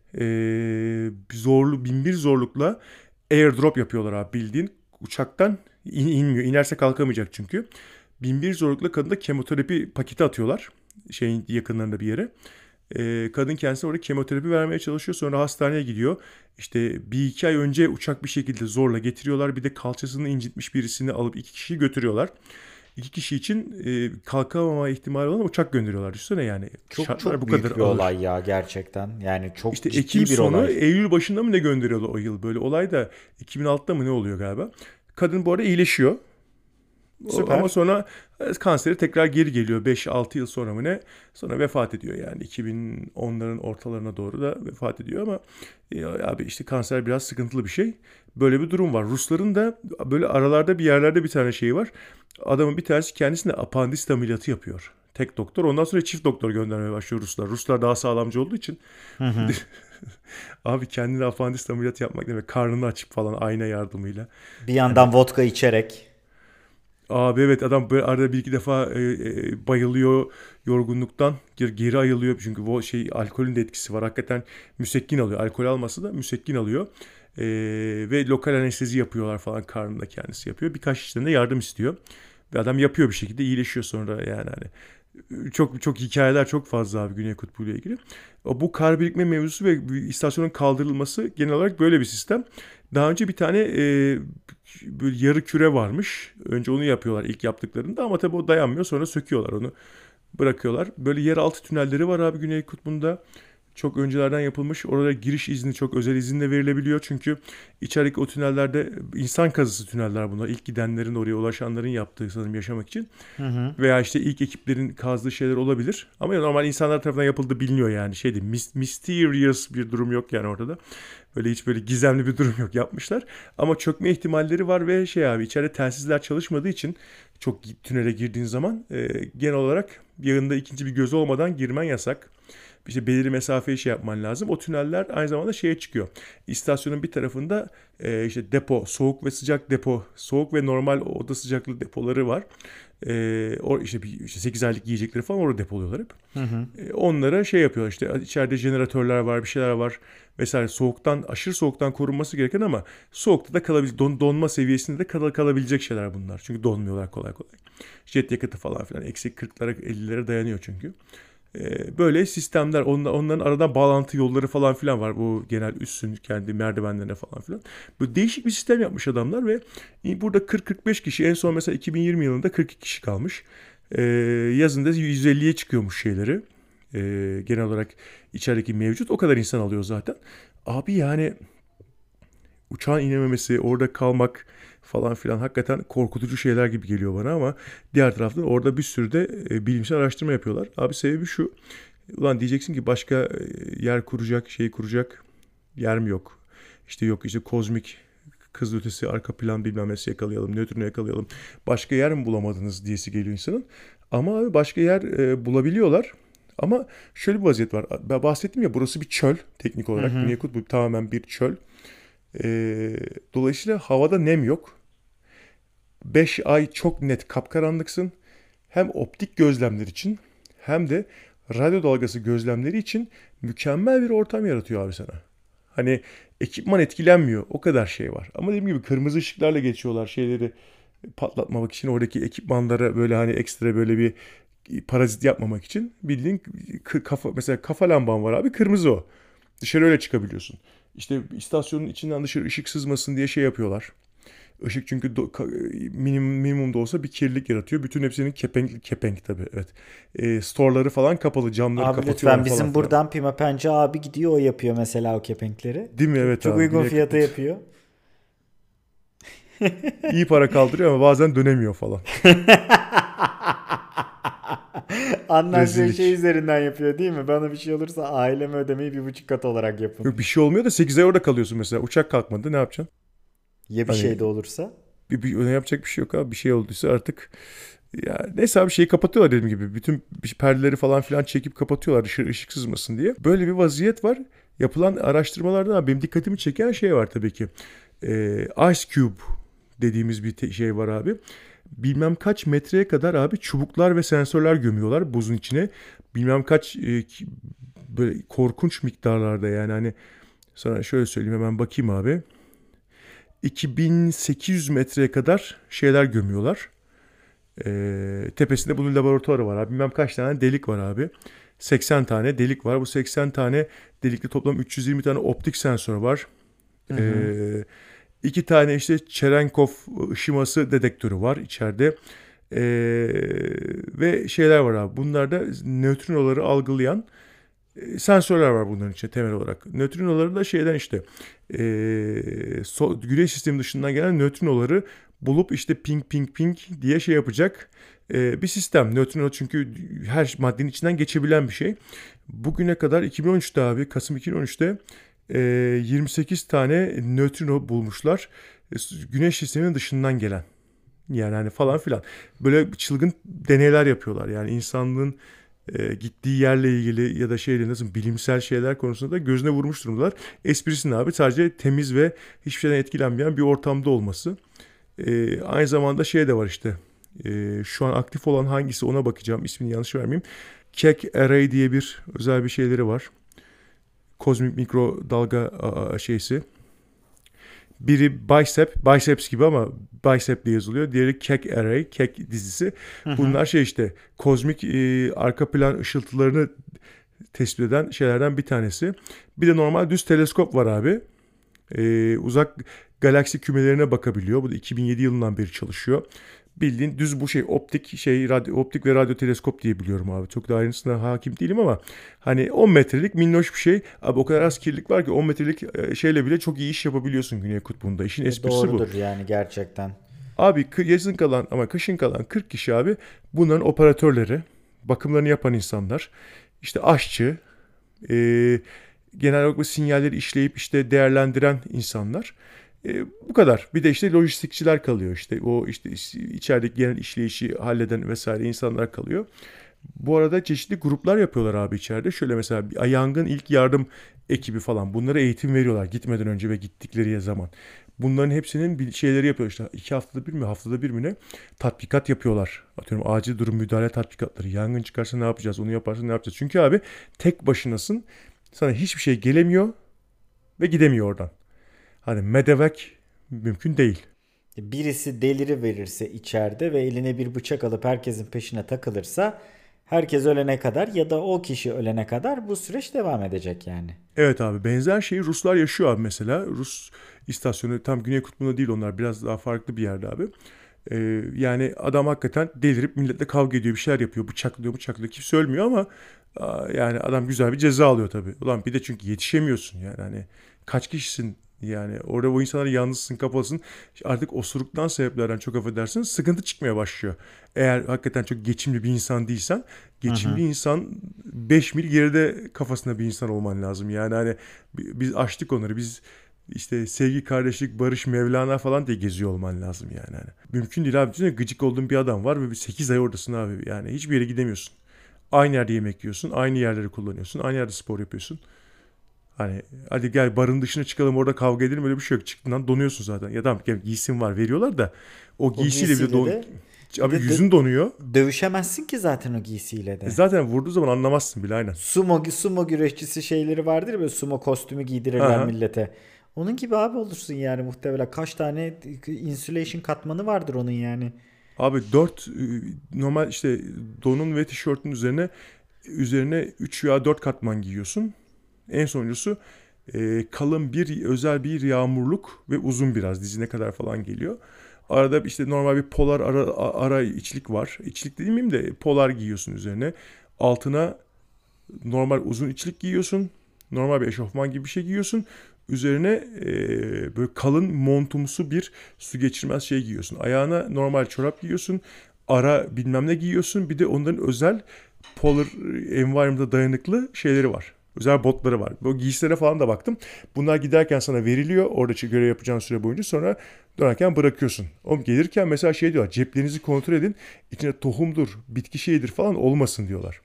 bin bir zorlukla airdrop yapıyorlar abi, bildiğin uçaktan inmiyor. İnerse kalkamayacak çünkü. Bin bir zorlukla kadına kemoterapi paketi atıyorlar. Şeyin yakınlarında bir yere. Kadın kendisi orada kemoterapi vermeye çalışıyor. Sonra hastaneye gidiyor. İşte bir iki ay önce uçak bir şekilde zorla getiriyorlar. Bir de kalçasını incitmiş birisini alıp 2 kişiyi götürüyorlar. 2 kişi için kalkamama ihtimali olan uçak gönderiyorlar. Düşünsene yani. Çok Şartlar bu çok kadar büyük bir ağır. olay ya gerçekten. Yani çok İşte Ekim ciddi bir sonu, olay. Eylül başında mı ne gönderiyorlar o yıl? Böyle olay da 2006'da mı ne oluyor galiba. Kadın bu arada iyileşiyor. Ama Süper. sonra kanseri tekrar geri geliyor 5-6 yıl sonra mı ne? Sonra vefat ediyor yani 2010'ların ortalarına doğru da vefat ediyor ama abi işte kanser biraz sıkıntılı bir şey. Böyle bir durum var. Rusların da böyle aralarda bir yerlerde bir tane şey var. Adamın bir tanesi kendisine apandisit ameliyatı yapıyor. Tek doktor. Ondan sonra çift doktor göndermeye başlıyor Ruslar. Ruslar daha sağlamcı olduğu için. Hı hı. Abi kendine apandisit ameliyatı yapmak demek. Karnını açıp falan ayna yardımıyla. Bir Hani yandan vodka içerek. abi evet, adam böyle arada bir iki defa bayılıyor yorgunluktan, geri ayılıyor çünkü bu alkolün de etkisi var, hakikaten müsekkin alıyor, alkol almasa da müsekkin alıyor. E, Ve lokal anestezi yapıyorlar falan, karnında kendisi yapıyor, birkaç kişiden de yardım istiyor ve adam yapıyor, bir şekilde iyileşiyor sonra yani. Hani çok çok hikayeler çok fazla abi Güney Kutbu ile ilgili. Bu kar birikme mevzusu ve istasyonun kaldırılması genel olarak böyle bir sistem. Daha önce bir tane böyle yarı küre varmış. Önce onu yapıyorlar ilk yaptıklarında ama tabii o dayanmıyor. Sonra söküyorlar onu. Bırakıyorlar. Böyle yeraltı tünelleri var abi Güney Kutbu'nda. Çok öncelerden yapılmış. Orada giriş izni çok özel izinle verilebiliyor. Çünkü içerideki o tünellerde insan kazısı tüneller bunlar. İlk gidenlerin, oraya ulaşanların yaptığı sanırım, yaşamak için. Hı hı. Veya işte ilk ekiplerin kazdığı şeyler olabilir. Ama normal insanlar tarafından yapıldığı biliniyor yani. Mysterious bir durum yok yani ortada. Böyle hiç böyle gizemli bir durum yok, yapmışlar. Ama çökme ihtimalleri var ve abi içeride telsizler çalışmadığı için çok tünele girdiğin zaman genel olarak yanında ikinci bir göz olmadan girmen yasak. İşte belirli mesafeyi yapman lazım. O tüneller aynı zamanda çıkıyor. İstasyonun bir tarafında işte depo, soğuk ve sıcak depo, soğuk ve normal oda sıcaklığı depoları var. İşte 8 aylık yiyecekleri falan orada depoluyorlar hep. Hı hı. Onlara yapıyorlar, işte içeride jeneratörler var, bir şeyler var vesaire, aşırı soğuktan korunması gereken ama soğukta da donma seviyesinde de kalabilecek şeyler bunlar. Çünkü donmuyorlar kolay kolay. Jet yakıtı falan filan eksi 40'lara 50'lere dayanıyor çünkü. Böyle sistemler, onların aradan bağlantı yolları falan filan var. Bu genel üssün kendi merdivenlerine falan filan. Böyle değişik bir sistem yapmış adamlar ve burada 40-45 kişi, en son mesela 2020 yılında 42 kişi kalmış. Yazında 150'ye çıkıyormuş şeyleri. Genel olarak içerideki mevcut o kadar insan alıyor zaten. Abi yani uçağın inememesi, orada kalmak falan filan hakikaten korkutucu şeyler gibi geliyor bana ama diğer taraftan orada bir sürü de bilimsel araştırma yapıyorlar. Abi sebebi şu. Ulan diyeceksin ki başka yer kuracak, şey kuracak yer mi yok? İşte yok işte kozmik kızılötesi arka plan bilmem nesi yakalayalım, nötrino yakalayalım. Başka yer mi bulamadınız diyesi geliyor insanın. Ama abi başka yer bulabiliyorlar. Ama şöyle bir vaziyet var. Ben bahsettim ya burası bir çöl teknik Hı olarak. hı. Güney Kutbu tamamen bir çöl. Dolayısıyla havada nem yok. 5 ay çok net kapkaranlıksın. Hem optik gözlemler için hem de radyo dalgası gözlemleri için mükemmel bir ortam yaratıyor abi sana. Hani ekipman etkilenmiyor. O kadar şey var. Ama dediğim gibi kırmızı ışıklarla geçiyorlar şeyleri patlatmamak için. Oradaki ekipmanlara böyle hani ekstra böyle bir parazit yapmamak için bildiğin kafa mesela kafa lamban var abi kırmızı o. Dışarı öyle çıkabiliyorsun. İşte istasyonun içinden dışarı ışık sızmasın diye şey yapıyorlar. Işık çünkü minimum da olsa bir kirlilik yaratıyor. Bütün hepsinin kepenk tabii evet. Storeları falan kapalı, camları Abi kapatıyorlar lütfen, falan bizim filan. buradan Pimapenci abi gidiyor, o yapıyor mesela o kepenkleri. Değil mi? Çok Evet çok abi. uygun Güney fiyata Kutbu yapıyor. iyi para kaldırıyor ama bazen dönemiyor falan. Anlaştığı şey Rezillik. üzerinden yapıyor değil mi? Bana bir şey olursa aileme ödemeyi 1,5 katı olarak yapın. Yok bir şey olmuyor da 8 ay orada kalıyorsun mesela. Uçak kalkmadı ne yapacaksın? Ya bir Hani şey de olursa? öne yapacak bir şey yok abi. Bir şey olduysa artık ya neyse abi şeyi kapatıyorlar dediğim gibi. Bütün perdeleri falan filan çekip kapatıyorlar ışık sızmasın diye. Böyle bir vaziyet var. Yapılan araştırmalardan abi benim dikkatimi çeken şey var tabii ki. Ice Cube dediğimiz bir şey var abi. Bilmem kaç metreye kadar abi çubuklar ve sensörler gömüyorlar buzun içine. Bilmem kaç böyle korkunç miktarlarda yani hani sana şöyle söyleyeyim hemen bakayım abi. 2800 metreye kadar şeyler gömüyorlar. Tepesinde bunun laboratuvarı var abi. Bilmem kaç tane delik var abi. 80 tane delik var. Bu 80 tane delikli toplam 320 tane optik sensör var. Hı hı. Ee, 2 tane işte Cherenkov ışıması dedektörü var içeride. Ee, ve şeyler var abi. Bunlarda nötrinoları algılayan sensörler var bunların içinde temel olarak. Nötrinoları da şeyden işte güneş sistemi dışından gelen nötrinoları bulup işte ping ping ping diye şey yapacak bir sistem. Nötrino çünkü her maddenin içinden geçebilen bir şey. Bugüne kadar 2013'te abi Kasım 2013'te 28 tane nötrino bulmuşlar. Güneş sisteminin dışından gelen. Yani hani falan filan. Böyle çılgın deneyler yapıyorlar. Yani insanlığın gittiği yerle ilgili ya da şeyle nasıl bilimsel şeyler konusunda da gözüne vurmuş durumdalar. Esprisi abi sadece temiz ve hiçbir şeyden etkilenmeyen bir ortamda olması. Aynı zamanda şey de var işte. Şu an aktif olan hangisi ona bakacağım. İsmini yanlış vermeyeyim. Keck Array diye bir özel bir şeyleri var. Kozmik mikrodalga şeysi. Biri biceps gibi ama bicep diye yazılıyor. Diğeri Keck Array, Keck dizisi. Hı hı. Bunlar şey işte kozmik arka plan ışıltılarını tespit eden şeylerden bir tanesi. Bir de normal düz teleskop var abi. Uzak galaksi kümelerine bakabiliyor. Bu da 2007 yılından beri çalışıyor. Bildiğin düz bu şey optik ve radyo teleskop diye biliyorum abi. Çok da ayrıntısına hakim değilim ama hani 10 metrelik minnoş bir şey. Abi o kadar az kirlilik var ki 10 metrelik şeyle bile çok iyi iş yapabiliyorsun Güney Kutbu'nda. İşin esprisi bu. Doğrudur yani, gerçekten. Abi yazın kalan ama kışın kalan 40 kişi abi bunların operatörleri, bakımlarını yapan insanlar, işte aşçı, e, genel olarak bu sinyalleri işleyip işte değerlendiren insanlar. Bu kadar. Bir de işte lojistikçiler kalıyor işte. O işte içerideki genel işleyişi halleden vesaire insanlar kalıyor. Bu arada çeşitli gruplar yapıyorlar abi içeride. Şöyle mesela bir yangın ilk yardım ekibi falan. Bunlara eğitim veriyorlar gitmeden önce ve gittikleri zaman. Bunların hepsinin bir şeyleri yapıyor işte. 2 haftada bir mi haftada bir mi ne tatbikat yapıyorlar. Atıyorum acil durum müdahale tatbikatları. Yangın çıkarsa ne yapacağız, onu yaparsa ne yapacağız. Çünkü abi tek başınasın. Sana hiçbir şey gelemiyor ve gidemiyor oradan. Hani medevac mümkün değil. Birisi deliri verirse içeride ve eline bir bıçak alıp herkesin peşine takılırsa, herkes ölene kadar ya da o kişi ölene kadar bu süreç devam edecek yani. Evet abi benzer şeyi Ruslar yaşıyor abi mesela. Rus istasyonu tam Güney Kutbu'nda değil onlar biraz daha farklı bir yerde abi. Yani adam hakikaten delirip milletle kavga ediyor bir şeyler yapıyor bıçaklıyor kimse ölmüyor ama yani adam güzel bir ceza alıyor tabii. Ulan bir de çünkü yetişemiyorsun yani hani kaç kişisin Yani orada o insanlar yalnızsın, kapalısın. Artık osuruktan sebeplerden çok affedersin sıkıntı çıkmaya başlıyor. Eğer hakikaten çok geçimli bir insan değilsen, Hı hı. geçimli insan 5 mil geride kafasında bir insan olman lazım. Yani hani biz açtık onları. Biz işte sevgi, kardeşlik, barış, Mevlana falan diye geziyor olman lazım yani. Hani. Mümkün değil abi. Düşünsene, gıcık olduğun bir adam var ve 8 ay oradasın abi. Yani hiçbir yere gidemiyorsun. Aynı yerde yemek yiyorsun. Aynı yerleri kullanıyorsun. Aynı yerde spor yapıyorsun. Hani hadi gel barın dışına çıkalım orada kavga edelim, öyle bir şey yok. Çıktığından donuyorsun zaten. Ya tamam giysin var veriyorlar da o O giysiyle bile giysiyle de bir abi de yüzün donuyor. dövüşemezsin ki zaten o giysiyle de. Zaten vurduğu zaman anlamazsın bile aynen. Sumo güreşçisi şeyleri vardır ya, böyle sumo kostümü Ha giydirirler ha. millete. Onun gibi abi olursun yani muhtemelen. Kaç tane insulation katmanı vardır onun yani. Abi 4 normal işte donun ve tişörtün üzerine 3 veya 4 katman giyiyorsun. En sonuncusu kalın bir özel bir yağmurluk ve uzun, biraz dizine kadar falan geliyor. Arada işte normal bir polar ara içlik var. İçlik değil miyim de polar giyiyorsun üzerine. Altına normal uzun içlik giyiyorsun. Normal bir eşofman gibi bir şey giyiyorsun. Üzerine böyle kalın montumsu bir su geçirmez şey giyiyorsun. Ayağına normal çorap giyiyorsun. Ara bilmem ne giyiyorsun. Bir de onların özel polar environment'a dayanıklı şeyleri var. Özel botları var. Bu giysilere falan da baktım. Bunlar giderken sana veriliyor. Orada görev yapacağın süre boyunca, sonra dönerken bırakıyorsun. Oğlum gelirken mesela şey diyorlar. Ceplerinizi kontrol edin. İçinde tohumdur, bitki şeyidir falan olmasın diyorlar.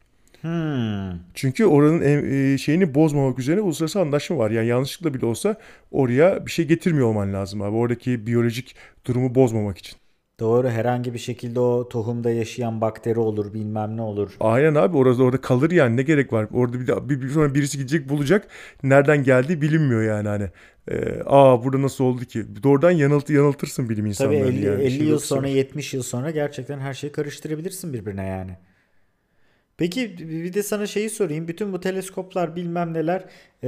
Hmm. Çünkü oranın şeyini bozmamak üzerine uluslararası anlaşma var. Yani yanlışlıkla bile olsa oraya bir şey getirmiyor olman lazım abi. Oradaki biyolojik durumu bozmamak için. Doğru, herhangi bir şekilde o tohumda yaşayan bakteri olur, bilmem ne olur. Aynen abi, orada kalır yani, ne gerek var? Orada sonra birisi gidecek bulacak. Nereden geldiği bilinmiyor yani hani. Burada nasıl oldu ki? Doğrudan yanıltırsın bilim Tabii insanlarını 50, yani. 50 İşin bir yıl o kısmı sonra, var. 70 yıl sonra gerçekten her şeyi karıştırabilirsin birbirine yani. Peki bir de sana şeyi sorayım. Bütün bu teleskoplar bilmem neler,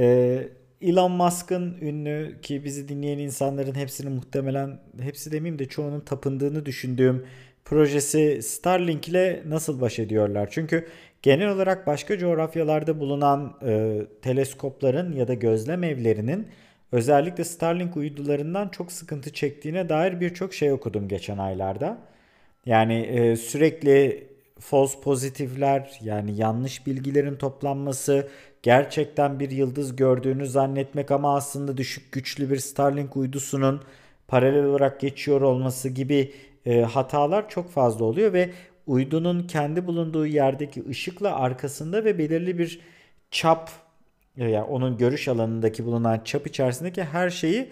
Elon Musk'ın ünlü, ki bizi dinleyen insanların hepsinin muhtemelen, hepsi demeyeyim de çoğunun tapındığını düşündüğüm projesi Starlink ile nasıl baş ediyorlar? Çünkü genel olarak başka coğrafyalarda bulunan teleskopların ya da gözlem evlerinin özellikle Starlink uydularından çok sıkıntı çektiğine dair birçok şey okudum geçen aylarda. Yani sürekli false pozitifler, yani yanlış bilgilerin toplanması, gerçekten bir yıldız gördüğünü zannetmek ama aslında düşük güçlü bir Starlink uydusunun paralel olarak geçiyor olması gibi hatalar çok fazla oluyor ve uydunun kendi bulunduğu yerdeki ışıkla arkasında ve belirli bir çap, yani onun görüş alanındaki bulunan çap içerisindeki her şeyi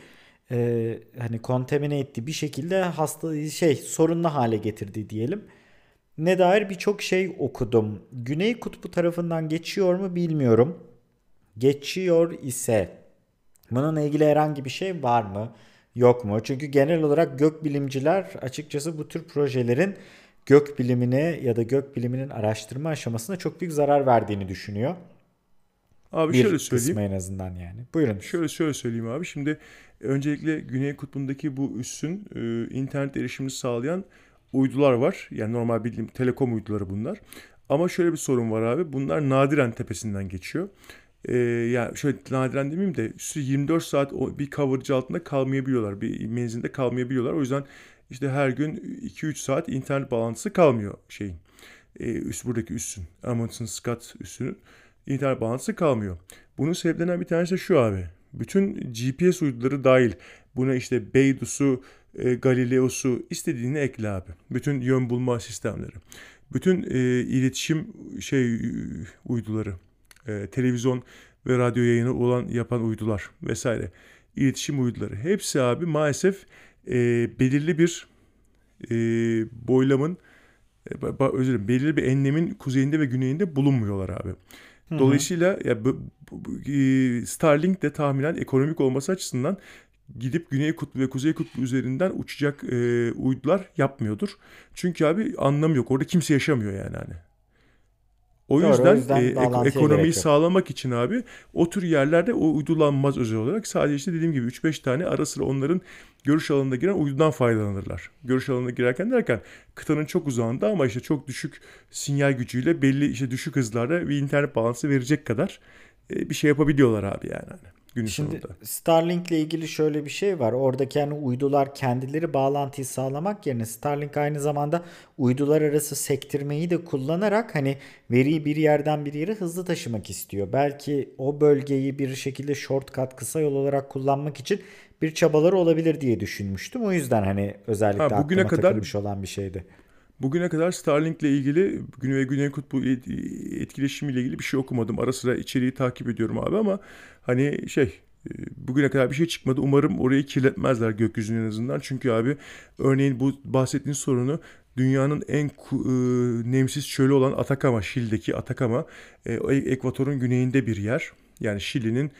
hani kontamine etti, bir şekilde sorunlu hale getirdi diyelim. Ne dair birçok şey okudum. Güney Kutbu tarafından geçiyor mu bilmiyorum. Geçiyor ise bununla ilgili herhangi bir şey var mı? Yok mu? Çünkü genel olarak gökbilimciler açıkçası bu tür projelerin gökbilimine ya da gökbiliminin araştırma aşamasına çok büyük zarar verdiğini düşünüyor. Abi şöyle Bir söyleyeyim. kısmı en azından yani. Buyurunuz. Şöyle söyleyeyim abi. Şimdi öncelikle Güney Kutbu'ndaki bu üssün internet erişimini sağlayan uydular var. Yani normal bildiğim telekom uyduları bunlar. Ama şöyle bir sorun var abi. Bunlar nadiren tepesinden geçiyor. Yani şöyle nadiren demeyeyim de 24 saat bir coverage altında kalmayabiliyorlar. Bir menzilde kalmayabiliyorlar. O yüzden işte her gün 2-3 saat internet bağlantısı kalmıyor şeyin. Buradaki üssün. Amundsen Scott üssünün internet bağlantısı kalmıyor. Bunun sebeplerinden bir tanesi de şu abi. Bütün GPS uyduları dahil. Buna işte Beidou'su, Galileo'su, istediğini ekle abi. Bütün yön bulma sistemleri. Bütün iletişim uyduları, televizyon ve radyo yayını yapan uydular vesaire. İletişim uyduları. Hepsi abi maalesef belirli bir e, boylamın özür dilerim, belirli bir enlemin kuzeyinde ve güneyinde bulunmuyorlar abi. Hı hı. Dolayısıyla ya Starlink de tahminen ekonomik olması açısından gidip Güney Kutbu ve Kuzey Kutbu üzerinden uçacak uydular yapmıyordur. Çünkü abi anlamı yok. Orada kimse yaşamıyor yani hani. O Doğru, o yüzden yüzden bağlantıya ekonomiyi gerek yok. sağlamak için abi o tür yerlerde o uydulanmaz özel olarak. Sadece işte dediğim gibi 3-5 tane ara sıra onların görüş alanına giren uydudan faydalanırlar. Görüş alanına girerken derken kıtanın çok uzağında ama işte çok düşük sinyal gücüyle belli işte düşük hızlarda bir internet bağlantısı verecek kadar bir şey yapabiliyorlar abi yani. günün Şimdi sonunda. Starlink'le ilgili şöyle bir şey var. Oradaki hani uydular kendileri bağlantıyı sağlamak yerine Starlink aynı zamanda uydular arası sektirmeyi de kullanarak hani veriyi bir yerden bir yere hızlı taşımak istiyor. Belki o bölgeyi bir şekilde shortcut kısa yol olarak kullanmak için bir çabaları olabilir diye düşünmüştüm. O yüzden hani özellikle Ha bugüne aklıma kadar takılmış olan bir şeydi. Bugüne kadar Starlink'le ilgili Güney ve Güney Kutbu etkileşimiyle ilgili bir şey okumadım. Ara sıra içeriği takip ediyorum abi ama hani bugüne kadar bir şey çıkmadı. Umarım orayı kirletmezler gökyüzünün en azından. Çünkü abi örneğin bu bahsettiğin sorunu dünyanın nemsiz çölü olan Atakama, Şili'deki Atakama, ekvatorun güneyinde bir yer. Yani Şili'nin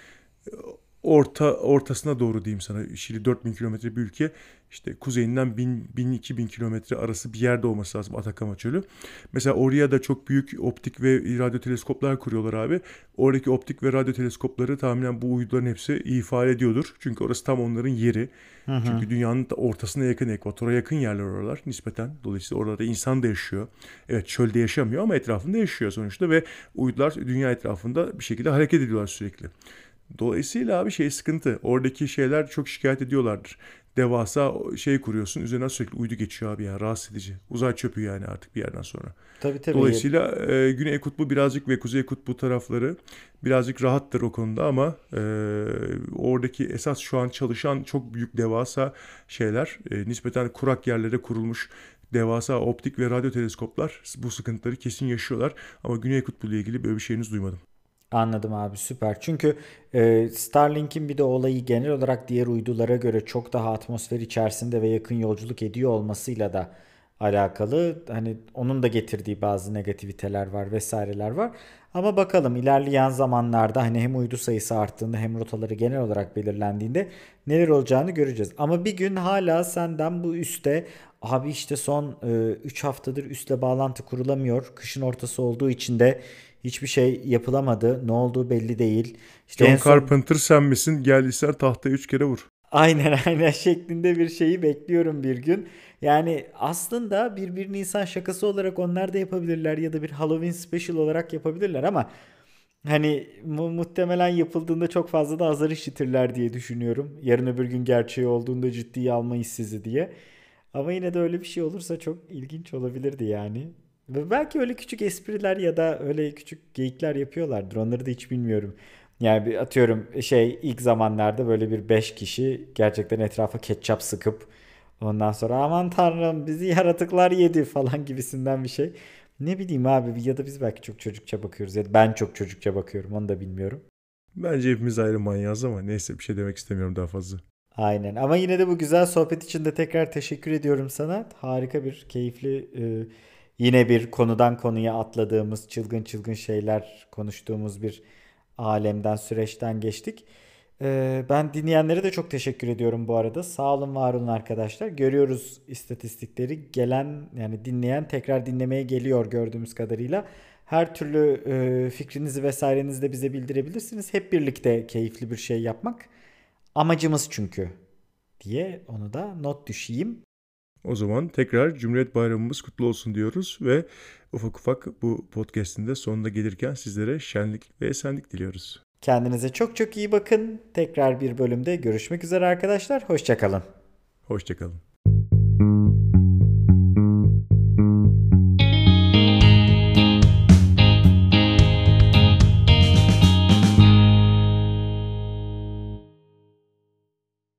ortasına doğru diyeyim sana. Şili 4000 kilometre bir ülke. İşte kuzeyinden 1000-2000 kilometre arası bir yerde olması lazım Atakama Çölü. Mesela oraya da çok büyük optik ve radyo teleskoplar kuruyorlar abi. Oradaki optik ve radyo teleskopları tahminen bu uyduların hepsi ifade ediyordur. Çünkü orası tam onların yeri. Hı hı. Çünkü dünyanın ortasına yakın, ekvatora yakın yerler oralar nispeten. Dolayısıyla oralarda insan da yaşıyor. Evet, çölde yaşamıyor ama etrafında yaşıyor sonuçta ve uydular dünya etrafında bir şekilde hareket ediyorlar sürekli. Dolayısıyla abi sıkıntı. Oradaki şeyler çok şikayet ediyorlardır. Devasa kuruyorsun. Üzerinden sürekli uydu geçiyor abi ya. Rahatsız edici. Uzay çöpü yani artık bir yerden sonra. Tabii tabii. Dolayısıyla Güney Kutbu birazcık ve Kuzey Kutbu tarafları birazcık rahattır o konuda ama oradaki esas şu an çalışan çok büyük devasa şeyler nispeten kurak yerlere kurulmuş devasa optik ve radyo teleskoplar bu sıkıntıları kesin yaşıyorlar. Ama Güney Kutbu ile ilgili böyle bir şeyiniz duymadım. Anladım abi, süper. Çünkü Starlink'in bir de olayı genel olarak diğer uydulara göre çok daha atmosfer içerisinde ve yakın yolculuk ediyor olmasıyla da alakalı. Hani onun da getirdiği bazı negativiteler var vesaireler var. Ama bakalım ilerleyen zamanlarda hani hem uydu sayısı arttığında hem rotaları genel olarak belirlendiğinde neler olacağını göreceğiz. Ama bir gün hala senden bu üste abi işte son 3 haftadır üstle bağlantı kurulamıyor. Kışın ortası olduğu için de hiçbir şey yapılamadı. Ne olduğu belli değil. İşte en John son Carpenter sen misin? Geldiysen tahtayı 3 kere vur. aynen şeklinde bir şeyi bekliyorum bir gün. Yani aslında bir 1 Nisan şakası olarak onlar da yapabilirler ya da bir Halloween special olarak yapabilirler ama hani muhtemelen yapıldığında çok fazla da azar işitirler diye düşünüyorum. Yarın öbür gün gerçeği olduğunda ciddiye almayız sizi diye. Ama yine de öyle bir şey olursa çok ilginç olabilirdi yani. Ve belki öyle küçük espriler ya da öyle küçük geyikler yapıyorlardır. Onları da hiç bilmiyorum. Yani bir atıyorum ilk zamanlarda böyle bir 5 kişi gerçekten etrafa ketçap sıkıp ondan sonra aman tanrım bizi yaratıklar yedi falan gibisinden bir şey. Ne bileyim abi, ya da biz belki çok çocukça bakıyoruz ya da ben çok çocukça bakıyorum, onu da bilmiyorum. Bence hepimiz ayrı manyağız ama neyse bir şey demek istemiyorum daha fazla. Aynen, ama yine de bu güzel sohbet için de tekrar teşekkür ediyorum sana. Harika bir keyifli yine bir konudan konuya atladığımız çılgın çılgın şeyler konuştuğumuz bir alemden, süreçten geçtik. Ben dinleyenlere de çok teşekkür ediyorum bu arada. Sağ olun, var olun arkadaşlar. Görüyoruz istatistikleri. Gelen yani dinleyen tekrar dinlemeye geliyor gördüğümüz kadarıyla. Her türlü fikrinizi vesairenizi de bize bildirebilirsiniz. Hep birlikte keyifli bir şey yapmak amacımız çünkü diye onu da not düşeyim. O zaman tekrar Cumhuriyet Bayramımız kutlu olsun diyoruz ve ufak ufak bu podcast'in de sonuna gelirken sizlere şenlik ve esenlik diliyoruz. Kendinize çok çok iyi bakın. Tekrar bir bölümde görüşmek üzere arkadaşlar. Hoşça kalın. Hoşça kalın.